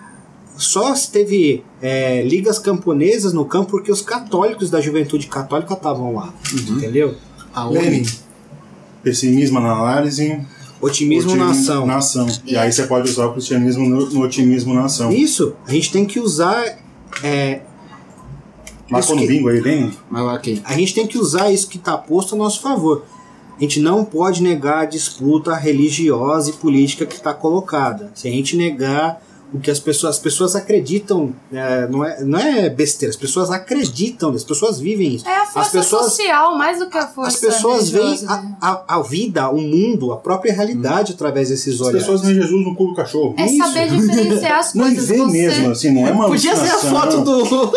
Só se teve é, ligas camponesas no campo porque os católicos da juventude católica estavam lá. Uhum. Entendeu? Lenin. Pessimismo na análise. Otimismo, otimismo na ação. Na ação. E aí você pode usar o cristianismo no, no otimismo na ação. Isso. A gente tem que usar... É, Marcou no bingo aí, Lenin? A gente tem que usar isso que está posto a nosso favor. A gente não pode negar a disputa religiosa e política que está colocada. Se a gente negar o que as pessoas, as pessoas acreditam, é, não, é, não é besteira, as pessoas acreditam, as pessoas vivem isso. É a força as pessoas, social, mais do que a força As pessoas veem né? a, a, a vida, o mundo, a própria realidade hum. através desses olhares. As pessoas veem Jesus no cu do cachorro. É isso. saber diferenciar as não, coisas. Não, e vê você... mesmo, assim, não é uma Podia ser a foto do...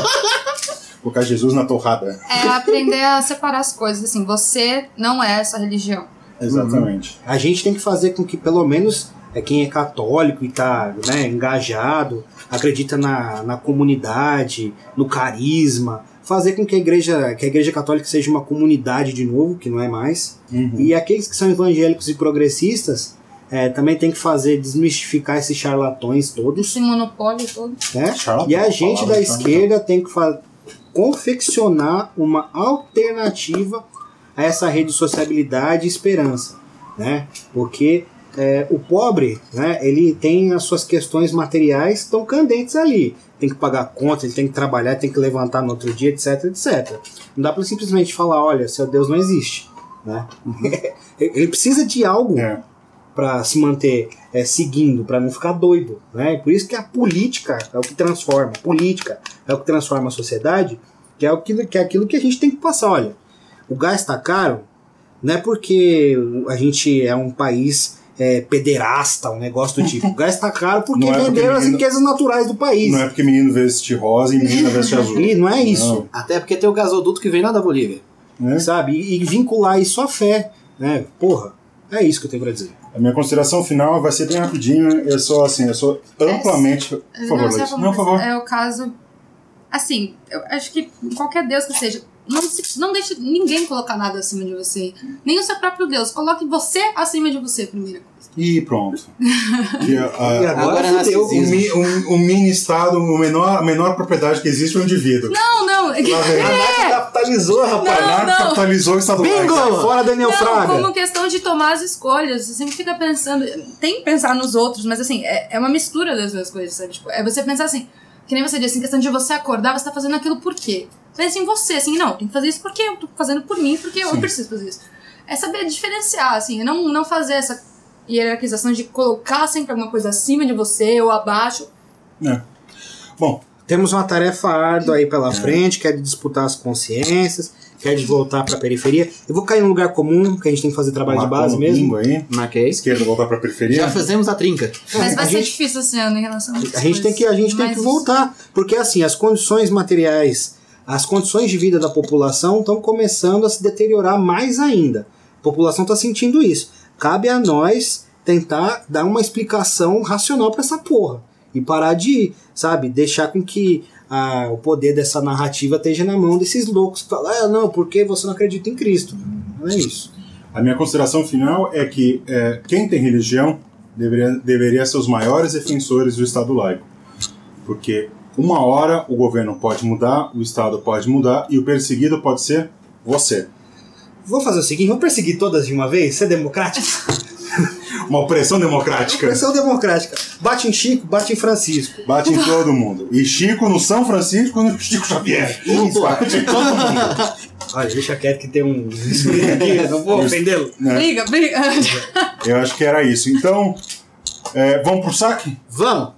Colocar Jesus na torrada. É aprender a separar as coisas, assim, você não é essa religião. Exatamente. Uhum. A gente tem que fazer com que pelo menos é, quem é católico e está né, engajado, acredita na, na comunidade, no carisma, fazer com que a igreja, que a igreja católica seja uma comunidade de novo, que não é mais. Uhum. E aqueles que são evangélicos e progressistas é, também tem que fazer, desmistificar esses charlatões todos. Esse monopólio todo. Né? E a gente da esquerda tem que fazer confeccionar uma alternativa a essa rede de sociabilidade e esperança, né? Porque é, o pobre, né, ele tem as suas questões materiais que estão candentes ali. Tem que pagar conta, ele tem que trabalhar, tem que levantar no outro dia, etc, etcétera. Não dá para simplesmente falar, olha, seu Deus não existe, né? Ele precisa de algo é. para se manter é, seguindo, para não ficar doido, né? Por isso que a política é o que transforma, a política é o que transforma a sociedade, que é, o que, que é aquilo que a gente tem que passar. Olha, o gás está caro, não é porque a gente é um país é, pederasta, um negócio do tipo. O gás está caro porque é venderam porque as riquezas naturais do país. Não é porque menino veste rosa e menina veste azul. E não é isso. Não. Até porque tem o gasoduto que vem lá da Bolívia. É? Sabe? E, e vincular isso à fé, né? Porra, é isso que eu tenho para dizer. A minha consideração final vai ser bem rapidinho. Eu sou assim, eu sou amplamente... É, por favor, não, não, por favor. É o caso... Assim, eu acho que qualquer Deus que seja, não, se, não deixe ninguém colocar nada acima de você. Nem o seu próprio Deus. Coloque você acima de você, primeira coisa. E pronto. E, a, a, e agora agora é o, o, o mini estado, o menor, a menor propriedade que existe é o indivíduo. Não, não. É. A capitalizou, rapaz. Não, a não. capitalizou o estado. Bingo! Fora Daniel não, Fraga. Como questão de tomar as escolhas. Você sempre fica pensando... Tem que pensar nos outros, mas assim, é, é uma mistura das duas coisas, sabe? Tipo, é você pensar assim... Que nem você disse, em questão de você acordar, você tá fazendo aquilo por quê? Pensa em você, assim, não, tem que fazer isso porque eu tô fazendo por mim, porque Sim. eu preciso fazer isso. É saber diferenciar, assim, não, não fazer essa hierarquização de colocar sempre alguma coisa acima de você ou abaixo. É. Bom, temos uma tarefa árdua aí pela é. frente, que é de disputar as consciências, que é de voltar pra periferia. Eu vou cair num lugar comum, que a gente tem que fazer trabalho Marcou de base mesmo. Aí. Marquei. Esquerda voltar pra periferia. Já fizemos a trinca. Mas vai a ser gente, difícil esse ano em relação a isso. A gente tem que, a gente tem que voltar, porque assim, as condições materiais, as condições de vida da população estão começando a se deteriorar mais ainda. A população está sentindo isso. Cabe a nós tentar dar uma explicação racional para essa porra. E parar de, sabe, deixar com que a, o poder dessa narrativa esteja na mão desses loucos que falam, ah, não, porque você não acredita em Cristo. Não é isso. A minha consideração final é que é, quem tem religião deveria, deveria ser os maiores defensores do Estado laico. Porque uma hora o governo pode mudar, o Estado pode mudar e o perseguido pode ser você. Vou fazer o seguinte, vamos perseguir todas de uma vez? Ser democrático? Uma opressão democrática. Opressão democrática. Bate em Chico, bate em Francisco. Bate em todo mundo. E Chico no São Francisco e no Chico Xavier. Isso, bate em todo mundo. Olha, deixa quieto que tem um espírito aqui, não vou ofendê-lo. Né? Briga, briga. Eu acho que era isso. Então, é, vamos pro saque? Vamos!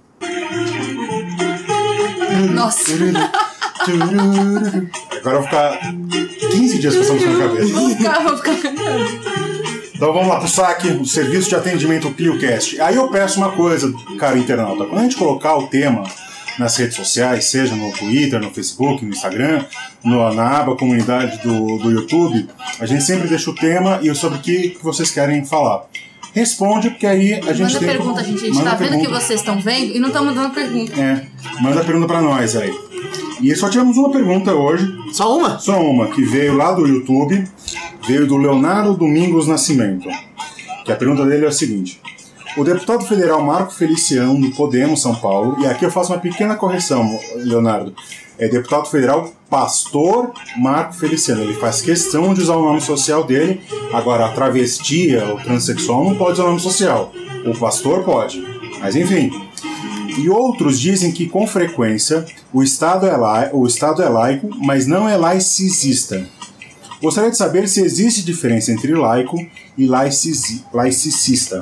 Nossa. Agora eu vou ficar quinze dias com essa música na cabeça. Vou ficar, vou ficar cantando. Então vamos lá pro saque, o serviço de atendimento ClioCast. Aí eu peço uma coisa, cara internauta, quando a gente colocar o tema nas redes sociais, seja no Twitter, no Facebook, no Instagram, no, na aba comunidade do, do YouTube. A gente sempre deixa o tema e sobre o que, que vocês querem falar. Responde, porque aí a gente manda tem... pergunta, gente. A gente tá vendo que vocês estão vendo e não estão mandando pergunta. É, manda pergunta pra nós aí. E só tivemos uma pergunta hoje. Só uma? Só uma, que veio lá do YouTube, veio do Leonardo Domingos Nascimento. Que a pergunta dele é a seguinte: o deputado federal Marco Feliciano, do Podemos São Paulo, e aqui eu faço uma pequena correção, Leonardo, é deputado federal Pastor Marco Feliciano, ele faz questão de usar o nome social dele, agora a travesti, o transexual não pode usar o nome social, o pastor pode, mas enfim. E outros dizem que com frequência o Estado é, la... o Estado é laico, mas não é laicista. Gostaria de saber se existe diferença entre laico e laici... laicista.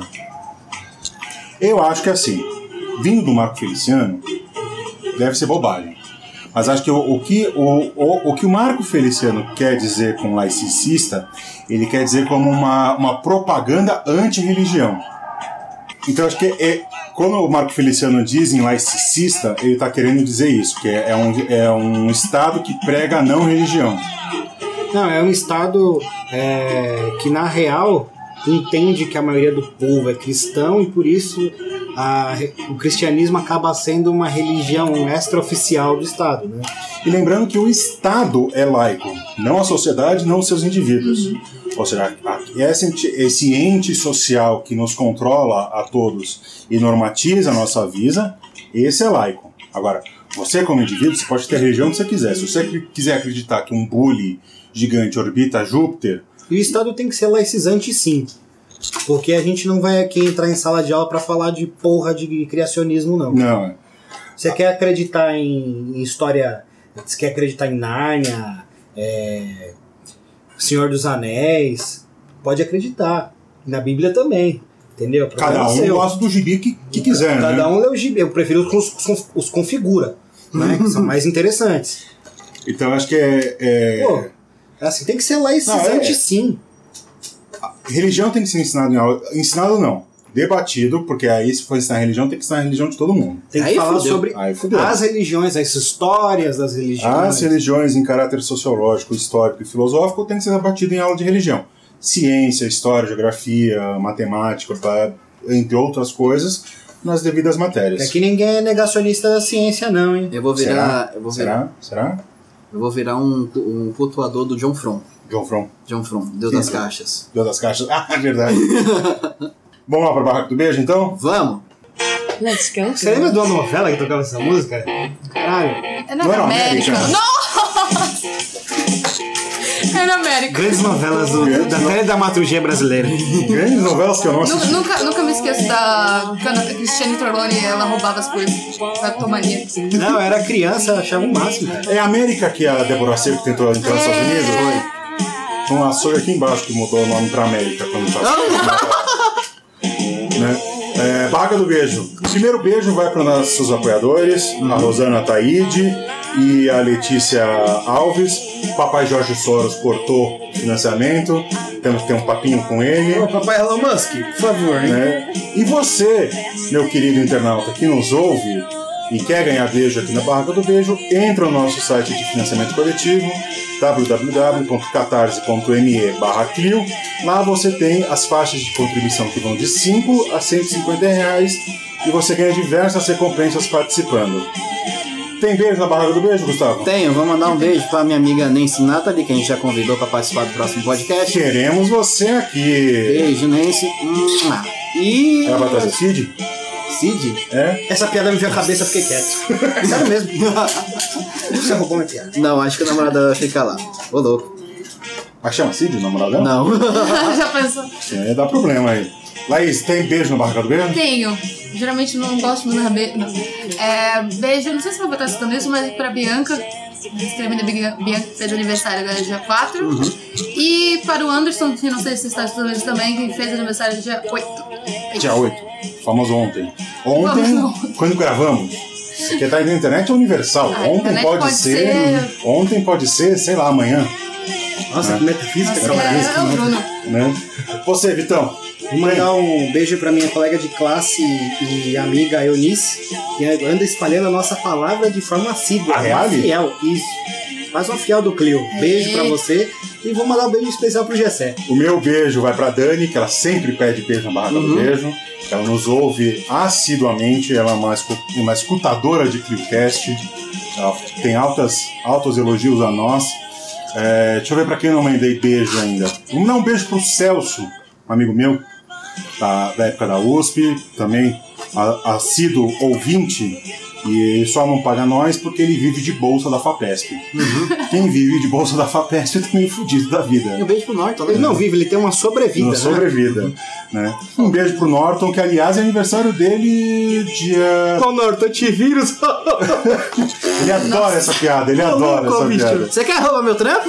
Eu acho que assim, vindo do Marco Feliciano, deve ser bobagem. Mas acho que o, o, que, o, o, o que o Marco Feliciano quer dizer com laicista, ele quer dizer como uma, uma propaganda anti-religião. Então acho que é, quando o Marco Feliciano diz em laicista, ele está querendo dizer isso, que é, é, um, é um Estado que prega a não religião. Não, é um Estado é, que na real entende que a maioria do povo é cristão e por isso a, o cristianismo acaba sendo uma religião extraoficial do Estado, né? E lembrando que o Estado é laico, não a sociedade, não os seus indivíduos. Uhum. Ou seja, esse, esse ente social que nos controla a todos e normatiza a nossa vida, esse é laico. Agora, você como indivíduo, você pode ter a religião que você quiser. Se você quiser acreditar que um bule gigante orbita Júpiter... E o Estado tem que ser laicizante, sim. Porque a gente não vai aqui entrar em sala de aula para falar de porra de criacionismo, não. Não. Você quer acreditar em, em história... Você quer acreditar em Nárnia, é, Senhor dos Anéis, pode acreditar. Na Bíblia também, entendeu? Pra cada um gosta do gibi que, que quiser, cada né? um lê o gibi. Eu prefiro os, os, os configura, né? Que são mais interessantes. Então acho que é... é... Pô, assim, tem que ser laicizante, não, é... sim. A religião tem que ser ensinada em aula. Ensinado não. Debatido, porque aí se for ensinar religião, tem que ensinar a religião de todo mundo. Tem que aí falar fudeu. sobre as religiões, as histórias das religiões. As religiões em caráter sociológico, histórico e filosófico tem que ser debatido em aula de religião. Ciência, história, geografia, matemática, entre outras coisas, nas devidas matérias. É que ninguém é negacionista da ciência, não, hein? Eu vou virar... Será? Eu vou virar, Será? Será? Eu vou virar um, um cultuador do John Frum. John Frum. John Frum, Deus Sim, das sim. Caixas. Deus das Caixas. Ah, é verdade. Vamos lá pra Barraca do Beijo, então? Vamos! Let's go. Você lembra de uma novela que tocava essa música? Caralho. É na Não era América. América? Nossa! É na América. Grandes novelas do, da teledramaturgia brasileira. Grandes novelas que eu não Nunca, assisti. nunca, nunca me esqueço da quando a Cristiane Torlone, ela roubava as coisas da tomania. Não, eu era criança, eu achava o máximo, cara. É a América que a Débora Seco tentou entrar nos Estados Unidos? Foi. Então a Soja aqui embaixo que mudou o nome pra América quando tava. Né? É, Barraca do Beijo. O primeiro beijo vai para nossos apoiadores, a Rosana Taide e a Letícia Alves. Papai Jorge Soros cortou o financiamento, temos que ter um papinho com ele. Ô, papai Elon Musk, por favor, hein? Né? E você, meu querido internauta que nos ouve e quer ganhar beijo aqui na Barraca do Beijo, entra no nosso site de financiamento coletivo, w w w ponto catarse ponto m e barra Clio. Lá você tem as faixas de contribuição que vão de cinco a cento e cinquenta reais e você ganha diversas recompensas participando. Tem beijo na Barraca do Beijo, Gustavo? Tenho, vou mandar um beijo pra minha amiga Nancy Nathalie, que a gente já convidou pra participar do próximo podcast. Queremos você aqui. Beijo, Nancy. E... Ela vai trazer Cid? Cid? É? Essa piada me veio à cabeça, eu fiquei quieto. Sério mesmo. Você roubou minha piada. Não, acho que a namorada vai ficar lá. Ô, louco. Mas chama Cid, o namorado dela? Não. Já pensou? É, dá problema aí. Laís, tem beijo na Barraca do Beijo? Tenho. Geralmente não gosto de mandar beijo. É, beijo, não sei se eu vou estar citando isso, mas pra Bianca, extremamente Bianca, que fez aniversário agora dia quatro. Uhum. E para o Anderson, que não sei se você está estudando isso também, que fez aniversário dia oito. Dia oito. Famoso ontem. Ontem, quando gravamos, porque tá aí na internet é universal. Ah, ontem internet pode, pode ser, ser- Ontem pode ser, sei lá, amanhã. Nossa, É. que metafísica. Nossa, cara. é, é o Bruno. Né? Você, Vitão. Vou mandar um beijo pra minha colega de classe e amiga Eunice, que anda espalhando a nossa palavra de forma assídua. A Reale? Fiel, isso. Mais uma fiel do Clio. Beijo pra você. E vou mandar um beijo especial pro Gessé. O meu beijo vai pra Dani, que ela sempre pede beijo na barraca Uhum. do beijo. Ela nos ouve assiduamente, ela é uma, escu- uma escutadora de ClioCast. Ela tem altas, altos elogios a nós. É, deixa eu ver pra quem eu não mandei beijo ainda. Vamos dar um beijo pro Celso, um amigo meu, da, da época da U S P, também a- assíduo ouvinte. E ele só não paga nós porque ele vive de bolsa da FAPESP. Quem vive de bolsa da FAPESP é meio fudido da vida. E um beijo pro Norton, né? Ele não vive, ele tem uma sobrevida. Uma né? sobrevida, né? Um beijo pro Norton, que aliás é aniversário dele dia... Ô, Norton, antivírus. Ele adora essa piada, ele adora essa piada. Você quer roubar meu trampo?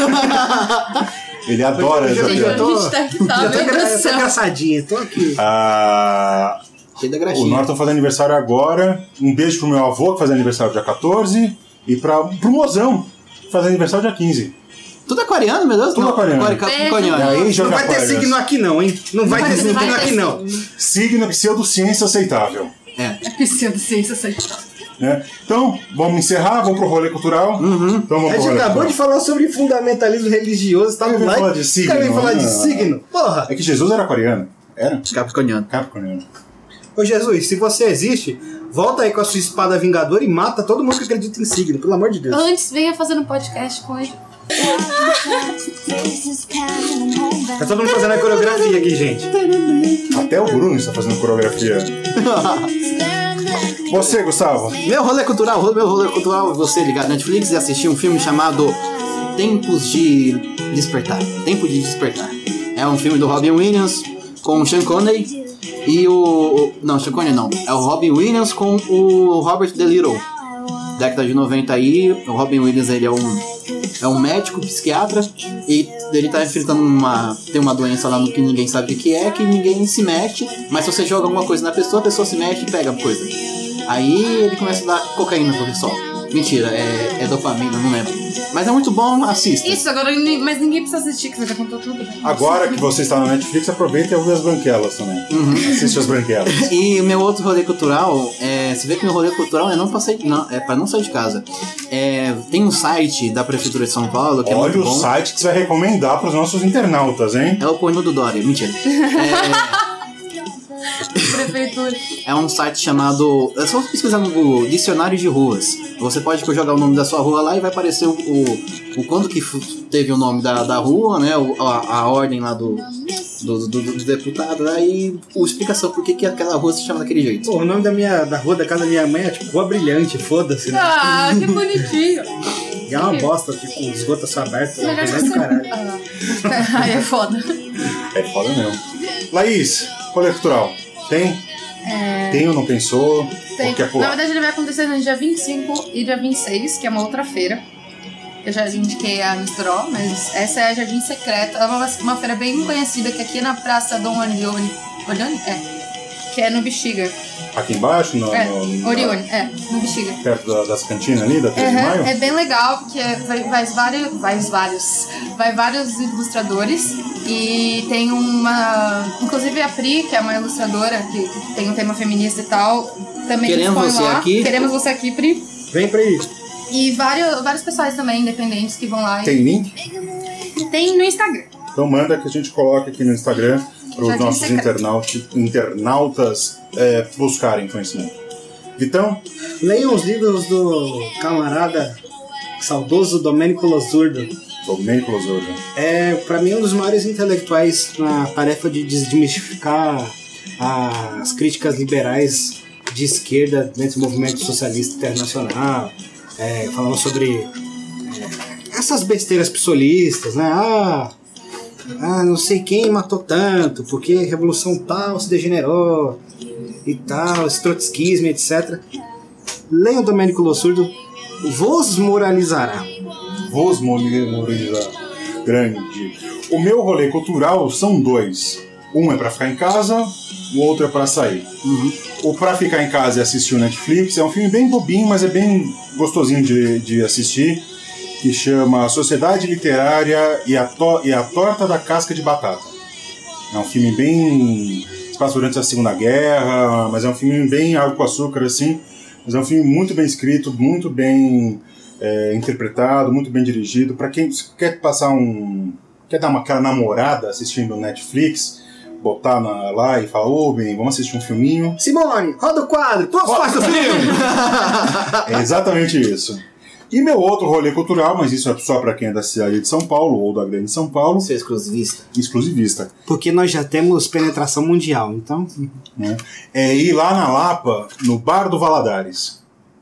Ele adora essa eu Gente, piada. tô- a gente tá que tá, Eu tô, meu engra... Deus do eu tô céu. engraçadinho, tô aqui. Ah, Cheio da o graxinha. Norton faz aniversário agora. Um beijo pro meu avô, que faz aniversário dia quatorze. E pra, pro Mozão, que faz aniversário dia quinze. Tudo aquariano, meu Deus? Tudo Não, aquariano. aquari- Beijo. capricorniano. E aí, Não joga vai ter Aquarius. signo aqui não, hein? Não vai ter Mas signo vai ter aqui não. Signo é pseudociência aceitável. É. Pseudociência aceitável. Né? Então, vamos encerrar, vamos pro rolê cultural. Uhum. Então vamos A pro gente rolê acabou cultural. de falar sobre fundamentalismo religioso, tá Eu no ia like. falar de signo, Cara, eu ia falar de não. signo. Porra! É que Jesus era aquariano. Era? Capricorniano. Capricorniano. Ô Jesus, se você existe, volta aí com a sua espada vingadora e mata todo mundo que acredita em signo, pelo amor de Deus. Antes, venha fazendo um podcast com ele. Tá todo mundo fazendo a coreografia aqui, gente. Até o Bruno está fazendo coreografia. Você, Gustavo. Meu rolê cultural, meu rolê cultural é você ligar na Netflix e assistir um filme chamado Tempos de Despertar. Tempo de Despertar. É um filme do Robin Williams com o Sean Connery e o... Não, Sean Connery não. É o Robin Williams com o Robert De Niro. Década de noventa aí, o Robin Williams ele é um, é um médico, psiquiatra, e ele tá enfrentando uma... Tem uma doença lá no que ninguém sabe o que é, que ninguém se mexe, mas se você joga alguma coisa na pessoa, a pessoa se mexe e pega a coisa. Aí ele começa a dar cocaína pro pessoal. Mentira, é, é dopamina, não lembro. Mas é muito bom, assista. Isso, agora, ni- mas ninguém precisa assistir, que você já contou tudo. Agora que você está na Netflix, aproveita e ouve as branquelas também. Assiste as branquelas. E o meu outro rolê cultural, é, você vê que meu rolê cultural é não pra sair, não, é pra não sair de casa. É, tem um site da Prefeitura de São Paulo que é Olha muito o bom. site que você vai recomendar para os nossos internautas, hein? É o pornô do Dória, mentira. Prefeitura. É um site chamado... É só pesquisar no Google, Dicionário de Ruas. Você pode jogar o nome da sua rua lá e vai aparecer o, o, o quando que fu- teve o nome da, da rua, né? O, a, a ordem lá do, do, do, do deputado, lá, e a explicação por que que aquela rua se chama daquele jeito. Pô, o nome da, minha, da rua da casa da minha mãe é tipo Rua Brilhante, foda-se, né? Ah, que bonitinho. E é uma bosta, tipo, o esgoto só aberto. Melhor É que do você... caralho. Ah. Aí é foda. É foda mesmo. Laís, rolê cultural. Tem? Tem ou não pensou? Tem. Ou quer Na pular? verdade, ele vai acontecer no dia vinte e cinco e dia vinte e seis, que é uma outra feira. Eu já indiquei a Mistró, mas essa é a Jardim Secreto. É uma, uma feira bem conhecida, que aqui é na Praça Dom Orione. Orione? É. Que é no Bexiga. Aqui embaixo? No, É, no- na- Orione, é, no Bexiga. Perto da- das cantinas ali, da três de Uhum, maio? é bem legal, porque vai, vai, vários, vai vários, vai vários ilustradores e tem uma, inclusive a Pri, que é uma ilustradora que tem um tema feminista e tal, também Queremos expõe você lá. aqui. Queremos você aqui, Pri. Vem pra aí. E vários, vários pessoais também independentes que vão lá. Tem link? E tem no Instagram. Então manda que a gente coloca aqui no Instagram para os Jardim nossos Secreto. internauti- internautas é, buscarem conhecimento. Vitão? Leiam os livros do camarada saudoso Domênico Losurdo. Domênico Losurdo. É, pra mim, um dos maiores intelectuais na tarefa de desmistificar as críticas liberais de esquerda dentro do movimento socialista internacional, é, falando sobre é, essas besteiras psolistas, né? Ah, ah, não sei quem matou tanto, porque a revolução tal se degenerou e tal, esse trotskismo, etcétera. Leiam Domênico Losurdo, vos moralizará. Vos memorizar. Grande. O meu rolê cultural são dois. Um é pra ficar em casa, o outro é pra sair. O pra ficar em casa e assistir o Netflix é um filme bem bobinho, mas é bem gostosinho de, de assistir, que chama Sociedade Literária e a, to- e a Torta da Casca de Batata. É um filme bem... se passa durante a Segunda Guerra, mas é um filme bem água com açúcar, assim. Mas é um filme muito bem escrito, muito bem é, interpretado, muito bem dirigido. Para quem quer passar um... quer dar uma aquela namorada assistindo Netflix, botar na, lá e falar, ô, bem, vamos assistir um filminho. Simone, roda o quadro, tu faz do filme! É exatamente isso. E meu outro rolê cultural, mas isso é só para quem é da cidade de São Paulo ou da grande São Paulo. Você é exclusivista. Exclusivista. Porque nós já temos penetração mundial, então... Né? É ir lá na Lapa, no Bar do Valadares.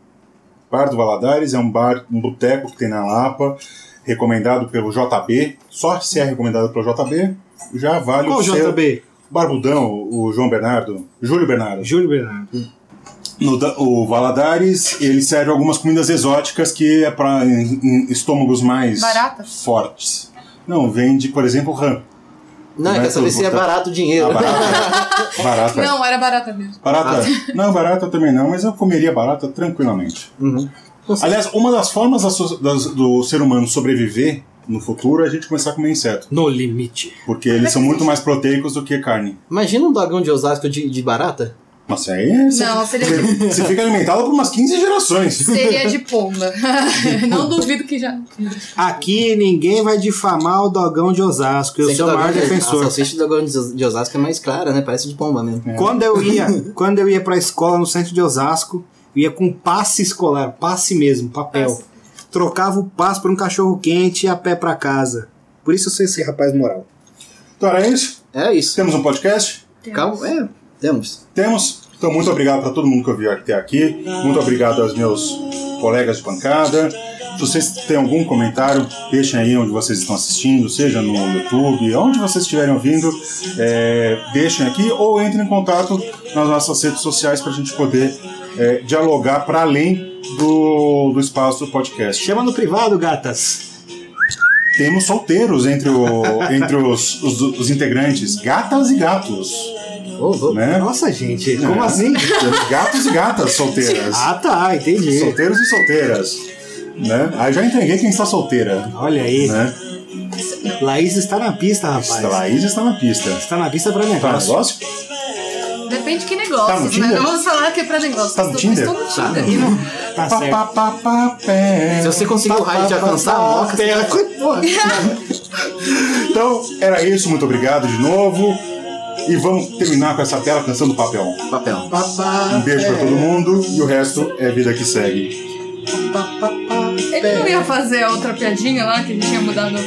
Bar do Valadares é um bar, um boteco que tem na Lapa, recomendado pelo J B. Só se é recomendado pelo J B, já vale Qual o seu... J B? Barbudão, o João Bernardo, Júlio Bernardo. Júlio Bernardo. No, o Valadares, ele serve algumas comidas exóticas que é para estômagos mais Barata? fortes. Não, vende, por exemplo, rã. Não, Não é quer saber tudo, se é tá? barato o dinheiro. Ah, barata. é. barata. é. Não, era barata mesmo. Barata. Não, barata também não, mas eu comeria barata tranquilamente. Uhum. Aliás, uma das formas da so- das- do ser humano sobreviver no futuro é a gente começar a comer inseto. No limite. Porque eles são muito mais proteicos do que carne. Imagina um dogão de Osasco de, de barata. Nossa, aí você, Não, seria- você, você fica alimentado por umas quinze gerações. Seria de pomba. Não duvido que já. Aqui ninguém vai difamar o dogão de Osasco, eu Sei que sou o o maior dogão de- A defensor. salsicha do dogão de de Osasco é mais clara, né? Parece de pomba mesmo. É. Quando eu ia, quando eu ia pra escola no centro de Osasco, eu ia com passe escolar, passe mesmo, papel. Passe. Trocava o passe por um cachorro quente e ia a pé pra casa. Por isso eu sou esse rapaz moral. Então era isso? É isso. Temos um podcast? Calma, é, temos. Temos. Então muito obrigado para todo mundo que ouviu até aqui. Muito obrigado aos meus colegas de bancada. Se vocês têm algum comentário, deixem aí onde vocês estão assistindo, seja no YouTube, onde vocês estiverem ouvindo, é, deixem aqui ou entrem em contato nas nossas redes sociais para a gente poder é, dialogar para além do, do espaço do podcast. Chama no privado, gatas. Temos solteiros entre, o, entre os, os, os integrantes, gatas e gatos. Ô, ô. Né? Nossa, gente, como É. assim? Temos gatos e gatas solteiras. Ah, tá, entendi. Solteiros e solteiras. Né? Aí já entreguei quem está solteira. Olha aí. Né? Laís está na pista, rapaz. A Laís está na pista. Está na pista pra Tá no negócio. negócio? Depende de que Tá no negócios, né? Tinder? Não vamos falar que é pra negócios. Tá no Estou- Tinder? Estou no Tá. Tinder. E não- Tá Pá, certo. pá, pá, pá, pé. Se você conseguir o raio de alcançar a moca, você já foi, porra. Então, era isso. Muito obrigado de novo. E vamos terminar com essa bela canção do Papel. Papel. Um beijo pra todo mundo. E o resto é vida que segue. Ele não ia fazer a outra piadinha lá que ele tinha mudado